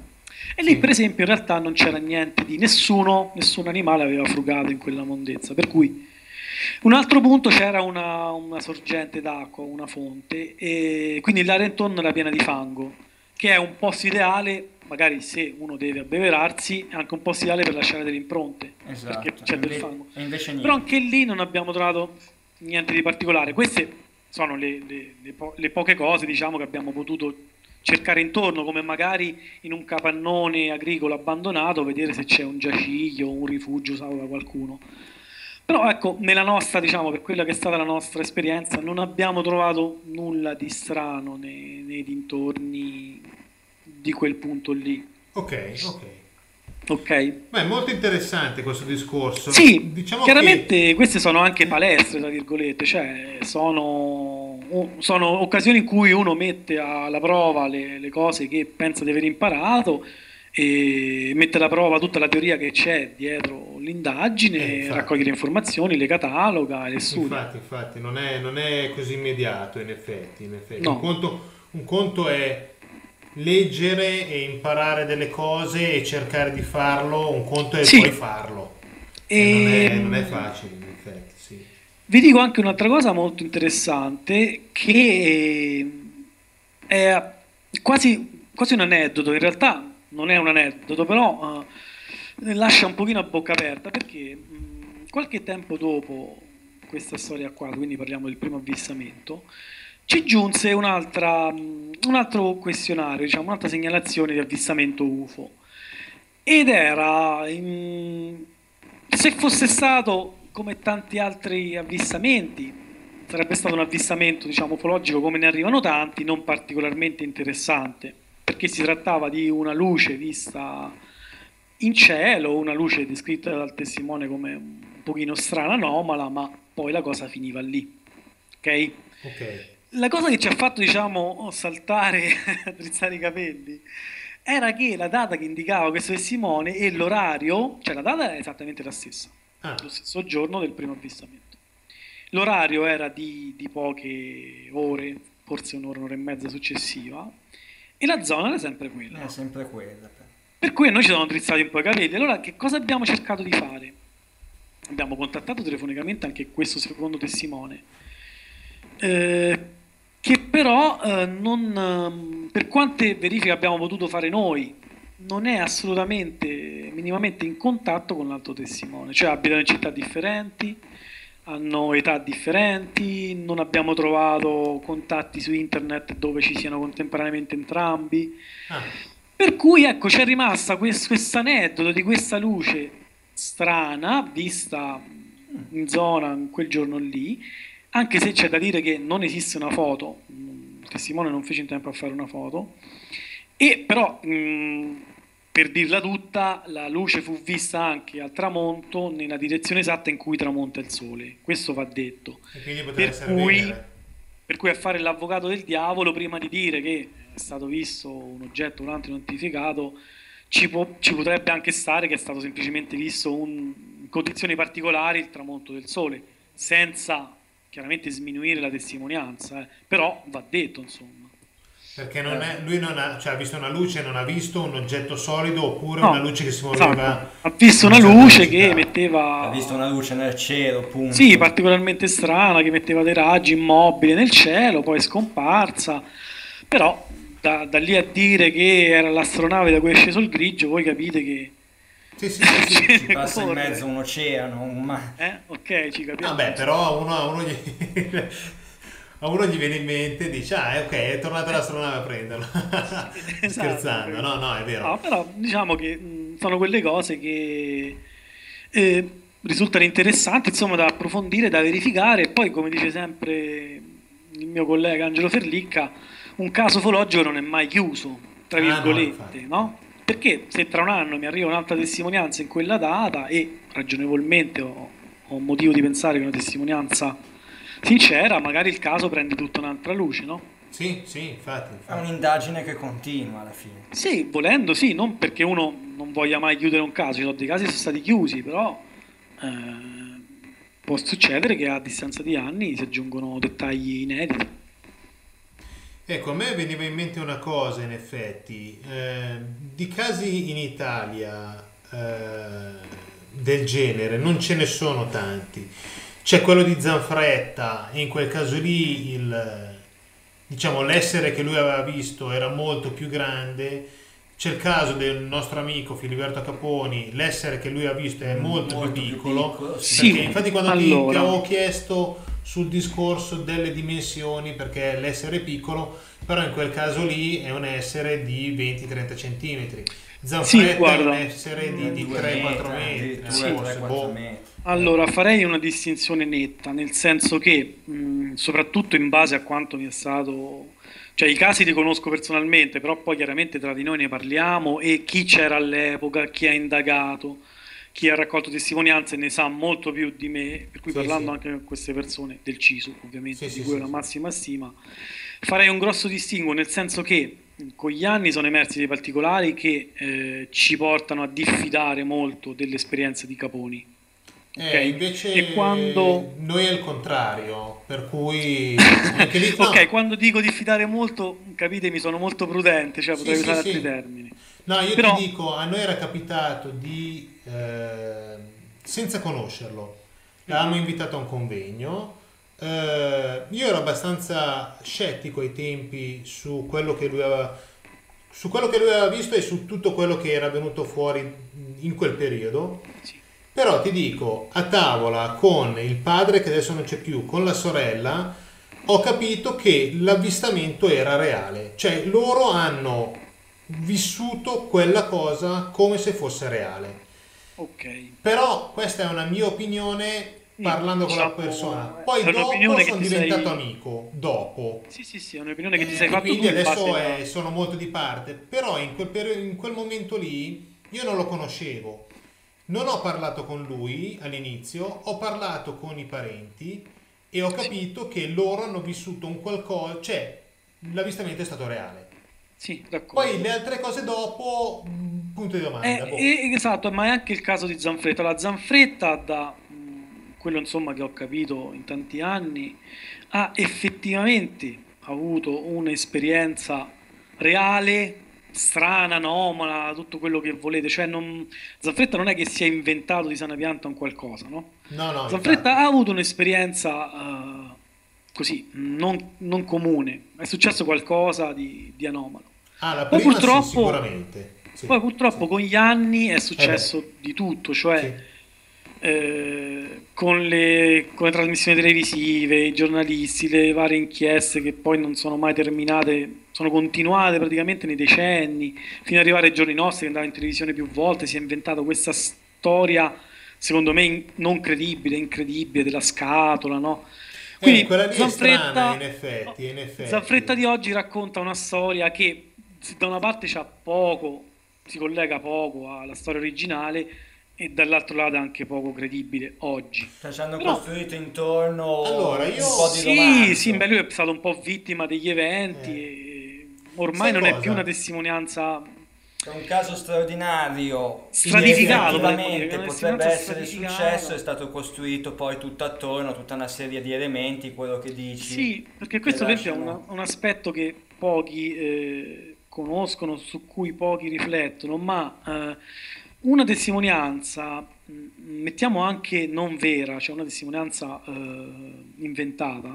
E lì, Sì. per esempio, in realtà non c'era niente di nessuno, nessun animale aveva frugato in quella mondezza. Per cui, un altro punto, c'era una, una sorgente d'acqua, una fonte, e quindi l'area intorno era piena di fango, che è un posto ideale, magari se uno deve abbeverarsi, è anche un posto ideale per lasciare delle impronte, Esatto. perché c'è del Inve- fango. e invece niente. Però anche lì non abbiamo trovato niente di particolare. Queste sono le, le- le po- le poche cose, diciamo, che abbiamo potuto cercare intorno, come magari in un capannone agricolo abbandonato, vedere se c'è un giaciglio, un rifugio usato da qualcuno. Però ecco, nella nostra, diciamo, per quella che è stata la nostra esperienza, non abbiamo trovato nulla di strano nei, nei dintorni di quel punto lì. Ok, ok. Ok? Beh, è molto interessante questo discorso. Sì, Diciamo chiaramente queste sono anche palestre, tra virgolette, cioè sono, sono occasioni in cui uno mette alla prova le, le cose che pensa di aver imparato e mette alla prova tutta la teoria che c'è dietro l'indagine, Eh, infatti. raccoglie le informazioni, le cataloga e le che studia. infatti, infatti non è, non è così immediato in effetti. In effetti. No. Un conto, un conto è leggere e imparare delle cose e cercare di farlo, un conto è Sì. poi farlo. E non è, E- non è facile in effetti, sì. Vi dico anche un'altra cosa molto interessante che è quasi, quasi un aneddoto, in realtà non è un aneddoto, però eh, lascia un pochino a bocca aperta perché mh, qualche tempo dopo questa storia qua, quindi parliamo del primo avvistamento, ci giunse un'altra, mh, un altro questionario, diciamo, un'altra segnalazione di avvistamento U F O. Ed era, in- se fosse stato come tanti altri avvistamenti, sarebbe stato un avvistamento, diciamo, ufologico come ne arrivano tanti, non particolarmente interessante, perché si trattava di una luce vista in cielo, una luce descritta dal testimone come un pochino strana, anomala, ma poi la cosa finiva lì. Ok? Ok. La cosa che ci ha fatto, diciamo, saltare, drizzare i capelli, era che la data che indicava questo testimone e l'orario, cioè la data era esattamente la stessa, Ah, lo stesso giorno del primo avvistamento. L'orario era di, di poche ore, forse un'ora, un'ora e mezza successiva, e la zona era sempre quella. È sempre quella. Per cui a noi ci sono drizzati un po' i capelli. Allora, che cosa abbiamo cercato di fare? Abbiamo contattato telefonicamente anche questo secondo testimone, eh, che però eh, non, ehm, per quante verifiche abbiamo potuto fare noi, non è assolutamente, minimamente in contatto con l'altro testimone, cioè abitano in città differenti, hanno età differenti, non abbiamo trovato contatti su internet dove ci siano contemporaneamente entrambi. ah, Per cui ecco, c'è rimasta questo aneddoto di questa luce strana vista in zona in quel giorno lì, anche se c'è da dire che non esiste una foto, il testimone non fece in tempo a fare una foto, e però mh, per dirla tutta, la luce fu vista anche al tramonto nella direzione esatta in cui tramonta il sole, questo va detto. e quindi poteva Per essere cui, Venere. per cui a fare l'avvocato del diavolo, prima di dire che è stato visto un oggetto volante non identificato, ci, può- ci potrebbe anche stare che è stato semplicemente visto un- in condizioni particolari il tramonto del sole, senza chiaramente sminuire la testimonianza, eh. Però va detto, insomma. Perché non è, lui non ha, cioè, ha visto una luce, non ha visto un oggetto solido oppure No, una luce che si muoveva. esatto. Ha visto a una certa luce velocità. che metteva... Ha visto una luce nel cielo, punto. Sì, particolarmente strana, che metteva dei raggi immobili nel cielo, poi è scomparsa, però da, da lì a dire che era l'astronave da cui è sceso il grigio, voi capite che... Sì, sì, sì, sì. Ci passa in corre. mezzo un oceano, un mare. Eh? Ok, ci capiamo. Vabbè, però uno, uno gli, a uno gli viene in mente e dice ah ok, è tornata l'astronave a prenderlo. Scherzando, Esatto. no no è vero. No, però diciamo che mh, sono quelle cose che eh, risultano interessanti, insomma, da approfondire, da verificare. E poi, come dice sempre il mio collega Angelo Ferlicca, un caso ufologico non è mai chiuso, tra Ah, no, virgolette, infatti. no? Perché se tra un anno mi arriva un'altra testimonianza in quella data e ragionevolmente ho, ho motivo di pensare che è una testimonianza sincera, magari il caso prende tutta un'altra luce, no? Sì, sì, infatti, È infatti. un'indagine che continua alla fine. Sì, volendo sì, non perché uno non voglia mai chiudere un caso, ci sono dei casi che sono stati chiusi, però eh, può succedere che a distanza di anni si aggiungono dettagli inediti. Ecco, a me veniva in mente una cosa, in effetti, eh, di casi in Italia eh, del genere non ce ne sono tanti. C'è quello di Zanfretta, e in quel caso lì il, diciamo, l'essere che lui aveva visto era molto più grande. C'è il caso del nostro amico Filiberto Caponi, l'essere che lui ha visto è molto, Molto più più piccolo. piccolo, sì. Perché infatti quando ti, Allora. ti avevo chiesto sul discorso delle dimensioni, perché l'essere è piccolo, però in quel caso lì è un essere di venti trenta centimetri. Zanfretta è guarda. un essere di, di tre quattro metri, addirittura forse, tre quattro boh. metri. Allora, farei una distinzione netta, nel senso che, mh, soprattutto in base a quanto mi è stato, cioè i casi li conosco personalmente, però poi chiaramente tra di noi ne parliamo e chi c'era all'epoca, chi ha indagato, chi ha raccolto testimonianze ne sa molto più di me, per cui Sì, parlando sì. anche con queste persone del CISU, ovviamente, Sì, di sì, cui ho sì, la sì. massima stima, farei un grosso distinguo, nel senso che mh, con gli anni sono emersi dei particolari che eh, ci portano a diffidare molto delle esperienze di Caponi. Eh, Ok? invece E quando... noi è il contrario, per cui anche lì, no, Ok, quando dico diffidare molto, capite, mi sono molto prudente, cioè Sì, potrei sì, usare sì. altri termini. no, io Però- ti dico, a noi era capitato di, eh, senza conoscerlo, l'avevamo invitato a un convegno, eh, io ero abbastanza scettico ai tempi su quello che lui aveva, su quello che lui aveva visto e su tutto quello che era venuto fuori in quel periodo. Sì. Però ti dico, a tavola con il padre che adesso non c'è più, con la sorella, ho capito che l'avvistamento era reale. Cioè loro hanno vissuto quella cosa come se fosse reale. Ok. Però questa è una mia opinione parlando con la Diciamo, persona. è Poi dopo un'opinione che sono ti diventato sei- amico, dopo. Sì, sì, sì, è un'opinione che ti Eh, sei e fatto tu quindi in adesso base eh, a... sono molto di parte, però in quel, perio- in quel momento lì io non lo conoscevo, non ho parlato con lui all'inizio, ho parlato con i parenti e ho capito che loro hanno vissuto un qualcosa, cioè l'avvistamento è stato reale. Sì, d'accordo. Poi le altre cose dopo, mh, punto di domanda. Eh, boh. eh, esatto, ma è anche il caso di Zanfretta. La Zanfretta, da mh, quello insomma che ho capito in tanti anni, ha effettivamente avuto un'esperienza reale, strana, anomala, tutto quello che volete. Cioè, non... Zanfretta non è che si è inventato di sana pianta un qualcosa, no? No, no, Zanfretta infatti. ha avuto un'esperienza eh, così, non, non comune. È successo qualcosa di, di anomalo. Ah, la Poi prima sì, purtroppo, sicuramente. Sì, poi purtroppo sì. con gli anni è successo Eh di tutto, cioè Sì. eh, con le, con le trasmissioni televisive, i giornalisti, le varie inchieste che poi non sono mai terminate, sono continuate praticamente nei decenni, fino ad arrivare ai giorni nostri che andava in televisione più volte, si è inventato questa storia, secondo me in- non credibile, incredibile, della scatola, no? Eh, quella lì è Zanfretta, strana, in effetti, in effetti. Zanfretta di oggi racconta una storia che se da una parte c'ha poco, si collega poco alla storia originale e dall'altro lato è anche poco credibile oggi. Cioè, ci hanno Però- costruito intorno Allora, io- un po' di Sì, romanzo. sì, beh, lui è stato un po' vittima degli eventi Eh. e ormai Sai non è cosa? più una testimonianza È un caso straordinario, Stratificato, effettivamente potremmo dire, una potrebbe testimonianza essere stratificata. successo, è stato costruito poi tutto attorno, tutta una serie di elementi, quello che dici. Sì, perché questo che per esempio è lasciano- una- un aspetto che pochi eh, conoscono, su cui pochi riflettono, ma eh, una testimonianza, mh, mettiamo anche non vera, cioè una testimonianza eh, inventata,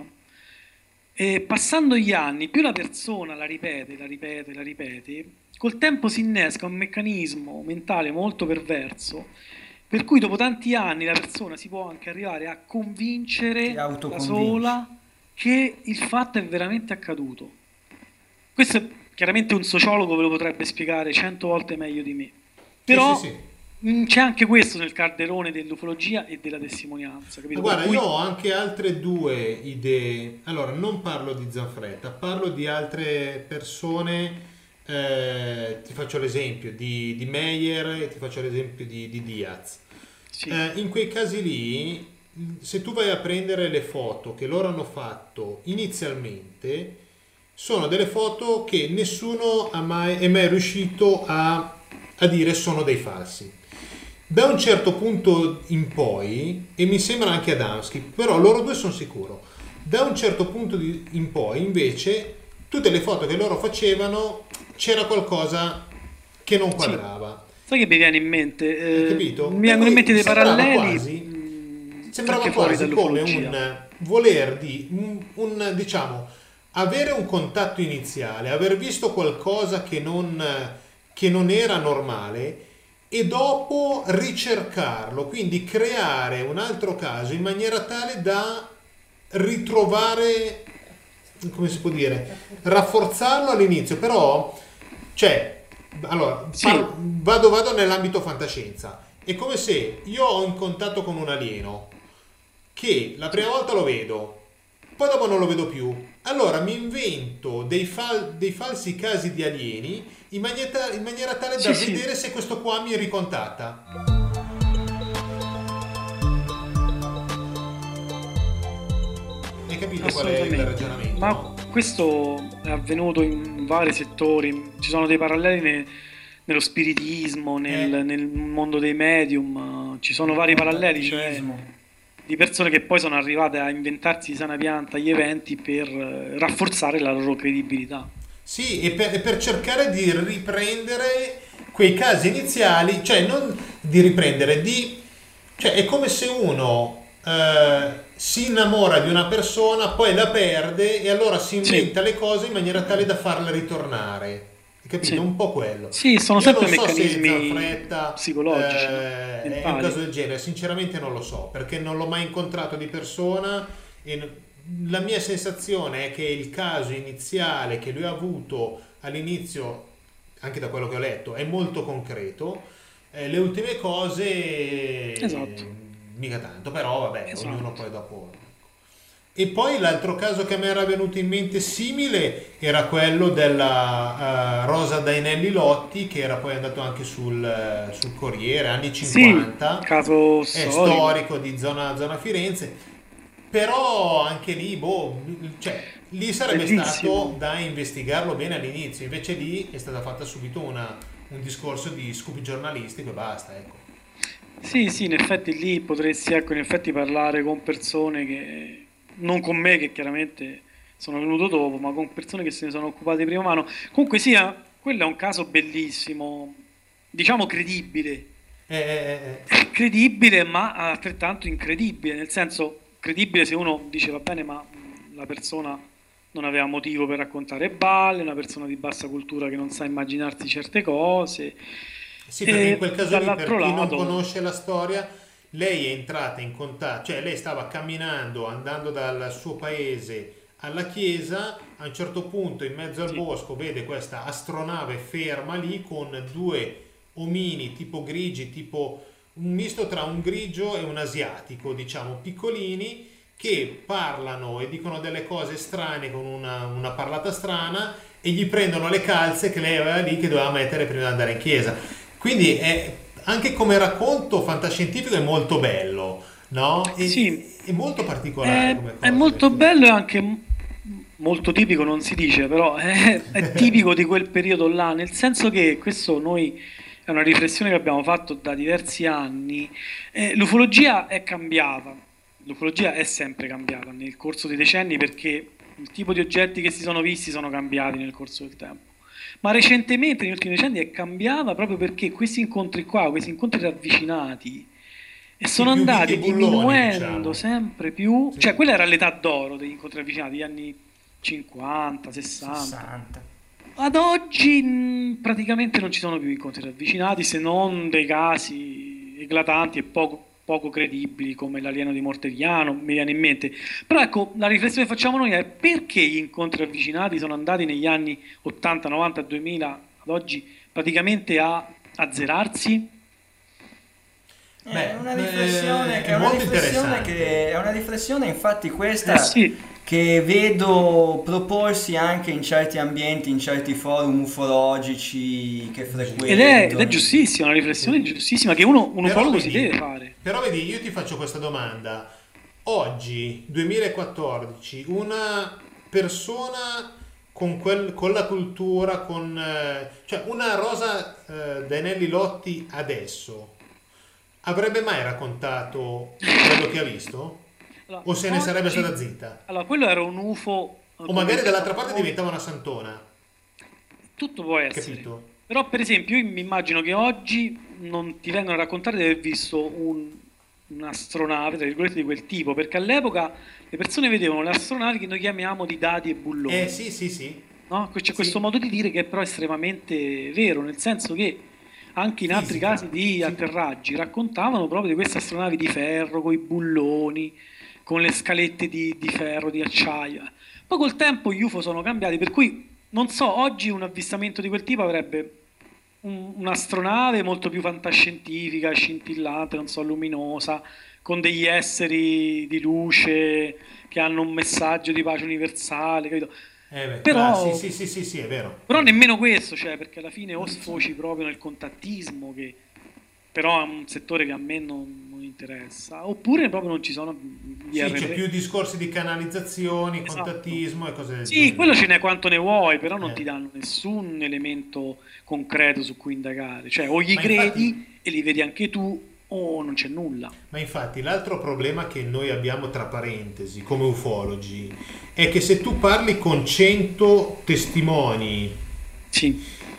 e passando gli anni, più la persona la ripete, la ripete, la ripete, col tempo si innesca un meccanismo mentale molto perverso, per cui dopo tanti anni la persona si può anche arrivare a convincere Si da autoconvince. sola che il fatto è veramente accaduto. Questo è chiaramente un sociologo ve lo potrebbe spiegare cento volte meglio di me. Però sì, sì. mh, c'è anche questo nel calderone dell'ufologia e della testimonianza, Ma capito? guarda, Per cui- io ho anche altre due idee. Allora, non parlo di Zanfretta, parlo di altre persone. Eh, ti faccio l'esempio di, di Meyer e ti faccio l'esempio di, di Diaz. sì, Eh, in quei casi lì, se tu vai a prendere le foto che loro hanno fatto inizialmente, sono delle foto che nessuno ha mai, è mai riuscito a, a dire sono dei falsi. Da un certo punto in poi, e mi sembra anche Adamski, però loro due sono sicuro, da un certo punto di- in poi invece tutte le foto che loro facevano c'era qualcosa che non sì. quadrava. Sai che mi viene in mente? Hai Eh, capito? mi Per vengono in cui mente dei sembrava paralleli quasi, mh, sembrava anche fuori quasi come dall'ufologia. un voler di un, un, diciamo avere un contatto iniziale, aver visto qualcosa che non, che non era normale e dopo ricercarlo, quindi creare un altro caso in maniera tale da ritrovare, come si può dire, rafforzarlo all'inizio, però, cioè, allora, Sì, par- vado, vado nell'ambito fantascienza. È come se io ho in contatto con un alieno che la prima volta lo vedo, poi dopo non lo vedo più. Allora mi invento dei, fal- dei falsi casi di alieni in maniera, in maniera tale da sì, sì. vedere se questo qua mi ricontatta. Hai capito qual è il Assolutamente. ragionamento? Ma no? questo è avvenuto in vari settori, ci sono dei paralleli ne- nello spiritismo, nel, Eh. nel mondo dei medium, eh, ci sono vari paralleli, cioè Contattismo. di persone che poi sono arrivate a inventarsi di sana pianta gli eventi per eh, rafforzare la loro credibilità. Sì, e per, e per cercare di riprendere quei casi iniziali, cioè non di riprendere, di, cioè è come se uno eh, si innamora di una persona, poi la perde e allora si Sì, inventa le cose in maniera tale da farla ritornare. Hai capito? sì. Un po' quello. Sì, sono Io sempre non so se meccanismi Zanfretta psicologici, no? eh, è un Mentali. caso del genere, sinceramente non lo so, perché non l'ho mai incontrato di persona e n- la mia sensazione è che il caso iniziale che lui ha avuto all'inizio, anche da quello che ho letto, è molto concreto. Eh, le ultime cose Esatto, eh, mica tanto, però vabbè, ognuno esatto. poi dopo. E poi l'altro caso che a me era venuto in mente simile era quello della eh, Rosa Dainelli Lotti, che era poi andato anche sul, eh, sul Corriere, anni Sì, cinquanta, caso è storico, storico di zona, zona Firenze, però anche lì, boh, cioè, lì sarebbe stato bellissimo. da investigarlo bene all'inizio, invece lì è stata fatta subito una- un discorso di scoop giornalistico e basta, ecco. Sì, sì, in effetti lì potresti, ecco, in effetti parlare con persone che, non con me che chiaramente sono venuto dopo, ma con persone che se ne sono occupate di prima mano. Comunque sia, quello è un caso bellissimo, diciamo credibile, Eh, eh, eh, è credibile ma altrettanto incredibile, nel senso credibile se uno dice va bene ma mh, la persona non aveva motivo per raccontare balle, una persona di bassa cultura che non sa immaginarsi certe cose, Sì, perché in e quel caso lì, per dall'altro chi non lato, conosce la storia, lei è entrata in contatto, cioè lei stava camminando, andando dal suo paese alla chiesa, a un certo punto in mezzo al sì, bosco vede questa astronave ferma lì con due omini tipo grigi, tipo un misto tra un grigio e un asiatico, diciamo, piccolini, sì, che parlano e dicono delle cose strane con una, una parlata strana e gli prendono le calze che lei aveva lì che doveva mettere prima di andare in chiesa. Quindi è, anche come racconto fantascientifico è molto bello, no? sì. E, è molto particolare È, come è cosa. molto bello e anche m- molto tipico, non si dice, però è, è tipico di quel periodo là, nel senso che questo noi è una riflessione che abbiamo fatto da diversi anni. Eh, l'ufologia è cambiata, l'ufologia è sempre cambiata nel corso dei decenni perché il tipo di oggetti che si sono visti sono cambiati nel corso del tempo. Ma recentemente, negli ultimi decenni, è cambiata proprio perché questi incontri qua, questi incontri ravvicinati, e Sì, sono più viti andati e bulloni, diminuendo diciamo. sempre più, Sì. cioè quella era l'età d'oro degli incontri ravvicinati, gli anni cinquanta, sessanta. sessanta. Ad oggi mh, praticamente non ci sono più incontri ravvicinati se non dei casi eclatanti e poco, poco credibili come l'alieno di Morteriano, mi viene in mente. Però ecco, la riflessione che facciamo noi è: perché gli incontri ravvicinati sono andati negli anni ottanta, novanta, duemila ad oggi praticamente a azzerarsi? Beh, è una riflessione, eh, che, è è una molto riflessione interessante. che è una riflessione infatti questa Eh sì, che vedo proporsi anche in certi ambienti, in certi forum ufologici che frequento. ed è, ed è giustissima, una riflessione giustissima che uno, un Però ufologo si vedi- deve fare. Però vedi, io ti faccio questa domanda. Oggi, duemilaquattordici, una persona con, quel, con la cultura, con, eh, cioè una Rosa eh, Danelli Lotti adesso, avrebbe mai raccontato quello che ha visto? Allora, O se ne sarebbe oggi- stata zitta? Allora, quello era un U F O. O magari dall'altra parte diventava una santona, Tutto può essere. capito? Però, per esempio, io mi immagino che oggi non ti vengono a raccontare di aver visto un, un'astronave, tra virgolette, di quel tipo, perché all'epoca le persone vedevano le astronavi che noi chiamiamo di dadi e bulloni. Eh sì, sì, sì. No? C'è questo Sì. modo di dire che è però estremamente vero, nel senso che anche in altri Fisica. casi di atterraggi raccontavano proprio di queste astronavi di ferro, con i bulloni, con le scalette di, di ferro, di acciaio. Poi col tempo gli U F O sono cambiati, per cui non so, oggi un avvistamento di quel tipo avrebbe un- un'astronave molto più fantascientifica, scintillante, non so, luminosa, con degli esseri di luce che hanno un messaggio di pace universale, capito? Eh beh, Però- ah, sì, sì, sì, sì, sì, è vero. Però nemmeno questo, cioè, perché alla fine o sfoci proprio nel contattismo, che però è un settore che a me non, non interessa, oppure proprio non ci sono gli Sì, R P. c'è più discorsi di canalizzazioni, Esatto. contattismo e cose del Sì, genere. quello ce n'è quanto ne vuoi, però non Eh. ti danno nessun elemento concreto su cui indagare. Cioè, o gli Ma credi infatti- e li vedi anche tu, o non c'è nulla. Ma infatti l'altro problema che noi abbiamo tra parentesi come ufologi è che se tu parli con cento testimoni, Sì,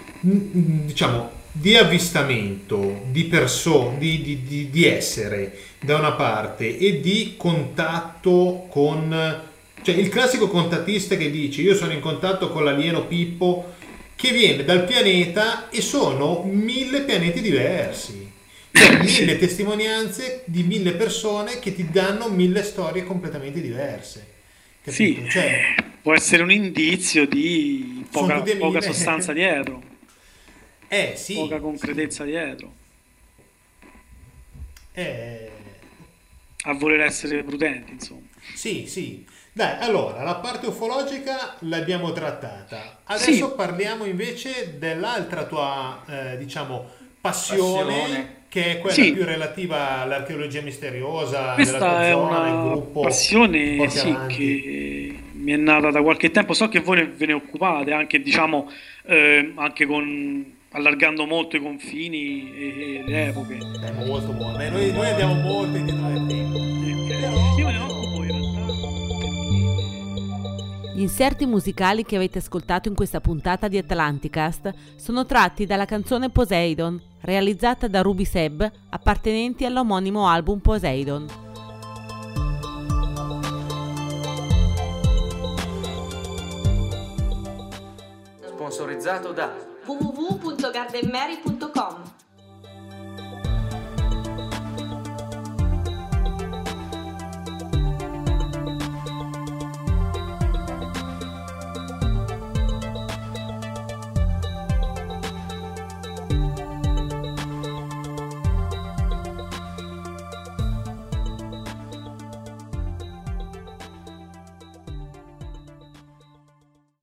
mh, diciamo, di avvistamento di persone, di, di- di- di essere da una parte e di contatto con, cioè il classico contattista che dice io sono in contatto con l'alieno Pippo che viene dal pianeta e sono mille pianeti diversi. Cioè, mille testimonianze di mille persone che ti danno mille storie completamente diverse. Capito? sì, Cioè, può essere un indizio di Sono poca, tutti poca mille. sostanza dietro, eh sì. poca concretezza dietro, Eh, a voler essere prudenti, insomma. sì, sì. Dai, allora, la parte ufologica l'abbiamo trattata. Adesso Sì. parliamo invece dell'altra tua, eh, diciamo, passione, Passione. che è quella Sì. più relativa all'archeologia misteriosa, della Questa tua è zona, il una gruppo passione, Porti sì, Avanti. che mi è nata da qualche tempo. So che voi ne- ve ne occupate anche, diciamo, eh, anche con allargando molto i confini e, e le epoche. È molto buono. Eh, Noi, noi andiamo molto indietro nel tempo. Ok. Io me ne occupo in realtà Gli inserti musicali che avete ascoltato in questa puntata di Atlanticast sono tratti dalla canzone Poseidon, realizzata da Ruby Seb, appartenenti all'omonimo album Poseidon. Sponsorizzato da w w w punto gardenmary punto com